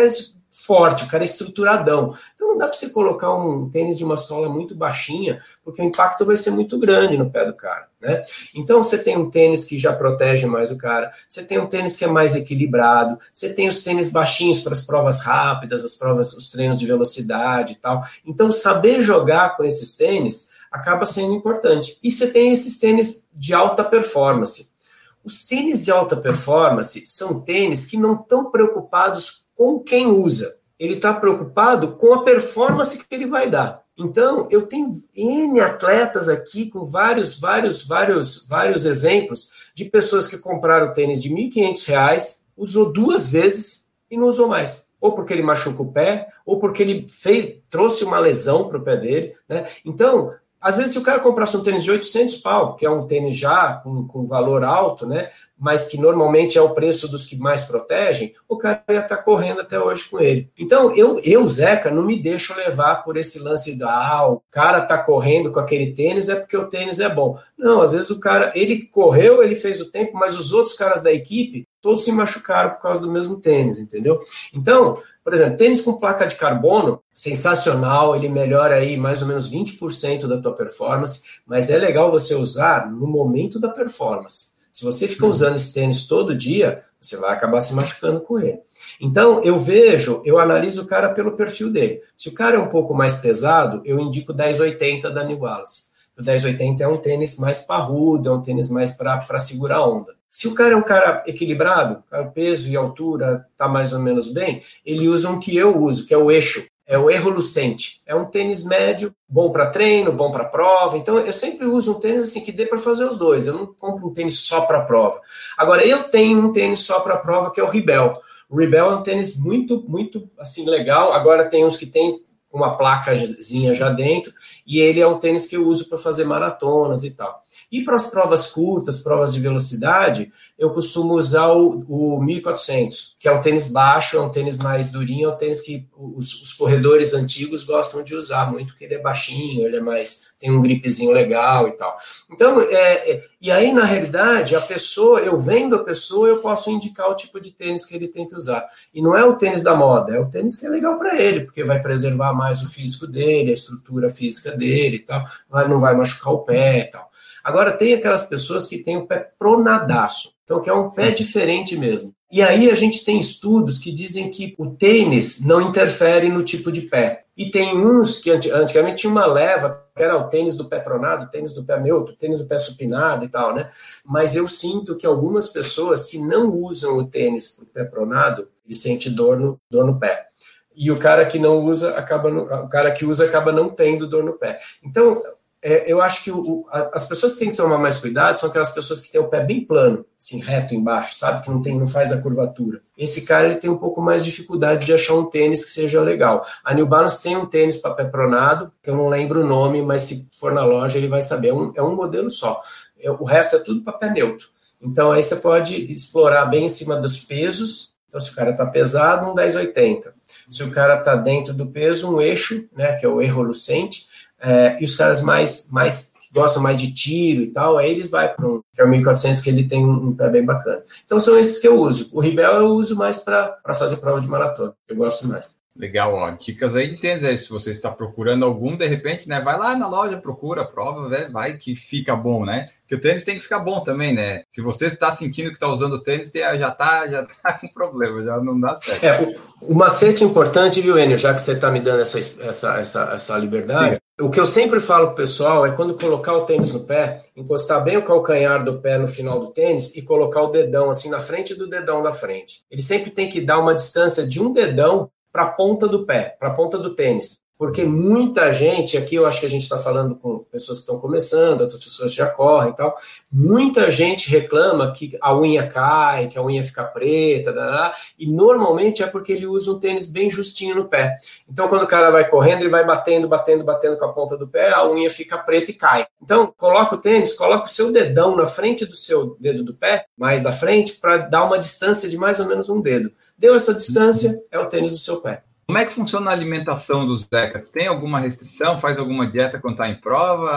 forte, o cara é estruturadão. Então não dá para você colocar um tênis de uma sola muito baixinha, porque o impacto vai ser muito grande no pé do cara, né? Então você tem um tênis que já protege mais o cara, você tem um tênis que é mais equilibrado, você tem os tênis baixinhos para as provas rápidas, as provas, os treinos de velocidade e tal. Então saber jogar com esses tênis acaba sendo importante. E você tem esses tênis de alta performance. Os tênis de alta performance são tênis que não estão preocupados com quem usa. Ele está preocupado com a performance que ele vai dar. Então, eu tenho N atletas aqui com vários, vários, vários, vários exemplos de pessoas que compraram tênis de mil e quinhentos reais, usou duas vezes e não usou mais. Ou porque ele machuca o pé, ou porque ele fez, trouxe uma lesão para o pé dele, né? Então, às vezes, se o cara comprasse um tênis de oitocentos pau, que é um tênis já com, com valor alto, né, mas que normalmente é o preço dos que mais protegem, o cara ia estar correndo até hoje com ele. Então, eu, eu, Zeca, não me deixo levar por esse lance do, ah, o cara tá correndo com aquele tênis, é porque o tênis é bom. Não, às vezes o cara, ele correu, ele fez o tempo, mas os outros caras da equipe, todos se machucaram por causa do mesmo tênis, entendeu? Então, por exemplo, tênis com placa de carbono, sensacional, ele melhora aí mais ou menos vinte por cento da tua performance, mas é legal você usar no momento da performance. Se você fica usando esse tênis todo dia, você vai acabar se machucando com ele. Então, eu vejo, eu analiso o cara pelo perfil dele. Se o cara é um pouco mais pesado, eu indico o dez oitenta da New Balance. O dez oitenta é um tênis mais parrudo, é um tênis mais para segurar a onda. Se o cara é um cara equilibrado, o peso e altura tá mais ou menos bem, ele usa um que eu uso, que é o eixo, é o Erro Lucente. É um tênis médio, bom para treino, bom para prova. Então, eu sempre uso um tênis assim que dê para fazer os dois. Eu não compro um tênis só para prova. Agora, eu tenho um tênis só para prova, que é o Rebel. O Rebel é um tênis muito, muito assim, legal. Agora tem uns que tem uma placazinha já dentro, e ele é um tênis que eu uso para fazer maratonas e tal. E para as provas curtas, provas de velocidade, eu costumo usar o, o mil e quatrocentos, que é um tênis baixo, é um tênis mais durinho, é um tênis que os, os corredores antigos gostam de usar muito, porque ele é baixinho, ele é mais, tem um gripezinho legal e tal. Então, é, é, e aí, na realidade, a pessoa, eu vendo a pessoa, eu posso indicar o tipo de tênis que ele tem que usar. E não é o tênis da moda, é o tênis que é legal para ele, porque vai preservar mais o físico dele, a estrutura física dele e tal, não vai machucar o pé e tal. Agora, tem aquelas pessoas que têm o pé pronadaço, então que é um pé diferente mesmo. E aí a gente tem estudos que dizem que o tênis não interfere no tipo de pé. E tem uns que antigamente tinha uma leva, que era o tênis do pé pronado, o tênis do pé neutro, o tênis do pé supinado e tal, né? Mas eu sinto que algumas pessoas, se não usam o tênis do pé pronado, ele sente dor no, dor no pé. E o cara que não usa, acaba no, o cara que usa acaba não tendo dor no pé. Então, É, eu acho que o, o, as pessoas que têm que tomar mais cuidado são aquelas pessoas que têm o pé bem plano, assim, reto embaixo, sabe? Que não, tem, não faz a curvatura. Esse cara ele tem um pouco mais de dificuldade de achar um tênis que seja legal. A New Balance tem um tênis para pé pronado, que eu não lembro o nome, mas se for na loja ele vai saber. É um, é um modelo só. É, o resto é tudo para pé neutro. Então aí você pode explorar bem em cima dos pesos. Então se o cara está pesado, um dez oitenta. Se o cara está dentro do peso, um eixo, né, que é o Erro Lucente. É, e os caras mais, mais que gostam mais de tiro e tal, aí eles vão para um que é o mil e quatrocentos, que ele tem um, um pé bem bacana. Então são esses que eu uso. O Rebel eu uso mais para fazer prova de maratona. Eu gosto mais. Legal, ó. Dicas aí de tênis aí. Se você está procurando algum, de repente, né? Vai lá na loja, procura, prova, né, vai que fica bom, né? Porque o tênis tem que ficar bom também, né? Se você está sentindo que está usando o tênis, já está já tá com problema, já não dá certo. É, o, o macete importante, viu, Enio, já que você está me dando essa, essa, essa, essa liberdade, sim. O que eu sempre falo pro pessoal é quando colocar o tênis no pé, encostar bem o calcanhar do pé no final do tênis e colocar o dedão assim na frente do dedão da frente. Ele sempre tem que dar uma distância de um dedão para a ponta do pé, para a ponta do tênis. Porque muita gente, aqui eu acho que a gente está falando com pessoas que estão começando, outras pessoas já correm e tal, muita gente reclama que a unha cai, que a unha fica preta, dá, dá, e normalmente é porque ele usa um tênis bem justinho no pé. Então quando o cara vai correndo, ele vai batendo, batendo, batendo com a ponta do pé, a unha fica preta e cai. Então coloca o tênis, coloca o seu dedão na frente do seu dedo do pé, mais da frente, para dar uma distância de mais ou menos um dedo. Deu essa distância, é o tênis do seu pé. Como é que funciona a alimentação do Zeca? Tu tem alguma restrição? Faz alguma dieta quando está em prova?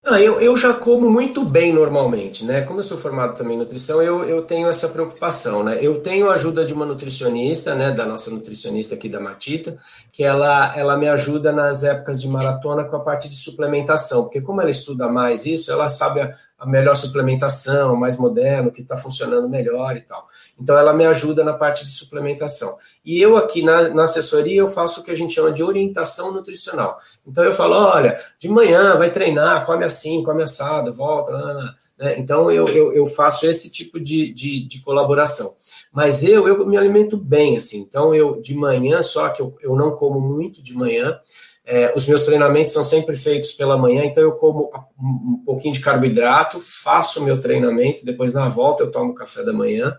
Ah, eu, eu já como muito bem normalmente, né? Como eu sou formado também em nutrição, eu, eu tenho essa preocupação, né? Eu tenho a ajuda de uma nutricionista, né? Da nossa nutricionista aqui da Matita, que ela, ela me ajuda nas épocas de maratona com a parte de suplementação, porque como ela estuda mais isso, ela sabe a, a melhor suplementação, mais moderno, o que está funcionando melhor e tal. Então ela me ajuda na parte de suplementação. E eu aqui na, na assessoria eu faço o que a gente chama de orientação nutricional. Então eu falo, olha, de manhã vai treinar, come assim, come assado, volta, lá, lá, né? Então eu, eu, eu faço esse tipo de, de, de colaboração. Mas eu, eu me alimento bem, assim, então eu de manhã, só que eu, eu não como muito de manhã, é, os meus treinamentos são sempre feitos pela manhã, então eu como um, um pouquinho de carboidrato, faço o meu treinamento, depois na volta eu tomo café da manhã.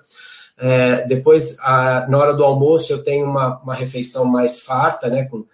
É, depois, a, na hora do almoço, eu tenho uma, uma refeição mais farta, né, com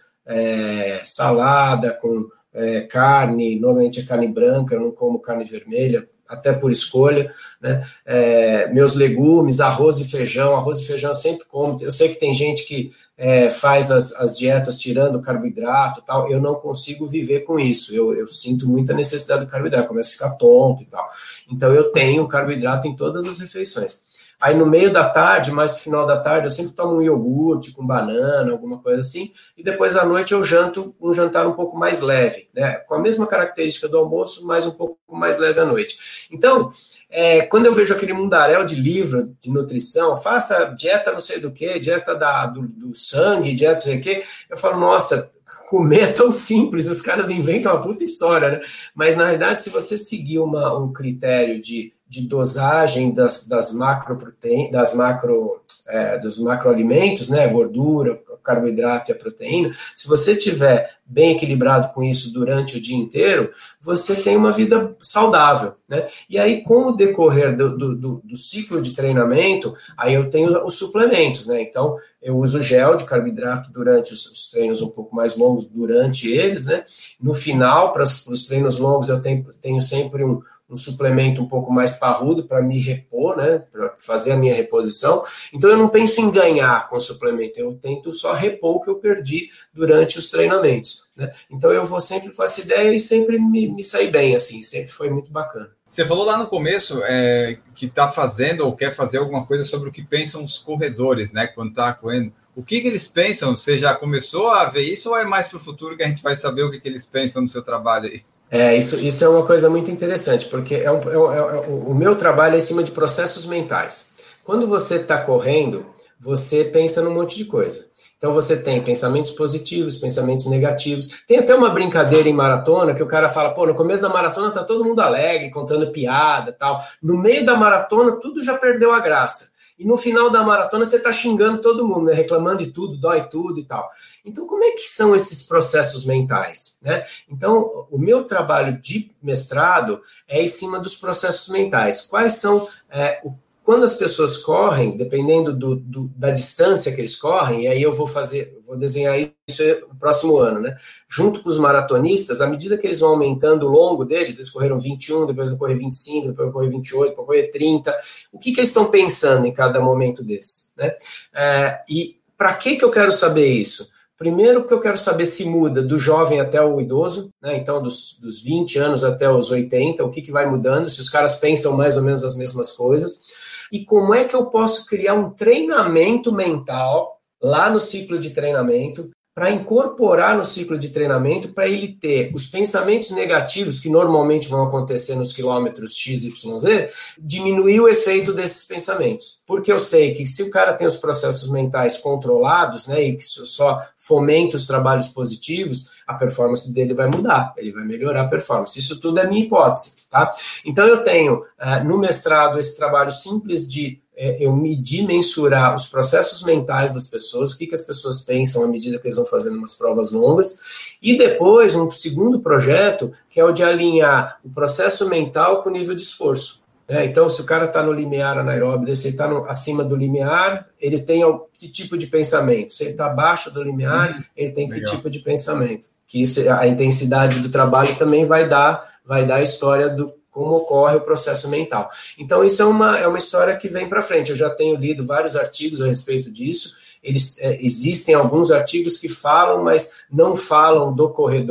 é, salada, com é, carne, normalmente é carne branca, eu não como carne vermelha, até por escolha, né, é, meus legumes, arroz e feijão, arroz e feijão eu sempre como, eu sei que tem gente que é, faz as, as dietas tirando carboidrato e tal, eu não consigo viver com isso, eu, eu sinto muita necessidade do carboidrato, começo a ficar tonto e tal, então eu tenho carboidrato em todas as refeições. Aí no meio da tarde, mais no final da tarde, eu sempre tomo um iogurte com banana, alguma coisa assim, e depois à noite eu janto um jantar um pouco mais leve, né? Com a mesma característica do almoço, mas um pouco mais leve à noite. Então, é, quando eu vejo aquele mundaréu de livro de nutrição, faça dieta não sei do que, dieta da, do, do sangue, dieta não sei o que, eu falo, nossa, comer é tão simples, os caras inventam uma puta história, né? Mas na realidade, se você seguir uma, um critério de de dosagem das, das macroproteínas, das macro, é, dos macroalimentos, né, gordura, carboidrato e a proteína, se você tiver bem equilibrado com isso durante o dia inteiro, você tem uma vida saudável, né? E aí, com o decorrer do, do, do, do ciclo de treinamento, aí eu tenho os suplementos, né? Então, eu uso gel de carboidrato durante os, os treinos um pouco mais longos, durante eles, né? No final, para os treinos longos, eu tenho, tenho sempre um um suplemento um pouco mais parrudo para me repor, né, para fazer a minha reposição. Então eu não penso em ganhar com o suplemento, eu tento só repor o que eu perdi durante os treinamentos, né? Então eu vou sempre com essa ideia e sempre me, me saí bem, assim, sempre foi muito bacana. Você falou lá no começo é, que está fazendo ou quer fazer alguma coisa sobre o que pensam os corredores, né, quando está correndo. O que, que eles pensam? Você já começou a ver isso ou é mais para o futuro que a gente vai saber o que, que eles pensam no seu trabalho aí? É, isso, isso é uma coisa muito interessante, porque é um, é, é, o meu trabalho é em cima de processos mentais. Quando você está correndo, você pensa num monte de coisa. Então você tem pensamentos positivos, pensamentos negativos. Tem até uma brincadeira em maratona que o cara fala, pô, no começo da maratona tá todo mundo alegre, contando piada e tal. No meio da maratona, tudo já perdeu a graça. E no final da maratona você está xingando todo mundo, né? Reclamando de tudo, dói tudo e tal. Então, como é que são esses processos mentais, né? Então, o meu trabalho de mestrado é em cima dos processos mentais. Quais são... É, o, quando as pessoas correm, dependendo do, do, da distância que eles correm, e aí eu vou fazer, vou desenhar isso no próximo ano, né? Junto com os maratonistas, à medida que eles vão aumentando o longo deles, eles correram vinte e um, depois vão correr vinte e cinco, depois vão correr vinte e oito, depois vão correr trinta. O que, que eles estão pensando em cada momento desse, né? É, e para que, que eu quero saber isso? Primeiro, porque eu quero saber se muda do jovem até o idoso, né? Então dos, dos vinte anos até os oitenta, o que, que vai mudando, se os caras pensam mais ou menos as mesmas coisas. E como é que eu posso criar um treinamento mental lá no ciclo de treinamento para incorporar no ciclo de treinamento para ele ter os pensamentos negativos que normalmente vão acontecer nos quilômetros X Y Z, diminuir o efeito desses pensamentos. Porque eu sei que se o cara tem os processos mentais controlados, né, e que só fomenta os trabalhos positivos, a performance dele vai mudar, ele vai melhorar a performance. Isso tudo é minha hipótese, tá? Então eu tenho uh, no mestrado esse trabalho simples de eu medir, mensurar os processos mentais das pessoas, o que, que as pessoas pensam à medida que eles vão fazendo umas provas longas, e depois um segundo projeto, que é o de alinhar o processo mental com o nível de esforço. Né? Então, se o cara está no limiar anaeróbio, se ele está acima do limiar, ele tem que tipo de pensamento? Se ele está abaixo do limiar, hum, ele tem que legal. Tipo de pensamento? Que isso, a intensidade do trabalho também vai dar, vai dar a história do como ocorre o processo mental. Então, isso é uma, é uma história que vem para frente. Eu já tenho lido vários artigos a respeito disso. Eles, é, existem alguns artigos que falam, mas não falam do corredor,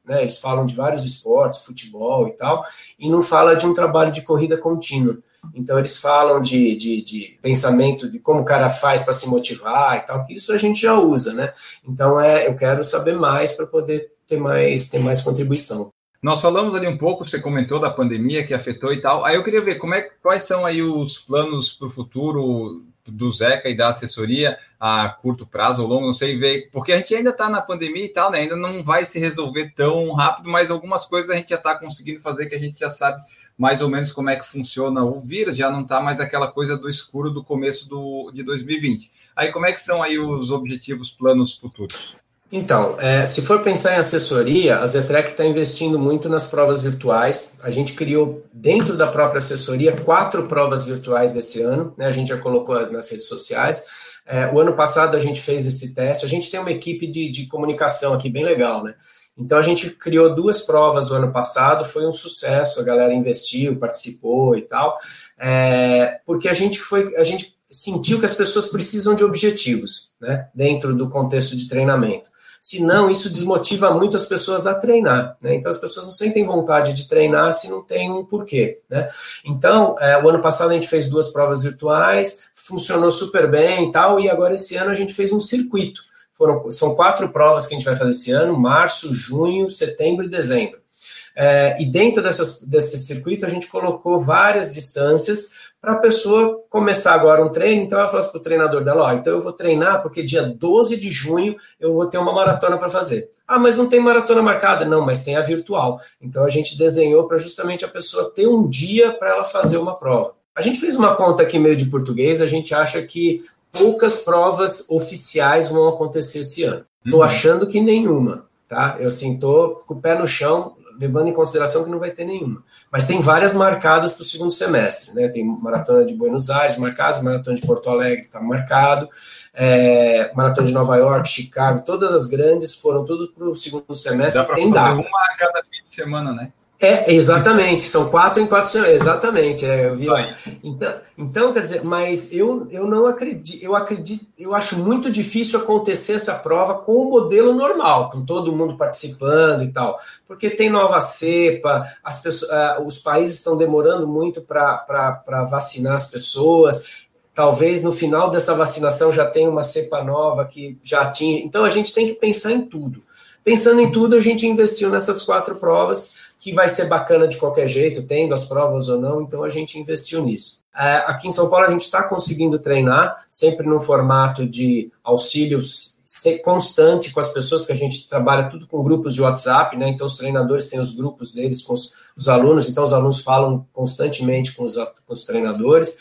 né? Eles falam de vários esportes, futebol e tal, e não fala de um trabalho de corrida contínua. Então, eles falam de, de, de pensamento, de como o cara faz para se motivar e tal, que isso a gente já usa, né? Então, é, eu quero saber mais para poder ter mais, ter mais contribuição. Nós falamos ali um pouco, você comentou da pandemia que afetou e tal. Aí eu queria ver como é, quais são aí os planos para o futuro do Zeca e da assessoria a curto prazo ou longo, não sei, ver, porque a gente ainda está na pandemia e tal, né? Ainda não vai se resolver tão rápido, mas algumas coisas a gente já está conseguindo fazer que a gente já sabe mais ou menos como é que funciona o vírus, já não está mais aquela coisa do escuro do começo do, de dois mil e vinte. Aí como é que são aí os objetivos, planos futuros? Então, é, se for pensar em assessoria, a Zetrec está investindo muito nas provas virtuais. A gente criou, dentro da própria assessoria, quatro provas virtuais desse ano, né? A gente já colocou nas redes sociais. É, o ano passado a gente fez esse teste. A gente tem uma equipe de, de comunicação aqui bem legal, né? Então, a gente criou duas provas o ano passado, foi um sucesso, a galera investiu, participou e tal, é, porque a gente, foi, a gente sentiu que as pessoas precisam de objetivos, né, dentro do contexto de treinamento. Senão, isso desmotiva muito as pessoas a treinar, né? Então, as pessoas não sentem vontade de treinar se não tem um porquê, né? Então, é, o ano passado a gente fez duas provas virtuais, funcionou super bem e tal, e agora esse ano a gente fez um circuito. Foram, são quatro provas que a gente vai fazer esse ano, março, junho, setembro e dezembro. É, e dentro dessas, desse circuito a gente colocou várias distâncias para a pessoa começar agora um treino. Então ela fala para o treinador dela, ó, então eu vou treinar porque dia doze de junho eu vou ter uma maratona para fazer. Ah, mas não tem maratona marcada? Não, mas tem a virtual. Então a gente desenhou para justamente a pessoa ter um dia para ela fazer uma prova. A gente fez uma conta aqui meio de português, a gente acha que poucas provas oficiais vão acontecer esse ano. Estou uhum. achando que nenhuma, tá? Eu assim, tô com o pé no chão, levando em consideração que não vai ter nenhuma. Mas tem várias marcadas para o segundo semestre, né? Tem Maratona de Buenos Aires marcada, Maratona de Porto Alegre está marcado, é, Maratona de Nova York, Chicago, todas as grandes foram tudo para o segundo semestre. Dá para fazer data. Uma a cada fim de semana, né? É, exatamente, são quatro em quatro semanas, exatamente, é, eu vi lá. Então, então, quer dizer, mas eu, eu não acredito, eu acredito, eu acho muito difícil acontecer essa prova com o modelo normal, com todo mundo participando e tal, porque tem nova cepa, as pessoas, uh, os países estão demorando muito para vacinar as pessoas, talvez no final dessa vacinação já tenha uma cepa nova que já atinge, então a gente tem que pensar em tudo. Pensando em tudo, a gente investiu nessas quatro provas, que vai ser bacana de qualquer jeito, tendo as provas ou não, então a gente investiu nisso. É, aqui em São Paulo a gente está conseguindo treinar, sempre num formato de auxílio constante com as pessoas, porque a gente trabalha tudo com grupos de WhatsApp, né? Então os treinadores têm os grupos deles com os, os alunos, então os alunos falam constantemente com os, com os treinadores,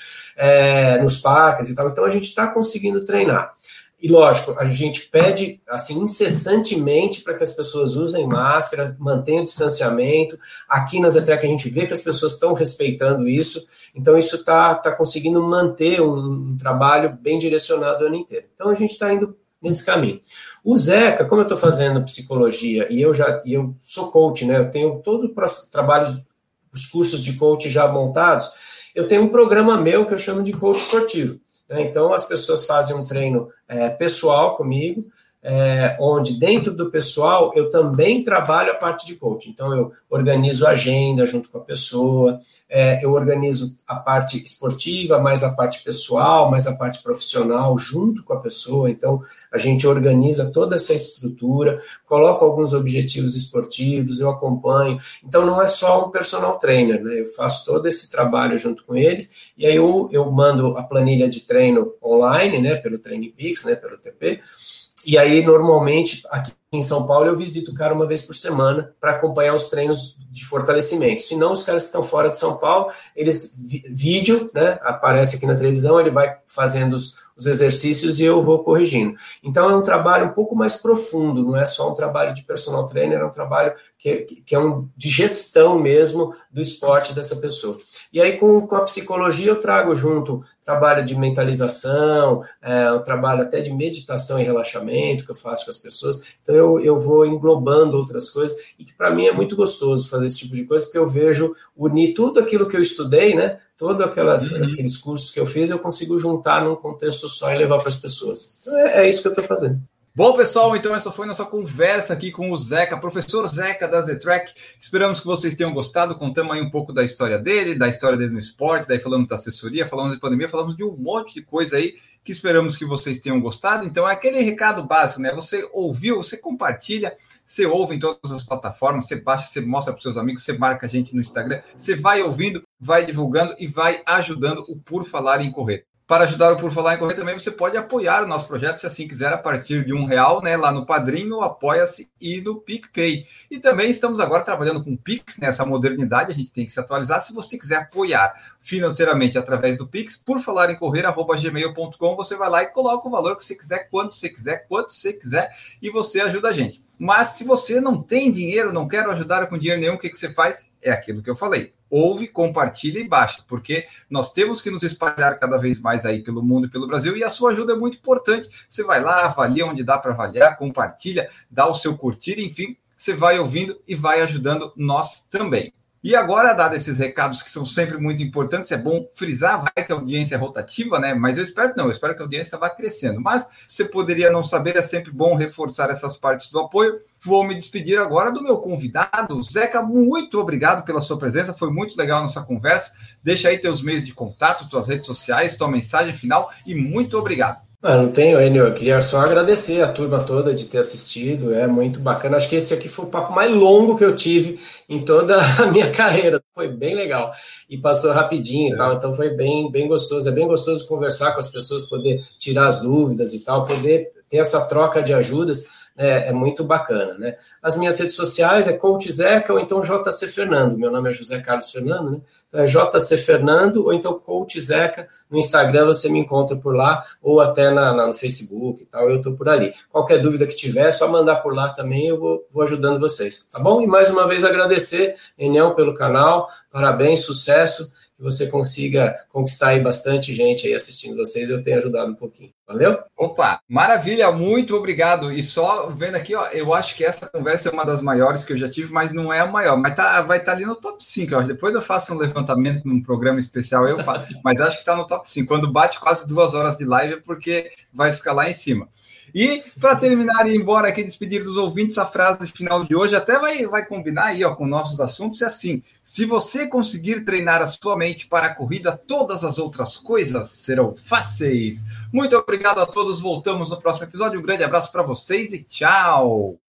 é, nos parques e tal, então a gente está conseguindo treinar. E, lógico, a gente pede, assim, incessantemente para que as pessoas usem máscara, mantenham o distanciamento. Aqui na Zetrec a gente vê que as pessoas estão respeitando isso, então isso está tá conseguindo manter um, um trabalho bem direcionado o ano inteiro. Então a gente está indo nesse caminho. O Zeca, como eu estou fazendo psicologia e eu já e eu sou coach, né? Eu tenho todo o trabalho, os cursos de coach já montados, eu tenho um programa meu que eu chamo de coach esportivo. Então, as pessoas fazem um treino é, pessoal comigo, é, onde dentro do pessoal eu também trabalho a parte de coaching. Então, eu organizo a agenda junto com a pessoa, é, eu organizo a parte esportiva, mais a parte pessoal, mais a parte profissional junto com a pessoa. Então, a gente organiza toda essa estrutura, coloco alguns objetivos esportivos, eu acompanho. Então, não é só um personal trainer, né? Eu faço todo esse trabalho junto com ele, e aí eu, eu mando a planilha de treino online, né, pelo TrainingPix, né, pelo T P, e aí, normalmente, aqui em São Paulo, eu visito o cara uma vez por semana para acompanhar os treinos de fortalecimento. Se não, os caras que estão fora de São Paulo, eles, vídeo, né, aparece aqui na televisão, ele vai fazendo os, os exercícios e eu vou corrigindo. Então, é um trabalho um pouco mais profundo, não é só um trabalho de personal trainer, é um trabalho que, que é um de gestão mesmo do esporte dessa pessoa. E aí, com, com a psicologia, eu trago junto trabalho de mentalização, é, um trabalho até de meditação e relaxamento que eu faço com as pessoas. Então, eu, eu vou englobando outras coisas, e que para mim é muito gostoso fazer esse tipo de coisa, porque eu vejo unir tudo aquilo que eu estudei, né? Todos aquelas, uhum. aqueles cursos que eu fiz, eu consigo juntar num contexto só e levar para as pessoas. Então, é, é isso que eu estou fazendo. Bom, pessoal, então essa foi nossa conversa aqui com o Zeca, professor Zeca da Z-Track. Esperamos que vocês tenham gostado. Contamos aí um pouco da história dele, da história dele no esporte, daí falamos da assessoria, falamos de pandemia, falamos de um monte de coisa aí que esperamos que vocês tenham gostado. Então é aquele recado básico, né? Você ouviu, você compartilha, você ouve em todas as plataformas, você baixa, você mostra para os seus amigos, você marca a gente no Instagram, você vai ouvindo, vai divulgando e vai ajudando o Por Falar em Correr. Para ajudar o Por Falar em Correr também, você pode apoiar o nosso projeto, se assim quiser, a partir de um real, né, lá no Padrim, no Apoia-se e no PicPay. E também estamos agora trabalhando com o Pix, nessa modernidade, a gente tem que se atualizar. Se você quiser apoiar financeiramente através do Pix, por falar em correr, arroba gmail ponto com, você vai lá e coloca o valor que você quiser, quanto você quiser, quanto você quiser, e você ajuda a gente. Mas se você não tem dinheiro, não quer ajudar com dinheiro nenhum, o que, que você faz? É aquilo que eu falei. Ouve, compartilha e baixa, porque nós temos que nos espalhar cada vez mais aí pelo mundo e pelo Brasil, e a sua ajuda é muito importante. Você vai lá, avalia onde dá para avaliar, compartilha, dá o seu curtir, enfim, você vai ouvindo e vai ajudando nós também. E agora, dados esses recados que são sempre muito importantes, é bom frisar, vai que a audiência é rotativa, né? Mas eu espero que não, eu espero que a audiência vá crescendo. Mas você poderia não saber, é sempre bom reforçar essas partes do apoio. Vou me despedir agora do meu convidado. Zeca, muito obrigado pela sua presença, foi muito legal a nossa conversa. Deixa aí teus meios de contato, tuas redes sociais, tua mensagem final e muito obrigado. Ah, não tenho, Enio, eu queria só agradecer a turma toda de ter assistido, é muito bacana. Acho que esse aqui foi o papo mais longo que eu tive em toda a minha carreira, foi bem legal e passou rapidinho e é. tal, então foi bem, bem gostoso, é bem gostoso conversar com as pessoas, poder tirar as dúvidas e tal, poder ter essa troca de ajudas. É, é muito bacana, né? As minhas redes sociais é Coach Zeca ou então J C Fernando. Meu nome é José Carlos Fernando, né? Então é J C Fernando ou então Coach Zeca. No Instagram você me encontra por lá ou até na, na, no Facebook e tal, eu tô por ali. Qualquer dúvida que tiver, é só mandar por lá também, eu vou, vou ajudando vocês, tá bom? E mais uma vez agradecer, Enel, pelo canal, parabéns, sucesso, que você consiga conquistar aí bastante gente aí assistindo vocês, eu tenho ajudado um pouquinho. Valeu? Opa, maravilha, muito obrigado. E só vendo aqui, ó, eu acho que essa conversa é uma das maiores que eu já tive, mas não é a maior. Mas tá, vai estar tá ali no top cinco. Ó. Depois eu faço um levantamento num programa especial, eu faço. Mas acho que está no top cinco. Quando bate quase duas horas de live é porque vai ficar lá em cima. E para terminar e ir embora aqui, despedir dos ouvintes, a frase final de hoje até vai, vai combinar aí ó, com nossos assuntos, é assim: se você conseguir treinar a sua mente para a corrida, todas as outras coisas serão fáceis. Muito obrigado a todos, voltamos no próximo episódio, um grande abraço para vocês e tchau!